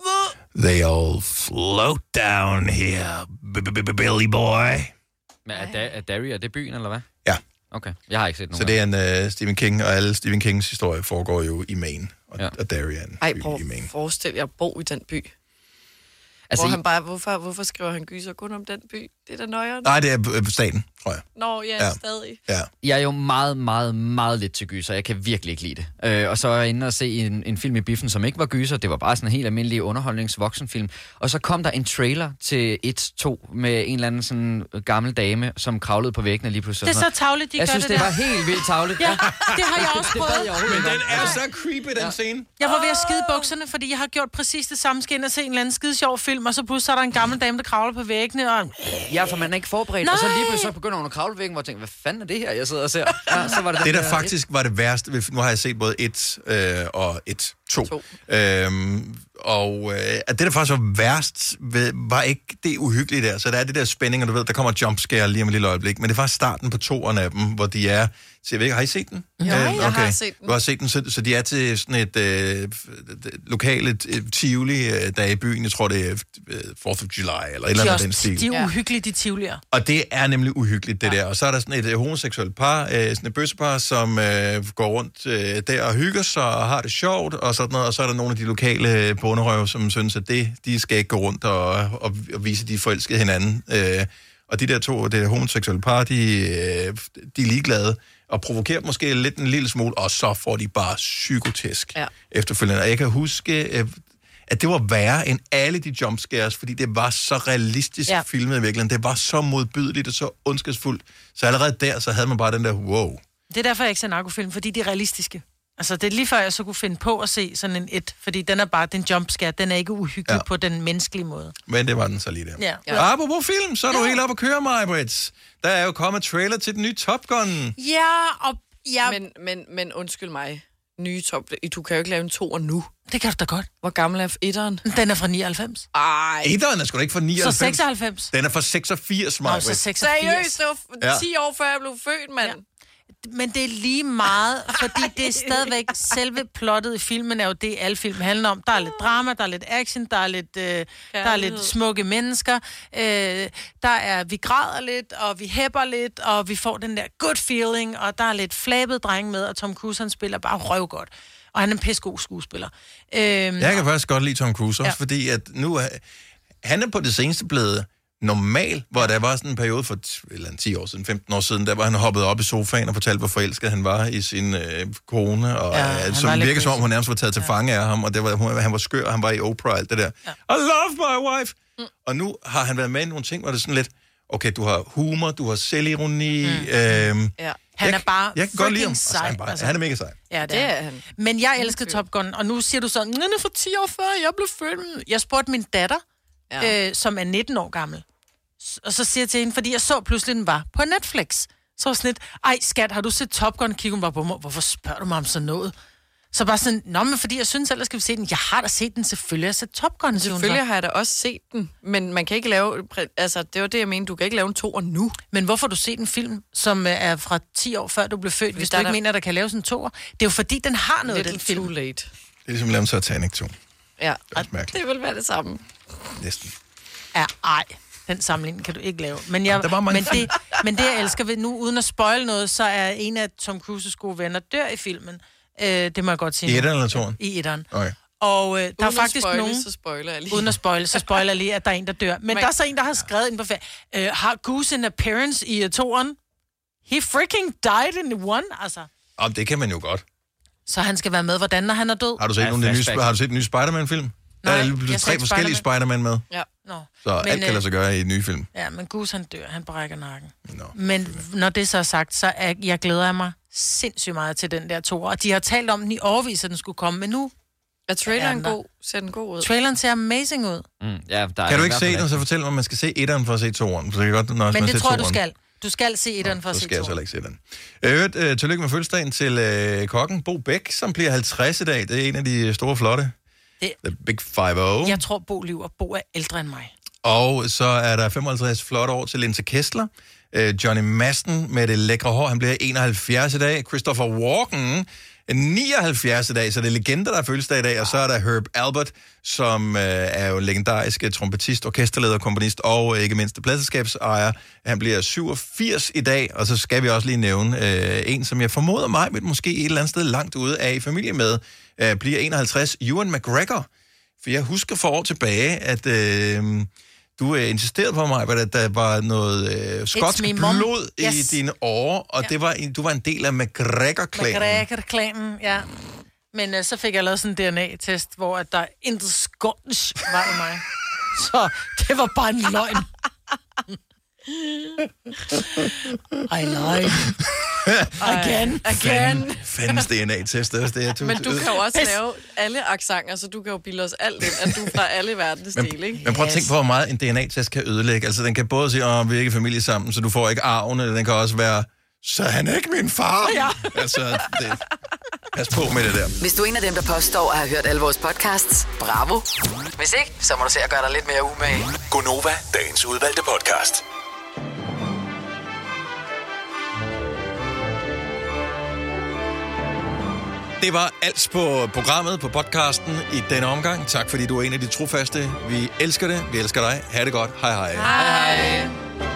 Speaker 1: They all float down here, Billy boy.
Speaker 2: Men er, da, er Derry, er det byen, eller hvad?
Speaker 1: Ja.
Speaker 2: Okay, jeg har ikke set nogen.
Speaker 1: Så det er en uh, Stephen King, og alle Stephen Kings historier foregår jo i Maine. Og,
Speaker 2: ja.
Speaker 1: og Derry er en
Speaker 4: Ej,
Speaker 1: by
Speaker 4: prøv
Speaker 1: i Maine.
Speaker 4: at forestille jer at bo i den by.
Speaker 2: Altså,
Speaker 4: Hvor
Speaker 2: I-
Speaker 4: han bare, hvorfor, hvorfor skriver han gyser kun om den by? Det er da nøjeren.
Speaker 1: Nej, det er øh, staten, tror jeg.
Speaker 4: Nå, ja,
Speaker 1: Ja.
Speaker 4: stadig.
Speaker 1: Ja.
Speaker 2: Jeg er jo meget, meget, meget lidt til gyser. Jeg kan virkelig ikke lide det. Øh, og så er jeg inde og se en, en film i biffen, som ikke var gyser. Det var bare sådan en helt almindelig underholdningsvoksenfilm. Og så kom der en trailer til et to med en eller anden sådan gammel dame, som kravlede på væggene lige pludselig.
Speaker 3: Det er så tarveligt, de
Speaker 2: Jeg
Speaker 3: gør
Speaker 2: synes,
Speaker 3: det
Speaker 2: det
Speaker 3: der.
Speaker 2: var helt vildt tarveligt.
Speaker 3: Ja, det har jeg også
Speaker 2: Det bad
Speaker 3: prøvet.
Speaker 2: jeg overhovedet
Speaker 1: Men
Speaker 2: ikke
Speaker 1: den
Speaker 2: om.
Speaker 1: er så creepy, den scene.
Speaker 3: Jeg var ved at skide bukserne, fordi jeg har gjort præcis det samme. Skal ind og se en eller anden skide sjov film, og så pludselig så er der en gammel dame, der kravler på væggene, og...
Speaker 2: Ja, for man er ikke forberedt. Og så lige pludselig så begynder hun at kravle væk, hvor jeg tænker, hvad fanden er det her, jeg sidder og ser? Ja, så var det,
Speaker 1: Det,
Speaker 2: den
Speaker 1: der faktisk var det værste, ved- nu har jeg set både et øh, og et, to.
Speaker 4: To.
Speaker 1: Øhm, og øh, at det, der faktisk var værst, ved, var ikke det uhyggelige der. Så der er det der spænding, og du ved, der kommer jumpscare lige om et lille øjeblik. Men det var starten på toeren af dem, hvor de er... Så jeg ved ikke, har I set den?
Speaker 4: Ja, jeg har set den.
Speaker 1: Du har set den, så, så de er til sådan et øh, lokale øh, Tivoli, øh, der er i byen. Jeg tror, det er øh, fourth of July, eller et eller
Speaker 3: De er,
Speaker 1: andet af den
Speaker 3: også,
Speaker 1: stil.
Speaker 3: de er uhyggelige, de tivolier.
Speaker 1: Og det er nemlig uhyggeligt, det ja. der. Og så er der sådan et øh, homoseksuelt par, øh, sådan et bøssepar, som øh, går rundt øh, der og hygger sig og har det sjovt, og sådan noget. Og så er der nogle af de lokale bonderøve, som synes, at det, de skal ikke gå rundt og, og, og vise, at de er forelskede hinanden. Øh, og de der to, det homoseksuelle par, de, øh, de er ligeglade og provokerer måske lidt en lille smule, og så får de bare psykotisk
Speaker 4: Ja.
Speaker 1: efterfølgende. Og jeg kan huske... Øh, at det var værre end alle de jumpscares, fordi det var så realistisk ja. filmet i virkeligheden. Det var så modbydeligt og så ondskabsfuldt. Så allerede der, så havde man bare den der, wow.
Speaker 3: Det er derfor, jeg ikke ser narkofilm, fordi de er realistiske. Altså, det er lige før, jeg så kunne finde på at se sådan en et, fordi den er bare, den jumpscare, den er ikke uhyggelig ja. på den menneskelige måde.
Speaker 1: Men det var den så lige der.
Speaker 3: Ja.
Speaker 1: Ja. Apropos film, så er du ja. helt oppe at køre, Maj-Brit. Der er jo kommet trailer til den nye Top Gun.
Speaker 3: Ja, og... Ja.
Speaker 4: Men, men, men undskyld mig, nye Top... Du kan jo ikke lave en toer nu.
Speaker 3: Det kan du da godt.
Speaker 4: Hvor gammel er etteren?
Speaker 3: Den er fra nioghalvfems.
Speaker 4: Ej.
Speaker 1: Etteren er sgu da ikke fra nioghalvfems.
Speaker 3: Så seksoghalvfems.
Speaker 1: Den er fra seksogfirs, Maj-Brit.
Speaker 3: Nå, så seksogfirs.
Speaker 4: Seriøst, det var ja. ti år før jeg blev født, mand. Ja.
Speaker 3: Men det er lige meget, fordi det er stadigvæk selve plottet i filmen er jo det, alle film handler om. Der er lidt drama, der er lidt action, der er lidt, øh, der er lidt smukke mennesker. Øh, der er, vi græder lidt, og vi hæpper lidt, og vi får den der good feeling, og der er lidt flabet dreng med, og Tom Cruise, han spiller bare røvgodt. Og han er en pissegod skuespiller. Øh,
Speaker 1: Jeg kan faktisk godt lide Tom Cruise, også
Speaker 3: ja.
Speaker 1: fordi at nu er, han er på det seneste blevet normal, hvor der var sådan en periode for eller ti år siden, femten år siden, der var han hoppet op i sofaen og fortalte, hvor forelsket han var i sin øh, kone, og ja, øh, som virker som om, hun nærmest var taget til fange af ham, og det var, hun, han var skør, og han var i Oprah og alt det der. Ja. I love my wife! Mm. Og nu har han været med i nogle ting, hvor det er sådan lidt, okay, du har humor, du har selvironi. Mm. Øhm,
Speaker 3: ja. Han
Speaker 1: jeg,
Speaker 3: er bare
Speaker 1: jeg kan godt lide ham.
Speaker 3: sej.
Speaker 1: Han, bare, altså, han er mega sej.
Speaker 3: Ja, det, det er han. Men jeg elskede Top Gun, og nu siger du sådan, den er for ti år før, jeg blev født. Jeg spurgte min datter, ja. øh, som er nitten år gammel, og så siger jeg til hende, fordi jeg så pludselig, den var på Netflix. Så var sådan lidt, ej skat, har du set Top Gun? Kigger hun bare på mig, hvorfor spørger du mig om sådan noget? Så bare sådan, nå, men fordi jeg synes, ellers skal vi se den. Jeg har da set den, selvfølgelig. Jeg har set Top Gun.
Speaker 4: Selvfølgelig har jeg da også set den, men man kan ikke lave, altså det var det, jeg mener, du kan ikke lave en toer nu.
Speaker 3: Men hvorfor du set en film, som er fra ti år før du blev født, hvis, hvis du ikke der... mener, der kan laves en toer? Det er jo fordi, den har noget, den film.
Speaker 4: Too late.
Speaker 1: Det er ligesom at lave en Titanic to.
Speaker 4: Ja,
Speaker 1: det,
Speaker 4: det vil være det samme.
Speaker 1: Næsten.
Speaker 3: Ja, ej. Den sammenligning kan du ikke lave. Men, jeg, ja, men, det, men det, jeg elsker ved nu, uden at spoile noget, så er en af Tom Cruises gode venner dør i filmen. Øh, det må jeg godt sige.
Speaker 1: I etteren eller toeren?
Speaker 3: I etteren.
Speaker 1: Okay.
Speaker 3: Og øh, der er faktisk
Speaker 4: spoile,
Speaker 3: nogen...
Speaker 4: Så spoiler jeg lige.
Speaker 3: Uden at spoile, så spoiler jeg lige, at der er en, der dør. Men, men der er så en, der har skrevet ind på færd. Øh, har Goose en appearance i uh, toeren? He freaking died in one, altså.
Speaker 1: Om det kan man jo godt.
Speaker 3: Så han skal være med, hvordan når han er død?
Speaker 1: Har du set, ja, nogle nye, har du set den nye Spider-Man-film? Der er lige tre forskellige Spider-Man med.
Speaker 3: Ja. Nå.
Speaker 1: Så men, alt kan lade sig gøre i en ny film.
Speaker 3: Ja, men Goose han dør, han brækker nakken. No. Men når det så er sagt, så er, jeg glæder mig sindssygt meget til den der toer. Og de har talt om den i årevis, at den skulle komme, men nu...
Speaker 4: Er traileren god? Ser den god ud?
Speaker 3: Traileren ser amazing ud.
Speaker 2: Mm, ja, der
Speaker 1: kan du ikke se den, så fortæl mig, om man skal se etteren for at se toeren. Så det kan godt, når
Speaker 3: men det tror jeg,
Speaker 1: du
Speaker 3: skal. Du skal se etteren for at se
Speaker 1: toeren. Så skal jeg så ikke se den. Jeg hørte, øh, tillykke med fødselsdagen til øh, kokken Bo Bæk, som bliver halvtreds i dag. Det er en af de store flotte. Det... The Big Five-O.
Speaker 3: Jeg tror, Bo lyver. Bo er ældre end mig.
Speaker 1: Og så er der femoghalvtreds flotte år til Linse Kessler. Øh, Johnny Madsen med det lækre hår, han bliver enoghalvfjerds i dag. Christopher Walken, nioghalvfjerds i dag, så det er legender, der er fødselsdag i dag. Og så er der Herb Albert, som øh, er jo legendarisk trompetist, orkesterleder, komponist og øh, ikke mindst pladselskabsejer. Han bliver syvogfirs i dag, og så skal vi også lige nævne øh, en, som jeg formoder mig, men måske et eller andet sted langt ude af i familie med, øh, bliver enoghalvtreds, Ewan McGregor. For jeg husker for år tilbage, at... Øh, Du øh, insisterede på mig, at der var noget øh, skotsk blod yes. i dine årer, og ja. det var, du var en del af McGregor-klanen.
Speaker 3: McGregor-klanen, ja. Men øh, så fik jeg lavet sådan en D N A-test, hvor at der intet skotsk var i mig. Så det var bare en løgn. I lied. Again, again.
Speaker 1: Fandens D N A-test. Det er,
Speaker 4: du, men du kan jo også lave alle accenter, så du kan jo bilde os alt ind, at du er fra alle verdens dele, ikke?
Speaker 1: Men prøv at tænke på, hvor meget en D N A-test kan ødelægge. Altså, den kan både sige, at vi er ikke familie sammen, så du får ikke arven, eller den kan også være, så han er ikke min far.
Speaker 3: Ja.
Speaker 1: Altså, det, pas på med det der.
Speaker 5: Hvis du er en af dem, der påstår at have hørt alle vores podcasts, bravo. Hvis ikke, så må du se at gøre dig lidt mere umage.
Speaker 6: Gonova, dagens udvalgte podcast.
Speaker 1: Det var alt på programmet, på podcasten i denne omgang. Tak fordi du er en af de trofaste. Vi elsker det. Vi elsker dig. Ha' det godt. Hej hej.
Speaker 3: Hej.